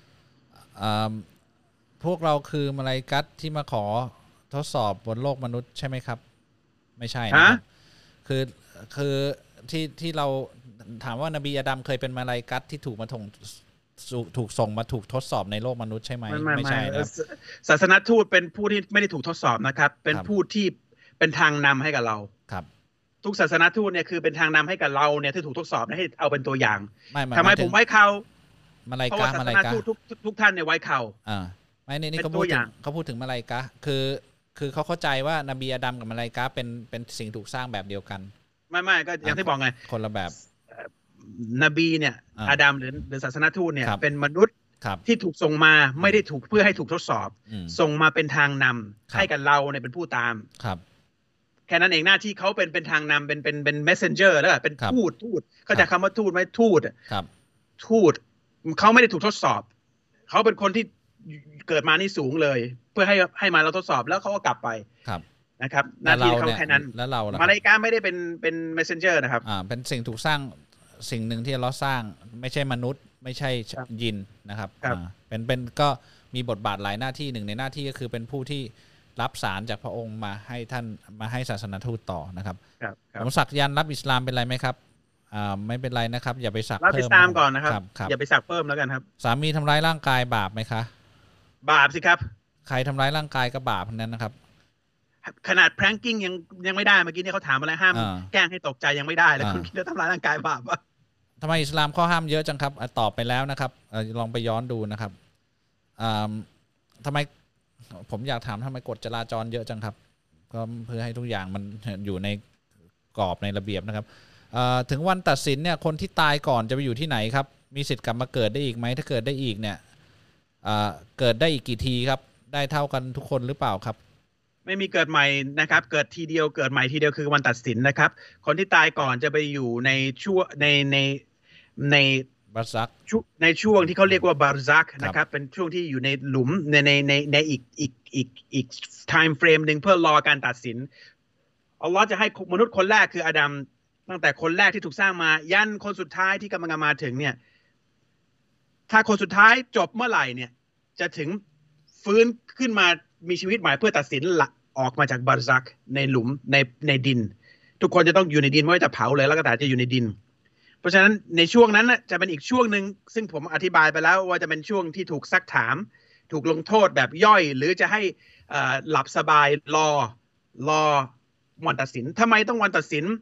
พวกเราคือมาลาอิกัตที่มาขอทดสอบบนโลกมนุษย์ใช่ไหมครับไม่ใช่นะคือที่เราถามว่านบีอาดัมเคยเป็นมาลาอิกัตที่ถูกส่งมาถูกทดสอบในโลกมนุษย์ใช่ไหมไม่ใช่นะศาสนทูตเป็นผู้ที่ไม่ได้ถูกทดสอบนะครับเป็นผู้ที่เป็นทางนำให้กับเราครับทุกศาสนทูตเนี่ยคือเป็นทางนำให้กับเราเนี่ยที่ถูกทดสอบให้เอาเป็นตัวอย่างทำไมผมไว้เขาเพราะว่าศาสนทูตทุกท่านเนี่ยไว้เขาไม่นี่เขาพูดถึงมาลาอิกะห์คือเขาเข้าใจว่านบีอาดัมกับมาลาอิกะห์เป็นสิ่งถูกสร้างแบบเดียวกันไม่ก็อย่างที่บอกไงคนละแบบนบีเนี่ยอาดัมหรือศาสนทูตเนี่ยเป็นมนุษย์ที่ถูกส่งมาไม่ได้ถูกเพื่อให้ถูกทดสอบส่งมาเป็นทางนำให้กับเราเนี่ยเป็นผู้ตามแค่นั้นเองหน้าที่เขาเป็นทางนำเป็น messenger แล้วก็เป็นทูตเขาจะคำว่าทูตไหมทูตเขาไม่ได้ถูกทดสอบเขาเป็นคนที่เกิดมานี่สูงเลยเพื่อให้มาเราทดสอบแล้วเขาก็กลับไปนะครับหน้าที่เขาแค่นั้นแล้วเรามาลาอิกะห์ไม่ได้เป็น messenger นะครับเป็นสิ่งถูกสร้างสิ่งหนึ่งที่เราสร้างไม่ใช่มนุษย์ไม่ใช่ยินนะครับเป็นก็มีบทบาทหลายหน้าที่หนึ่งในหน้าที่ก็คือเป็นผู้ที่รับสารจากพระองค์มาให้ท่านมาให้ศาสนทูตต่อนะครับผมสักยันรับอิสลามเป็นไรไหมครับไม่เป็นไรนะครับอย่าไปสักเพิ่มรับอิสลามก่อนนะครับอย่าไปสักเพิ่มแล้วกันครับสามีทำร้ายร่างกายบาปไหมคะบาปสิครับใครทำร้ายร่างกายก็บาปนั้นนะครับขนาด pranking ยังไม่ได้เมื่อกี้นี่เขาถามอะไรห้ามแกล้งให้ตกใจยังไม่ได้แล้วคุณคิดว่าทำร้ายร่างกายบาปปะทำไมอิสลามข้อห้ามเยอะจังครับตอบไปแล้วนะครับลองไปย้อนดูนะครับทำไมผมอยากถามทำไมกฎจราจรเยอะจังครับก็เพื่อให้ทุกอย่างมันอยู่ในกรอบในระเบียบนะครับถึงวันตัดสินเนี่ยคนที่ตายก่อนจะไปอยู่ที่ไหนครับมีสิทธิ์กลับมาเกิดได้อีกไหมถ้าเกิดได้อีกเนี่ยเกิดได้อีกกี่ทีครับได้เท่ากันทุกคนหรือเปล่าครับไม่มีเกิดใหม่นะครับเกิดทีเดียวเกิดใหม่ทีเดียวคือวันตัดสินนะครับคนที่ตายก่อนจะไปอยู่ในช่วงในบาร์ซักในช่วงที่เขาเรียกว่าบาร์ซักนะครับเป็นช่วงที่อยู่ในหลุมในอีก time frame หนึ่งเพื่อรอการตัดสินอัลลอฮ์จะให้มนุษย์คนแรกคืออาดัมตั้งแต่คนแรกที่ถูกสร้างมายันคนสุดท้ายที่กำลังมาถึงเนี่ยถ้าคนสุดท้ายจบเมื่อไหร่เนี่ยจะถึงฟื้นขึ้นมามีชีวิตใหม่เพื่อตัดสินออกมาจากบาร์ซักในหลุมในดินทุกคนจะต้องอยู่ในดินไม่ว่าจะเผาเลยแล้วก็แต่จะอยู่ในดินเพราะฉะนั้นในช่วงนั้นจะเป็นอีกช่วงหนึ่งซึ่งผมอธิบายไปแล้วว่าจะเป็นช่วงที่ถูกซักถามถูกลงโทษแบบย่อยหรือจะให้หลับสบายรอวันตัดสินทำไมต้องวันตัดสิน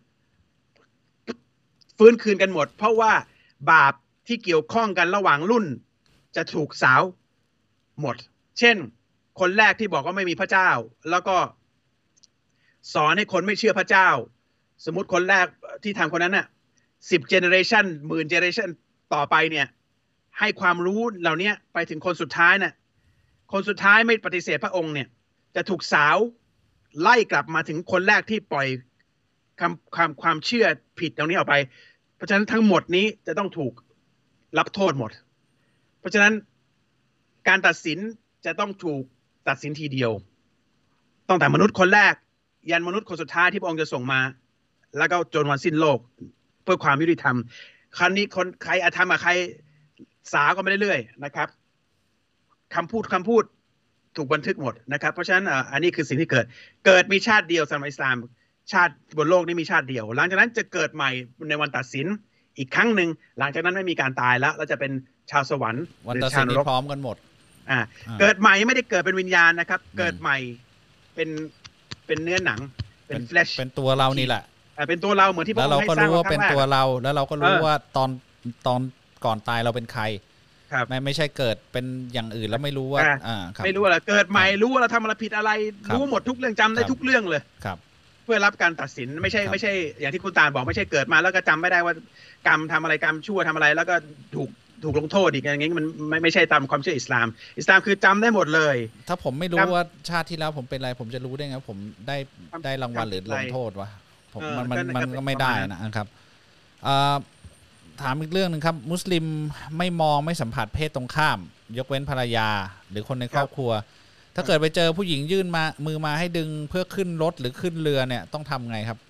ฟื้นคืนกันหมดเพราะว่าบาปที่เกี่ยวข้องกันระหว่างรุ่นจะถูกสาวหมดเช่นคนแรกที่บอกว่าไม่มีพระเจ้าแล้วก็สอนให้คนไม่เชื่อพระเจ้าสมมติคนแรกที่ทำคนนั้นน่ะ10 generation 10,000 generation ต่อไปเนี่ยให้ความรู้เหล่านี้ไปถึงคนสุดท้ายน่ะคนสุดท้ายไม่ปฏิเสธพระองค์เนี่ยจะถูกสาวไล่กลับมาถึงคนแรกที่ปล่อยความเชื่อผิดตรงนี้ออกไปเพราะฉะนั้นทั้งหมดนี้จะต้องถูกรับโทษหมดเพราะฉะนั้นการตัดสินจะต้องถูกตัดสินทีเดียวตั้งแต่มนุษย์คนแรกยันมนุษย์คนสุดท้ายที่พระองค์จะส่งมาแล้วก็จนวันสิ้นโลกเพื่อความยุติธรรมครั้งนี้คนใครอาธรรมใครสาก็ไม่ได้เรื่อยนะครับคำพูดถูกบันทึกหมดนะครับเพราะฉะนั้นอันนี้คือสิ่งที่เกิดมีชาติเดียวสำหรับอิสลามชาติบนโลกนี้มีชาติเดียวหลังจากนั้นจะเกิดใหม่ในวันตัดสินอีกครั้งหนึ่งหลังจากนั้นไม่มีการตายแล้วจะเป็นชาวสวรรค์วันตัดสินพร้อมกันหมดเกิดใหม่ไม่ได้เกิดเป็นวิญญาณนะครับเกิดใหม่เป็นเนื้อหนังเป็น flesh เป็นตัวเรานี่แหละเป็นตัวเราเหมือนที่พระองค์ให้สร้างแล้วเราก็รู้ว่าเป็นตัวเราแล้วเราก็รู้ว่าตอนก่อนตายเราเป็นใครไม่ใช่เกิดเป็นอย่างอื่นแล้วไม่รู้ว่าไม่รู้อะไรเกิดใหม่รู้ว่าเราทำอะไรผิดอะไรรู้หมดทุกเรื่องจำได้ทุกเรื่องเลยเพื่อรับการตัดสินไม่ใช่อย่างที่คุณตาลบอกไม่ใช่เกิดมาแล้วก็จำไม่ได้ว่ากรรมทำอะไรกรรมชั่วทำอะไรแล้วก็ถูกถูกลงโทษอีกอย่างงี้มันไม่ใช่ตามความเชื่ออิสลามคือจำได้หมดเลยถ้าผมไม่รู้ว่าชาติที่แล้วผมเป็นอะไรผมจะรู้ได้ไงผมได้รางวัลหรือลงโทษวะผมมันก็ไม่ได้นะครับถามอีกเรื่องนึงครับมุสลิมไม่มองไม่สัมผัสเพศตรงข้ามยกเว้นภรรยาหรือคนในครอบครัวถ้าเกิดไปเจอผู้หญิงยื่นมือมาให้ดึงเพื่อขึ้นรถหรือขึ้นเรือเนี่ยต้องทำไงครับ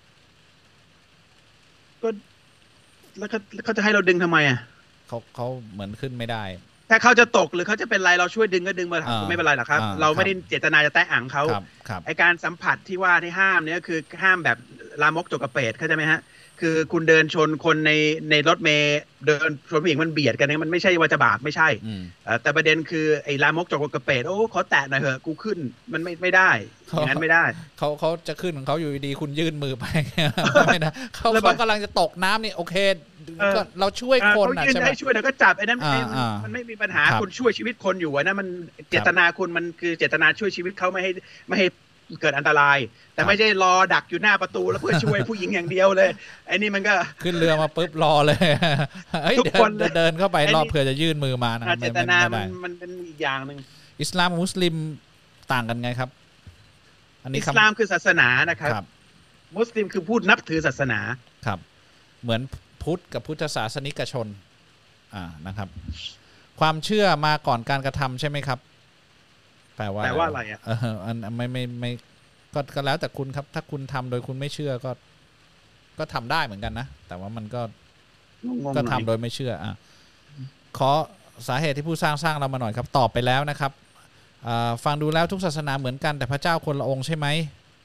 ก็แล้วเขาจะให้เราดึงทำไมอ่ะเขาเหมือนขึ้นไม่ได้ถ้าเขาจะตกหรือเขาจะเป็นไรเราช่วยดึงก็ดึงมาไม่เป็นไรหรอกครับเราไม่ได้เจตนาจะแตะอังเขาไอการสัมผัสที่ว่าที่ห้ามเนี่ยคือห้ามแบบลามกจกกระเปดเข้าใจไหมฮะคือคุณเดินชนคนในรถเมล์เดินชนผู้หญิงมันเบียดกันเนี่ยมันไม่ใช่ว่าจะบาปไม่ใช่แต่ประเด็นคือไอ้ลามกจกกระเปดโอ้ขอแตะหน่อยเถอะกูขึ้นมันไม่ได้อย่างนั้นไม่ได้เขาจะขึ้นของเขาอยู่ดีคุณยื่นมือไปไม่ได้เขากำลังจะตกน้ำนี่โอเคเราช่วยคนนะใช่ไหมช่วยแล้วก็จับไอ้นั้นมันไม่มีปัญหาคุณช่วยชีวิตคนอยู่นะมันเจตนาคุณมันคือเจตนาช่วยชีวิตเขาไม่ให้เกิดอันตรายแต่ไม่ใช่รอดักอยู่หน้าประตูแล้วเพื่อช่วยผู้หญิงอย่างเดียวเลยไอ้นี่มันก็ขึ้นเรือมาปุ๊บรอเลยทุกคนเดินเข้าไปรอเผื่อจะยื่นมือมานะเจตนามันเป็นอีกอย่างนึงอิสลามกับมุสลิมต่างกันไงครับอันนี้อิสลามคือศาสนานะครับมุสลิมคือผู้นับถือศาสนาครับเหมือนพุทธกับพุทธศาสนิกชนนะครับความเชื่อมาก่อนการกระทำใช่ไหมครับแปลว่าอะไรอ่ะไม่ก็แล้วแต่คุณครับถ้าคุณทำโดยคุณไม่เชื่อก็ทำได้เหมือนกันนะแต่ว่ามันก็ทำโดยไม่เชื่อขอสาเหตุที่ผู้สร้างเรามาหน่อยครับตอบไปแล้วนะครับฟังดูแล้วทุกศาสนาเหมือนกันแต่พระเจ้าคนละองค์ใช่ไหม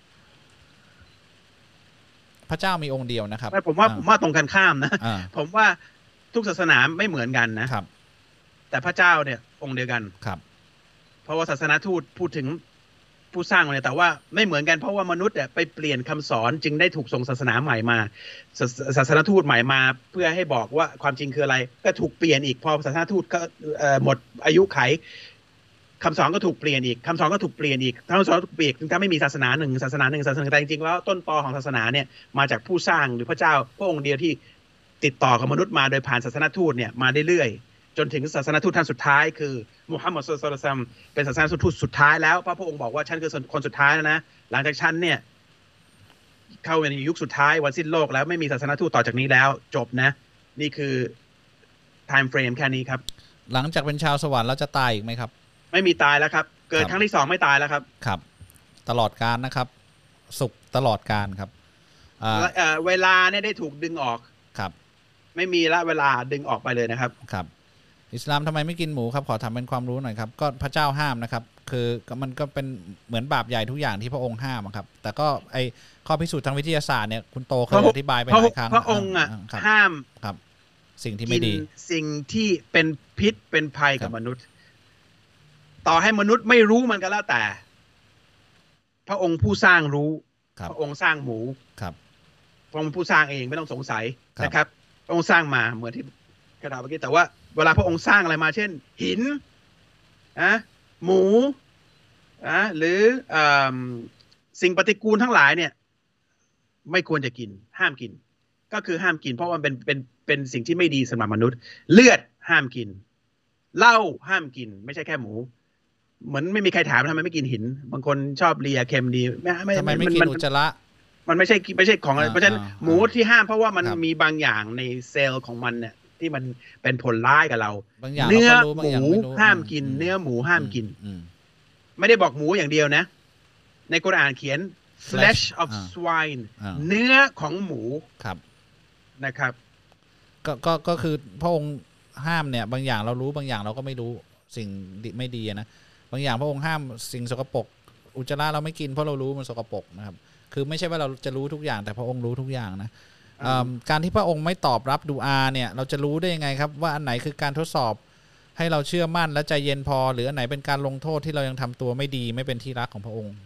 พระเจ้ามีองค์เดียวนะครับผมว่าตรงกันข้ามนะผมว่าทุกศาสนาไม่เหมือนกันนะครับแต่พระเจ้าเนี่ยองค์เดียวกันครับเพราะว่าศาสนาทูตพูดถึงผู้สร้างเนี่ยแต่ว่าไม่เหมือนกันเพราะว่ามนุษย์ไปเปลี่ยนคำสอนจึงได้ถูกส่งศาสนาใหม่มาศาสนาทูตใหม่มาเพื่อให้บอกว่าความจริงคืออะไรก็ถูกเปลี่ยนอีกพอศาสนาทูตก็หมดอายุไขคำสอนก็ถูกเปลี่ยนอีกคำสอนก็ถูกเปลี่ยนอีกคำสอนถูกเปลี่ยนถ้าไม่มีศาสนาหนึ่งแต่จริงๆแล้วต้นตอของศาสนาเนี่ยมาจากผู้สร้างหรือพระเจ้าพระองค์เดียวที่ติดต่อกับมนุษย์มาโดยผ่านศาสนาทูตเนี่ยมาเรื่อยๆจนถึงศาสนาทูตท่านสุดท้ายคือมุฮัมมัดศ็อลลัลลอฮุอะลัยฮิวะซัลลัมเป็นศาสนาทูตสุดท้ายแล้วพระองค์บอกว่าฉันคือคนสุดท้ายแล้วนะหลังจากฉันเนี่ยเข้าในยุคสุดท้ายวันสิ้นโลกแล้วไม่มีศาสนาทูตต่อจากนี้แล้วจบนะนี่คือไทม์เฟรมแค่นี้ครับหลังจากเป็นชาวสวรรค์แล้วจะตายอีกไหมครับไม่มีตายแล้วครับเกิดครั้งที่2ไม่ตายแล้วครับครับตลอดกาลนะครับสุขตลอดกาลครับเวลาเนี่ยได้ถูกดึงออกครับไม่มีละเวลาดึงออกไปเลยนะครับครับอิสลามทำไมไม่กินหมูครับขอทำเป็นความรู้หน่อยครับก็พระเจ้าห้ามนะครับคือมันก็เป็นเหมือนบาปใหญ่ทุกอย่างที่พระองค์ห้ามครับแต่ก็ไอข้อพิสูจน์ทางวิทยาศาสตร์เนี่ยคุณโตเคยอธิบายไปหลายครั้งพระองค์ห้ามครับสิ่งที่ไม่ดีสิ่งที่เป็นพิษเป็นภัยกับมนุษย์ต่อให้มนุษย์ไม่รู้มันก็แล้วแต่พระองค์ผู้สร้างรู้พระองค์สร้างหมูพระองค์ผู้สร้างเองไม่ต้องสงสัยนะครับพระองค์สร้างมาเหมือนที่กระดาษเมื่อกี้แต่ว่าเวลาพระองค์สร้างอะไรมาเช่นหินหมูหรือสิ่งปฏิกูลทั้งหลายเนี่ยไม่ควรจะกินห้ามกินก็คือห้ามกินเพราะว่าเป็นสิ่งที่ไม่ดีสำหรับมนุษย์เลือดห้ามกินเหล้าห้ามกินไม่ใช่แค่หมูเหมือนไม่มีใครถามทำไมไม่กินหินบางคนชอบเลียเค็มดีทำไมไม่กินอุจจาระมันไม่ใช่ของอะไรเพราะฉะนั้นหมูที่ห้ามเพราะว่ามันมีบางอย่างในเซลล์ของมันเนี่ยที่มันเป็นผลร้ายกับเราเนื้อหมูห้ามกินเนื้อหมูห้ามกินไม่ได้บอกหมูอย่างเดียวนะในกุรอานเขียน flesh of swine เนื้อของหมูนะครับก็คือพระองค์ห้ามเนี่ยบางอย่างเรารู้บางอย่างเราก็ไม่รู้สิ่งไม่ดีนะบางอย่างพระองค์ห้ามสิ่งสกปรกอุจจาระเราไม่กินเพราะเรารู้มันสกปรกนะครับคือไม่ใช่ว่าเราจะรู้ทุกอย่างแต่พระองค์รู้ทุกอย่างนะการที่พระองค์ไม่ตอบรับดุอาเนี่ยเราจะรู้ได้ยังไงครับว่าอันไหนคือการทดสอบให้เราเชื่อมั่นและใจเย็นพอหรืออันไหนเป็นการลงโทษที่เรายังทำตัวไม่ดีไม่เป็นที่รักของพระองค์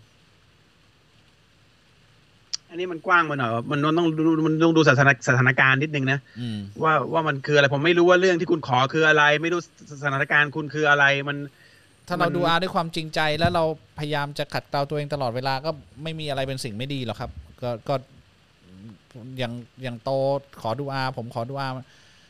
อันนี้มันกว้างมาหน่อยมันต้องดูสถานการณ์นิดนึงนะว่ามันคืออะไรผมไม่รู้ว่าเรื่องที่คุณขอคืออะไรไม่รู้สถานการณ์คุณคืออะไรมันถ้าเราดูอาด้วยความจริงใจแล้วเราพยายามจะขัดเกลาตัวเองตลอดเวลาก็ไม่มีอะไรเป็นสิ่งไม่ดีหรอกครับก็อย่างโตขอดูอาผมขอดูอา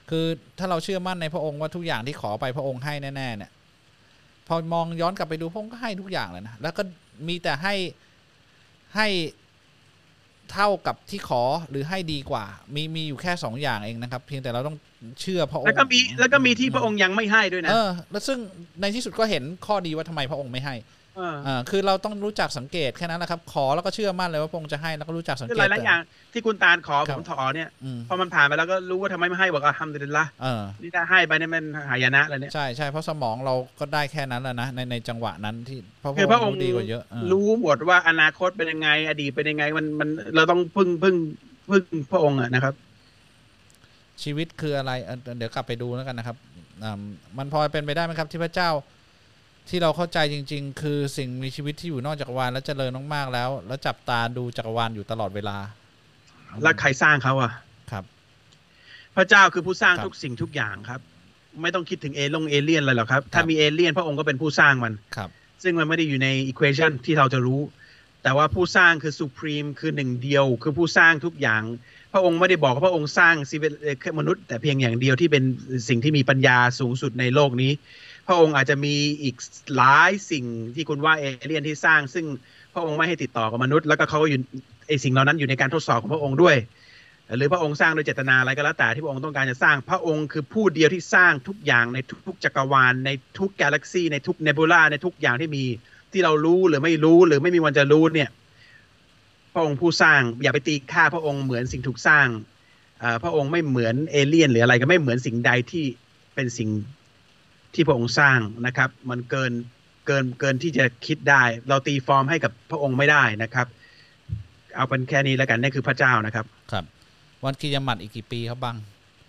คือถ้าเราเชื่อมั่นในพระองค์ว่าทุกอย่างที่ขอไปพระองค์ให้แน่ๆเนี่ยพอมองย้อนกลับไปดูพระองค์ก็ให้ทุกอย่างเลยนะแล้วก็มีแต่ให้เท่ากับที่ขอหรือให้ดีกว่ามีอยู่แค่2อย่างเองนะครับเพียงแต่เราต้องเชื่อพระองค์แล้วก็มีที่พระองค์ยังไม่ให้ด้วยนะแล้วซึ่งในที่สุดก็เห็นข้อดีว่าทำไมพระองค์ไม่ให้คือเราต้องรู้จักสังเกตแค่นั้นแหละครับขอแล้วก็เชื่อมั่นเลยว่าพระองค์จะให้แล้วก็รู้จักสังเกตหลายๆอย่างที่คุณตาลขอผมถอเนี่ยพอมันผ่านไปแล้วก็รู้ว่าทำไมไม่ให้บอกทำเด็ดละนี่ถ้าให้ไปเนี่ยมันหายนะอะไรเนี่ยใช่ใช่เพราะสมองเราก็ได้แค่นั้นแหละนะในจังหวะนั้นที่พระองค์ดีกว่าเยอะรู้หมดว่าอนาคตเป็นยังไงอดีตเป็นยังไงมันเราต้องพึ่งพระองค์นะครับชีวิตคืออะไรเดี๋ยวกลับไปดูแล้วกันนะครับมันพอเป็นไปได้ไหมครับที่พระเจ้าที่เราเข้าใจจริงๆคือสิ่งมีชีวิตที่อยู่นอกจักรวาลและเจริญมากๆแล้วจับตาดูจักรวาลอยู่ตลอดเวลาแล้วใครสร้างเขาอ่ะครับพระเจ้าคือผู้สร้างทุกสิ่งทุกอย่างครับไม่ต้องคิดถึงเอเลี่ยนอะไรหรอกครับถ้ามีเอเลี่ยนพระองค์ก็เป็นผู้สร้างมันครับซึ่งมันไม่ได้อยู่ในอีควอชันที่เราจะรู้แต่ว่าผู้สร้างคือสุพรีมคือหนึ่งเดียวคือผู้สร้างทุกอย่างพระองค์ไม่ได้บอกว่าพระองค์สร้างมนุษย์แต่เพียงอย่างเดียวที่เป็นสิ่งที่มีปัญญาสูงสุดในโลกนี้พระองค์อาจจะมีอีกหลายสิ่งที่คุณว่าเอเลี่ยนที่สร้างซึ่งพระองค์ไม่ให้ติดต่อกับมนุษย์แล้วก็เขาก็อยู่ไอ้สิ่งเหล่านั้นอยู่ในการทดสอบของพระองค์ด้วยหรือพระองค์สร้างโดยเจตนาอะไรก็แล้วแต่ที่พระองค์ต้องการจะสร้างพระองค์คือผู้เดียวที่สร้างทุกอย่างในทุกจักรวาลในทุกกาแล็กซีในทุกเนบูล่าในทุกอย่างที่มีที่เรารู้หรือไม่รู้หรือไม่มีวันจะรู้เนี่ยพระองค์ผู้สร้างอย่าไปตีค่าพระองค์เหมือนสิ่งถูกสร้างพระองค์ไม่เหมือนเอเลี่ยนหรืออะไรก็ไม่เหมือนสิ่งใดที่เป็นสิ่งที่พระองค์สร้างนะครับมันเกินที่จะคิดได้เราตีฟอร์มให้กับพระองค์ไม่ได้นะครับเอาเป็นแค่นี้แล้วกันนี่คือพระเจ้านะครับครับวันกิยามัตอีกกี่ปีครับบัง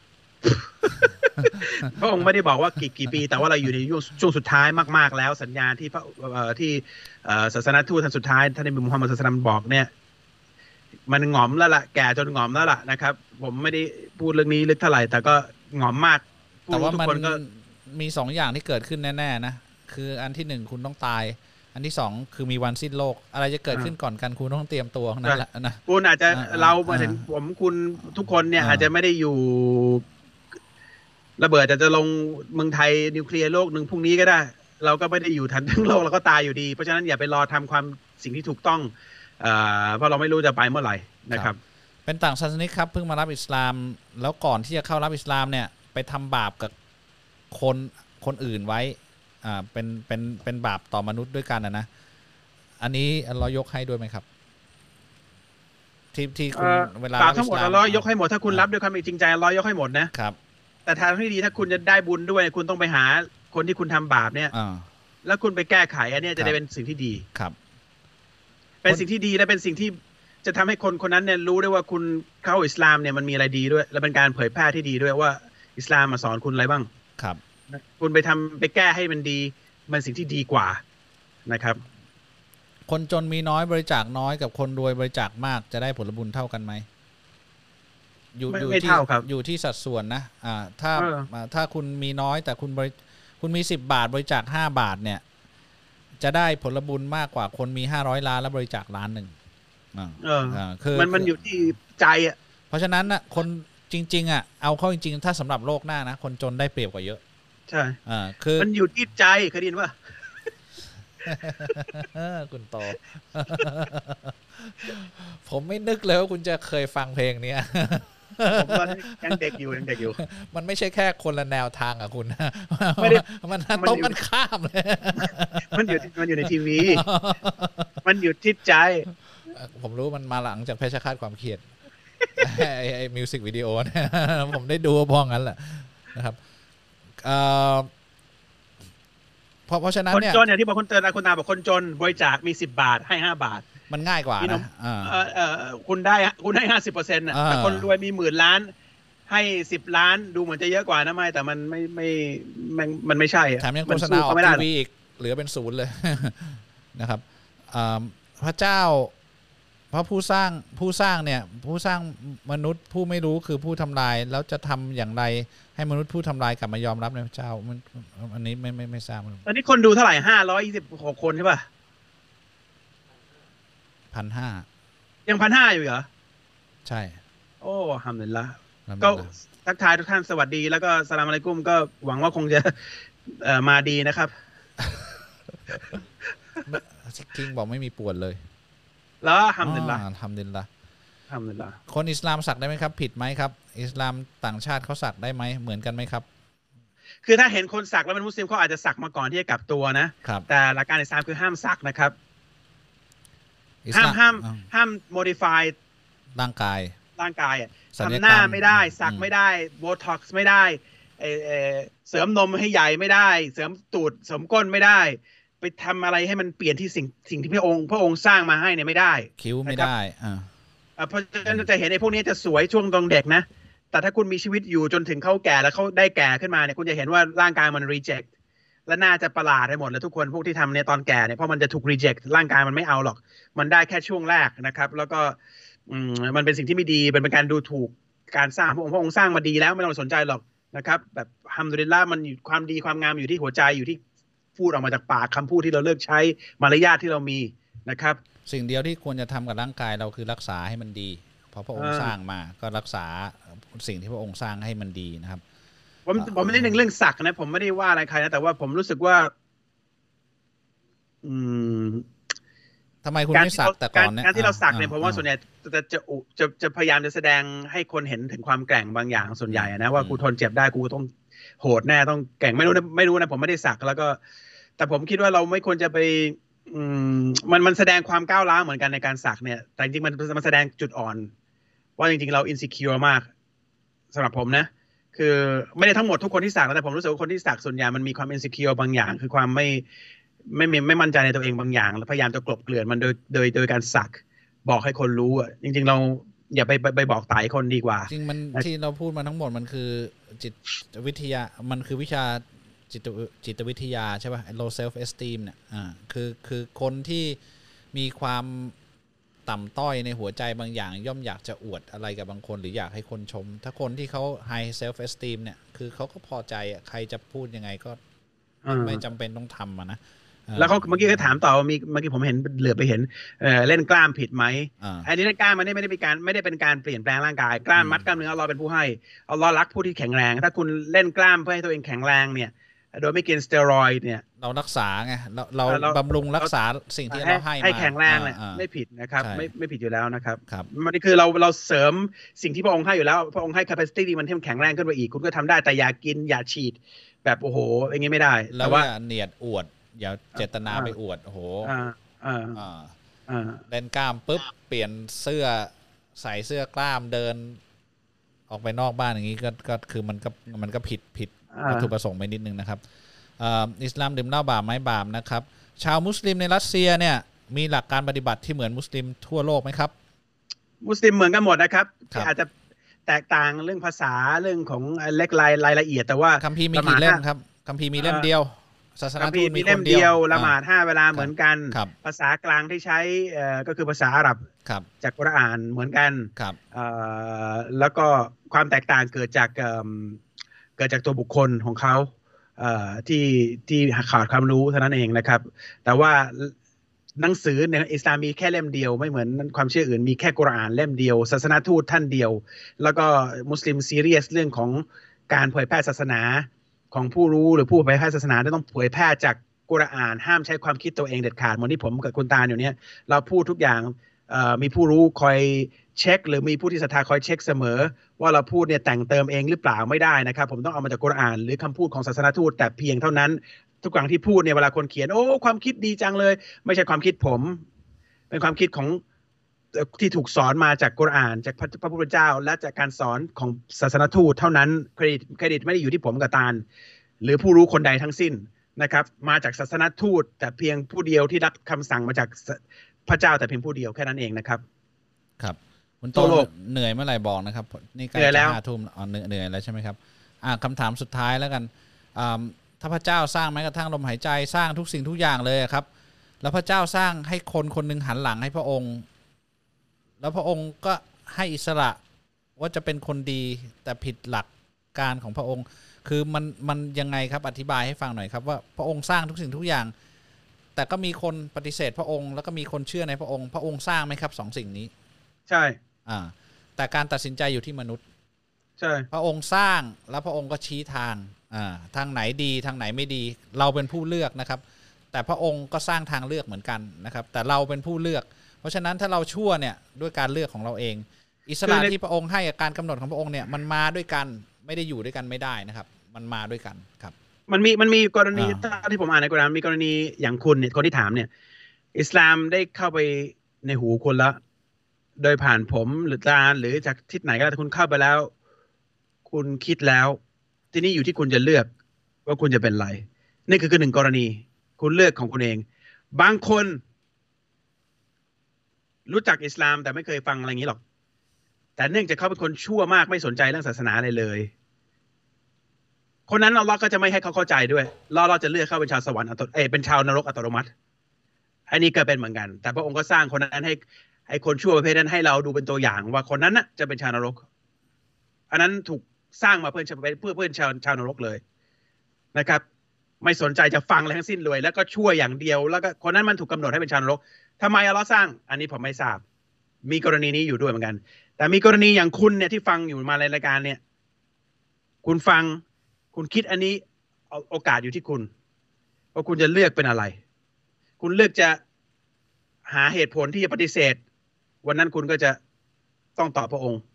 พระองค์ไม่ได้บอกว่ากี่ปีแต่ว่าเราอยู่ในช่วงสุดท้ายมากๆแล้วสัญญาที่ที่ศาสนทูตท่านสุดท้ายท่านนบีมุฮัมมัดศาสนาบอกเนี่ยมันหงอมแล้วล่ะแก่จนหงอมแล้วล่ะนะครับผมไม่ได้พูดเรื่องนี้ลึกเท่าไหร่แต่ก็หงอมมากแต่ว่ามันมี2อย่างที่เกิดขึ้นแน่ๆนะคืออันที่1คุณต้องตายอันที่2คือมีวันสิ้นโลกอะไรจะเกิดขึ้นก่อนกันคุณต้องเตรียมตัวนั่นแหละนะคุณอาจจะเรามาถึงผมคุณทุกคนเนี่ยอาจจะไม่ได้อยู่ระเบิดจะลงเมืองไทยนิวเคลียร์โลกหนึ่งพรุ่งนี้ก็ได้เราก็ไม่ได้อยู่ทันทั้งโลกเราก็ตายอยู่ดีเพราะฉะนั้นอย่าไปรอทำความสิ่งที่ถูกต้องเพราะเราไม่รู้จะไปเมื่อไหร่นะครับเป็นต่างศาสนิกครับเพิ่งมารับอิสลามแล้วก่อนที่จะเข้ารับอิสลามเนี่ยไปทำบาปกับคนอื่นไว้เป็นบาปต่อมนุษย์ด้วยกันนะอันนี้เรายกให้ด้วยไหมครับที่คุณเวลาบาปทั้งหมดเรายกให้หมดถ้าคุณรับด้วยความจริงใจเรายกให้หมดนะครับแต่ทางที่ดีถ้าคุณจะได้บุญด้วยคุณต้องไปหาคนที่คุณทำบาปเนี่ยแล้วคุณไปแก้ไขอันนี้จะได้เป็นสิ่งที่ดีครับเป็นสิ่งที่ดีและเป็นสิ่งที่จะทำให้คนนั้นเนี่ยรู้ได้ว่าคุณเข้าอิสลามเนี่ยมันมีอะไรดีด้วยและเป็นการเผยแพร่ที่ดีด้วยว่าอิสลามมาสอนคุณอะไรบ้างครับคุณไปแก้ให้มันดีมันสิ่งที่ดีกว่านะครับคนจนมีน้อยบริจาคน้อยกับคนรวยบริจาคมากจะได้ผลบุญเท่ากันไหมอยู่ที่สัดส่วนนะถ้าคุณมีน้อยแต่คุณมี10 บาทบริจาค5 บาทเนี่ยจะได้ผลบุญมากกว่าคนมี500 ล้านแล้วบริจาค1 ล้านคือมันอยู่ที่ใจอ่ะเพราะฉะนั้นน่ะคนจริงๆอ่ะเอาเข้าจริงๆถ้าสำหรับโลกหน้านะคนจนได้เปรียบกว่าเยอะใช่คือมันอยู่ที่ใจเคยได้ยินป่ะคุณโตผมไม่นึกเลยว่าคุณจะเคยฟังเพลงนี้ผมตอนนี้ยังเด็กอยู่มันไม่ใช่แค่คนละแนวทางอ่ะคุณไม่ได้มันตรงกันข้ามเลยมันอยู่ในทีวีมันอยู่ที่ใจผมรู้มันมาหลังจากเพชฌฆาตความเครียดไอ้มิวสิกวิดีโอเนี่ยผมได้ดูพองั้นแหละนะครับเพราะฉะนั้นเนี่ยคนจนเนี่ยที่บอกคนเตือนคุณตาบอกคนจนบริจาคมี10 บาทให้5 บาทมันง่ายกว่านะคุณได้50%น่ะแต่คนรวยมี10,000 ล้านให้10 ล้านดูเหมือนจะเยอะกว่านะไม่แต่มันไม่ใช่แถมยังโฆษณาออกทีวีอีกเหลือเป็น0เลยนะครับพระเจ้าเพราะผู้สร้างเนี่ยผู้สร้างมนุษย์ผู้ไม่รู้คือผู้ทำลายแล้วจะทำอย่างไรให้มนุษย์ผู้ทำลายกลับมายอมรับในพระเจ้าอันนี้ไม่ทราบตอนนี้คนดูเท่าไหร่526 คนใช่ป่ะ 1,500ยัง 1,500อยู่เหรอใช่โอ้ฮัมดุลิลละห์ก็ทักทายทุกท่านสวัสดีแล้วก็สลามอะลัยกุมก็หวังว่าคงจะมาดีนะครับคิงบอกไม่มีปวดเลยแล้วทำดินละคนอิสลามสักได้ไหมครับผิดไหมครับอิสลามต่างชาติเขาสักได้ไหมเหมือนกันไหมครับคือถ้าเห็นคนสักแล้วเป็นมุสลิมเขาอาจจะสักมาก่อนที่จะกลับตัวนะแต่หลักการอิสลามคือห้ามสักนะครับห้าม modify ร่างกายทำหน้าไม่ได้สักไม่ได้โบท็อกซ์ไม่ได้เสริมนมให้ใหญ่ไม่ได้เสริมตูดเสริมก้นไม่ได้ไปทำอะไรให้มันเปลี่ยนที่สิ่งที่พระองค์สร้างมาให้เนี่ยไม่ได้คิ้วไม่ได้เพราะฉะนั้นจะเห็นไอ้พวกนี้จะสวยช่วงตอนเด็กนะแต่ถ้าคุณมีชีวิตอยู่จนถึงเขาแก่แล้วเขาได้แก่ขึ้นมาเนี่ยคุณจะเห็นว่าร่างกายมัน reject และน่าจะประหลาดไปหมดเลยทุกคนพวกที่ทำเนี่ยตอนแก่เนี่ยเพราะมันจะถูก reject ร่างกายมันไม่เอาหรอกมันได้แค่ช่วงแรกนะครับแล้วก็มันเป็นสิ่งที่ไม่ดีเป็นการดูถูกการสร้างพระองค์สร้างมาดีแล้วไม่ต้องสนใจหรอกนะครับแบบฮัมดุลิลละห์มันอยู่ความดีความงามอยู่ที่หัวใจอยู่ที่พูดออกมาจากปากคำพูดที่เราเลือกใช้มารยาทที่เรามีนะครับสิ่งเดียวที่ควรจะทำกับร่างกายเราคือรักษาให้มันดีเพราะพระองค์สร้างมาก็รักษาสิ่งที่พระองค์สร้างให้มันดีนะครับผมไม่ได้เรื่องสักนะผมไม่ได้ว่าอะไรใครนะแต่ว่าผมรู้สึกว่าทำไมคุณไม่สักแต่ก่อนเนี่ยการที่เราสักเนี่ยผมว่าส่วนใหญ่จะพยายามจะแสดงให้คนเห็นถึงความแกร่งบางอย่างส่วนใหญ่นะว่ากูทนเจ็บได้กูต้องโหดแน่ต้องแกร่งไม่รู้นะผมไม่ได้สักแล้วก็แต่ผมคิดว่าเราไม่ควรจะไปมันแสดงความก้าวร้าวเหมือนกันในการสักเนี่ยแต่จริงๆมันแสดงจุดอ่อนว่าจริงๆเรา insecure มากสำหรับผมนะคือไม่ได้ทั้งหมดทุกคนที่สักแต่ผมรู้สึกว่าคนที่สักส่วนใหญ่มันมีความ insecure บางอย่างคือความไม่มั่นใจในตัวเองบางอย่างแล้วพยายามจะกลบเกลื่อนมันโดยการสักบอกให้คนรู้อ่ะจริงๆเราอย่าไปบอกตายคนดีกว่าจริงมันที่เราพูดมาทั้งหมดมันคือจิตวิทยามันคือวิชาจิตวิทยาใช่ป่ะ low self esteem เนี่ยคือคนที่มีความต่ำต้อยในหัวใจบางอย่างย่อมอยากจะอวดอะไรกับบางคนหรืออยากให้คนชมถ้าคนที่เขา high self esteem เนี่ยคือเขาก็พอใจอ่ะใครจะพูดยังไงก็ไม่จำเป็นต้องทำนะแล้วเขาเมื่อกี้ก็ถามต่อเมื่อกี้ผมเห็นเหลือไปเห็นเล่นกล้ามผิดไหมอันนี้เล่นกล้ามมันไม่ได้เป็นการเปลี่ยนแปลงร่างกายกล้ามมัดกล้ามเนื้อเราเป็นผู้ให้อัลเลาะห์รักผู้ที่แข็งแรงถ้าคุณเล่นกล้ามเพื่อให้ตัวเองแข็งแรงเนี่ยโดยไม่กินสเตียรอยด์เนี่ยเรารักษาไงเราบำรุงรักษาสิ่งที่เราให้แข็งแรงเนี่ยไม่ผิดนะครับไม่ผิดอยู่แล้วนะครับมันคือเราเสริมสิ่งที่พระองค์ให้อยู่แล้วพระองค์ให้ capacity มันให้แข็งแรงขึ้นไปอีกคุณก็ทำได้แต่อย่ากินอย่าฉีดแบบโอ้โหอย่างงี้ไม่ได้แต่ว่าเนียดอวดอย่าเจตนาไปอวดโอ้โหเล่นกล้ามปุ๊บเปลี่ยนเสื้อใส่เสื้อกล้ามเดินออกไปนอกบ้านอย่างนี้ก็คือมันก็ผิดวัตถุประสงค์ไปนิดนึงนะครับอิสลามดื่มเหล้าบาปไหมบาปนะครับชาวมุสลิมในรัสเซียเนี่ยมีหลักการปฏิบัติที่เหมือนมุสลิมทั่วโลกไหมครับมุสลิมเหมือนกันหมดนะครับอาจจะแตกต่างเรื่องภาษาเรื่องของเล็กรายละเอียดแต่ว่าคัมภีร์มีกี่เล่มครับคัมภีร์มีเล่มเดียวศาสนาทูตมีเล่มเดียวละหมาด5 เวลาเหมือนกันภาษากลางที่ใช้ก็คือภาษาอาหรับจากกุรอานเหมือนกันแล้วก็ความแตกต่างเกิดจากตัวบุคคลของเขาที่ขาดความรู้เท่านั้นเองนะครับแต่ว่าหนังสือในอิสลามมีแค่เล่มเดียวไม่เหมือนความเชื่ออื่นมีแค่กุรอานเล่มเดียวศาสนาทูตท่านเดียวแล้วก็มุสลิมซีเรียสเรื่องของการเผยแพร่ศาสนาของผู้รู้หรือผู้เผยแพร่ศาสนาต้องเผยแพร่จากกุรอานห้ามใช้ความคิดตัวเองเด็ดขาดเหมือนที่ผมกับคุณตาอยู่เนี่ยเราพูดทุกอย่างมีผู้รู้คอยเช็คหรือมีผู้ที่ศรัทธาคอยเช็คเสมอว่าเราพูดเนี่ยแต่งเติมเองหรือเปล่าไม่ได้นะครับผมต้องเอามาจากกุรอานหรือคำพูดของศาสนาทูตแต่เพียงเท่านั้นทุกครั้งที่พูดเนี่ยเวลาคนเขียนโอ้ความคิดดีจังเลยไม่ใช่ความคิดผมเป็นความคิดของที่ถูกสอนมาจากกุรอานจากพระพุทธเจ้าและจากการสอนของศาสนาทูตเท่านั้นเครดิตไม่ได้อยู่ที่ผมกับตาลหรือผู้รู้คนใดทั้งสิ้นนะครับมาจากศาสนาทูตแต่เพียงผู้เดียวที่รับคำสั่งมาจากพระเจ้าแต่เพียงผู้เดียวแค่นั้นเองนะครับครับคุณโตเหนื่อยเมื่อไหร่บอกนะครับนี่ใกล้จะ5 ทุ่มเหนื่อยแล้วใช่ไหมครับคำถามสุดท้ายแล้วกันถ้าพระเจ้าสร้างแม้กระทั่งลมหายใจสร้างทุกสิ่งทุกอย่างเลยครับแล้วพระเจ้าสร้างให้คนคนหนึ่งหันหลังให้พระองค์แล้วพระองค์ก็ให้อิสระว่าจะเป็นคนดีแต่ผิดหลักการของพระองค์คือมันยังไงครับอธิบายให้ฟังหน่อยครับว่าพระองค์สร้างทุกสิ่งทุกอย่างแต่ก็มีคนปฏิเสธพระองค์แล้วก็มีคนเชื่อในพระองค์สร้างไหมครับ2 สิ่งนี้ใช่แต่การตัดสินใจอยู่ที่มนุษย์ใช่พระองค์สร้างแล้วพระองค์ก็ชี้ทางทางไหนดีทางไหนไม่ดีเราเป็นผู้เลือกนะครับแต่พระองค์ก็สร้างทางเลือกเหมือนกันนะครับแต่เราเป็นผู้เลือกเพราะฉะนั้นถ้าเราชั่วเนี่ยด้วยการเลือกของเราเองอิสระที่พระองค์ให้กับการกำหนดของพระองค์เนี่ยมันมาด้วยกันไม่ได้อยู่ด้วยกันไม่ได้นะครับมันมาด้วยกันครับมันมีกรณีที่ผมอ่านในกุรอานมีกรณีอย่างคุณเนี่ยคนที่ถามเนี่ยอิสลามได้เข้าไปในหูคุณแล้วโดยผ่านผมหรือตาหรือจากทิศไหนก็ได้คุณเข้าไปแล้วคุณคิดแล้วทีนี้อยู่ที่คุณจะเลือกว่าคุณจะเป็นอะไรนี่คือหนึ่งกรณีคุณเลือกของคุณเองบางคนรู้จักอิสลามแต่ไม่เคยฟังอะไรอย่างนี้หรอกแต่เนื่องจากเขาเป็นคนชั่วมากไม่สนใจเรื่องศาสนาอะไรเลยคนนั้นอัลเลาะห์ก็จะไม่ให้เขาเข้าใจด้วยเราจะเลือกเข้าเป็นชาวสวรรค์เป็นชาวนรกอัตโนมัติอันนี้ก็เป็นเหมือนกันแต่พระองค์ก็สร้างคนนั้นให้คนชั่วประเภทนั้นให้เราดูเป็นตัวอย่างว่าคนนั้นน่ะจะเป็นชาวนรกอันนั้นถูกสร้างมาเพื่อชาวนรกเลยนะครับไม่สนใจจะฟังอะไรทั้งสิ้นเลยแล้วก็ชั่วอย่างเดียวแล้วก็คนนั้นมันถูกกำหนดให้เป็นชาวนรกทำไมอัลเลาะห์สร้างอันนี้ผมไม่ทราบมีกรณีนี้อยู่ด้วยเหมือนกันแต่มีกรณีอย่างคุณเนี่ยที่ฟังอยู่มาในรายการเนี่ยคุณฟังคุณคิดอันนี้โอกาสอยู่ที่คุณว่าคุณจะเลือกเป็นอะไรคุณเลือกจะหาเหตุผลที่จะปฏิเสธวันนั้นคุณก็จะต้องตอบพระองค์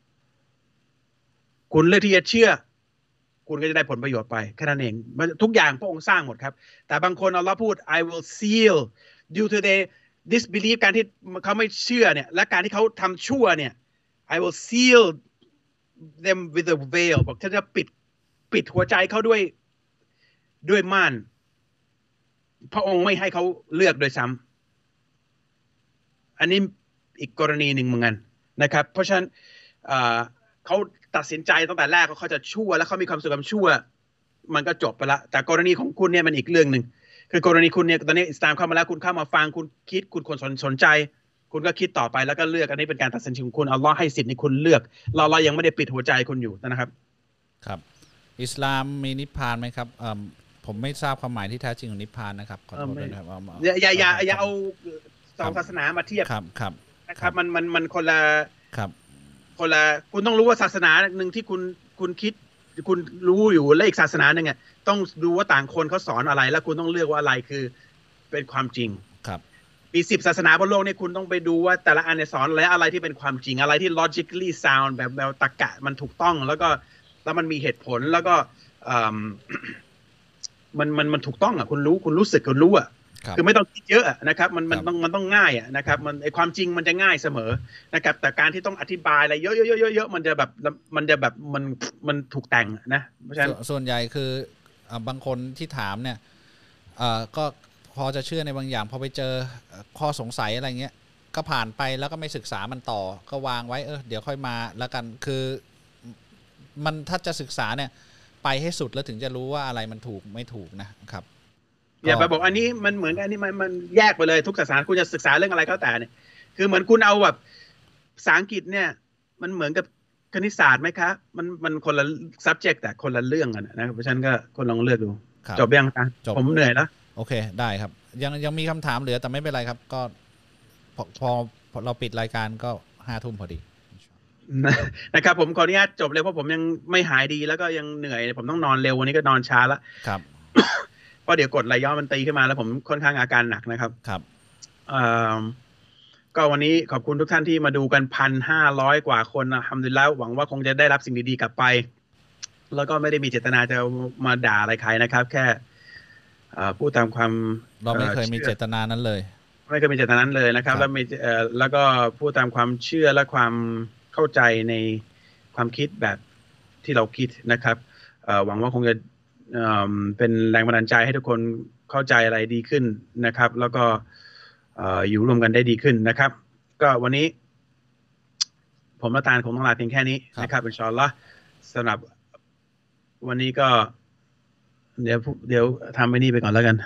คุณเลือกที่จะเชื่อคุณก็จะได้ผลประโยชน์ไปแค่นั้นเองทุกอย่างพระองค์สร้างหมดครับแต่บางคนอัลเลาะห์พูด I will seal due to their disbelief การที่เขาไม่เชื่อเนี่ยและการที่เขาทำชั่วเนี่ย I will seal them with a veil บอกฉันจะปิดหัวใจเขาด้วยม่านพระองค์ไม่ให้เขาเลือกโดยซ้ำอันนี้อีกกรณีหนึ่งเหมือนกันนะครับเพราะฉะนั้นเขาตัดสินใจตั้งแต่แรกเขาจะชั่วแล้วเขามีความสุขกับชั่วมันก็จบไปละแต่กรณีของคุณเนี่ยมันอีกเรื่องหนึ่งคือกรณีคุณเนี่ยตอนนี้อิสลามเข้ามาแล้วคุณเข้ามาฟังคุณคิดคุณคนสนใจคุณก็คิดต่อไปแล้วก็เลือกอันนี้เป็นการตัดสินใจของคุณอัลเลาะห์ให้สิทธิ์ในคุณเลือกเรายังไม่ได้ปิดหัวใจคุณอยู่นะครับครับอิสลามมีนิพพานไหมครับผมไม่ทราบความหมายที่แท้จริงของนิพพานนะครับขอโทษด้วยนะครับอย่าเอาสองศาสนามาเทียบครับนะครับมันคนละคุณต้องรู้ว่าศาสนาหนึ่งที่คุณคิดคุณรู้อยู่และอีกศาสนาหนึ่งอ่ะต้องดูว่าต่างคนเขาสอนอะไรแล้วคุณต้องเลือกว่าอะไรคือเป็นความจริงครับมี10ศาสนาบนโลกนี่คุณต้องไปดูว่าแต่ละอันเนี่ยสอนอะไรที่เป็นความจริงอะไรที่ logically sound แบบตรรกะมันถูกต้องแล้วมันมีเหตุผลแล้วก็มันถูกต้องอ่ะคุณรู้สึกคุณรู้อ่ะคือไม่ต้องคิดเยอะนะครับมันต้องง่ายอ่ะนะครับไอความจริงมันจะง่ายเสมอนะครับแต่การที่ต้องอธิบายอะไรเยอะๆมันจะแบบมันถูกแต่งนะเพราะฉะนั้นส่วนใหญ่คือบางคนที่ถามเนี่ยก็พอจะเชื่อในบางอย่างพอไปเจอข้อสงสัยอะไรเงี้ยก็ผ่านไปแล้วก็ไม่ศึกษามันต่อก็วางไว้เดี๋ยวค่อยมาแล้วกันคือมันถ้าจะศึกษาเนี่ยไปให้สุดแล้วถึงจะรู้ว่าอะไรมันถูกไม่ถูกนะครับอย่าไปบอกอันนี้มันเหมือนกันอันนี้มันแยกไปเลยทุกศาสนาคุณจะศึกษาเรื่องอะไรก็แต่เนี่ยคือเหมือนคุณเอาแบบภาษาอังกฤษเนี่ยมันเหมือนกับคณิตศาสตร์ไหมครับมันคนละ subject แต่คนละเรื่องกันนะเพราะฉะนั้นก็คนลองเลือกดูจบยังผมเหนื่อยแล้วโอเคได้ครับยังมีคำถามเหลือแต่ไม่เป็นไรครับก็พอเราปิดรายการก็5 ทุ่มพอดีนะครับผมขออนุญาตจบเลยเพราะผมยังไม่หายดีแล้วก็ยังเหนื่อยผมต้องนอนเร็ววันนี้ก็นอนช้าแล้วครับเพราะเดี๋ยวกดไหลย้อนมันตีขึ้นมาแล้วผมค่อนข้างอาการหนักนะครับครับก็วันนี้ขอบคุณทุกท่านที่มาดูกัน 1,500 กว่าคนอัลฮัมดุลิลละห์หวังว่าคงจะได้รับสิ่งดีๆกลับไปแล้วก็ไม่ได้มีเจตนาจะมาด่าอะไรใครนะครับแค่พูดตามความเราไม่เคยมีเจตนานั้นเลยไม่เคยมีเจตนานั้นเลยนะครับแล้วก็พูดตามความเชื่อและความเข้าใจในความคิดแบบที่เราคิดนะครับหวังว่าคงจะเป็นแรงบันดาลใจให้ทุกคนเข้าใจอะไรดีขึ้นนะครับแล้วก็อยู่รวมกันได้ดีขึ้นนะครับก็วันนี้ผมและตาลคงต้องลาเพียงแค่นี้นะครับอินชาอัลลอฮ์สำหรับวันนี้ก็เดี๋ยวทำไปนี่ไปก่อนแล้วกัน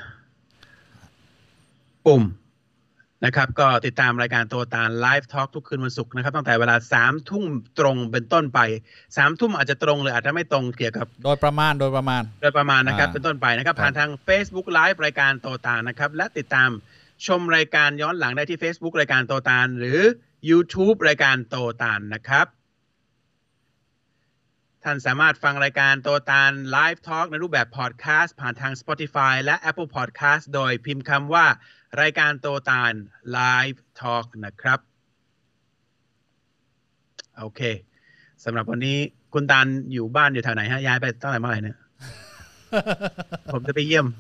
ปุ่มนะครับก็ติดตามรายการโตตาลไลฟ์ทอล์กทุกคืนวันศุกร์นะครับตั้งแต่เวลา 3 ทุ่มตรงเป็นต้นไป 3 ทุ่มอาจจะตรงหรืออาจจะไม่ตรงเกี่ยวกับโดยประมาณนะครับเป็นต้นไปนะครับผ่านทาง Facebook Live รายการโตตาลนะครับและติดตามชมรายการย้อนหลังได้ที่ Facebook รายการโตตาลหรือ YouTube รายการโตตาลนะครับท่านสามารถฟังรายการโตตาล Live Talk ในรูปแบบพอดแคสต์ผ่านทาง Spotify และ Apple Podcast โดยพิมพ์คำว่ารายการโตตาล Live Talk นะครับโอเคสำหรับวันนี้คุณตาลอยู่บ้านอยู่แถวไหนฮะย้ายไปตั้งแต่เมื่อไหร่เนี่ย ผมจะไปเยี่ยม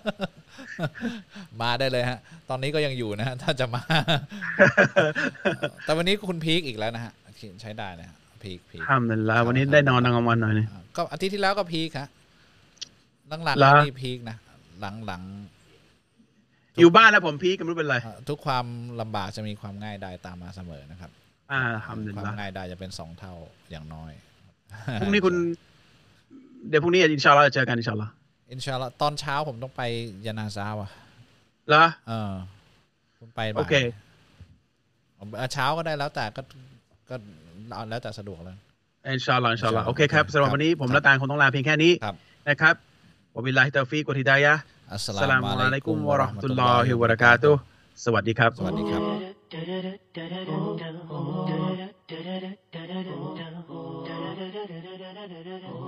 มาได้เลยฮะตอนนี้ก็ยังอยู่นะฮะถ้าจะมา แต่วันนี้คุณพีคอีกแล้วนะฮะใช้ได้นะฮะพีคทำนั่นแล้ววันนี้ได้นอนกลางวันหน่อยนี่ก็อาทิตย์ที่แล้วก็พีคฮะหลังๆนี่พีคนะหลังอยู่บ้านแล้วผมพีคก็ไม่รู้เป็นไรทุกความลำบากจะมีความง่ายได้ตามมาเสมอนะครับความง่ายได้จะเป็น2 เท่าอย่างน้อยพรุ่งนี้คุณเดี๋ยวพรุ่งนี้อินชาอัลลอฮ์จะเจอกันอินชาอัลลอฮ์ตอนเช้าผมต้องไปยานาซาว่ะเหรอคุณไปบ่ายโอเคเช้าก็ได้แล้วแต่ก็แล้วแต่สะดวกเลยอินชาอัลลอฮ์อินชาอัลลอฮ์โอเคครับสำหรับวันนี้ผมและตาลคงต้องลาเพียงแค่นี้นะครับวะบิลลาฮิตอฟีกวะฮิดายะห์อัสสลามุอะลัยกุมวะเราะห์มะตุลลอฮิวะบะเราะกาตุฮ์สวัสดีครับสวัสดีครับ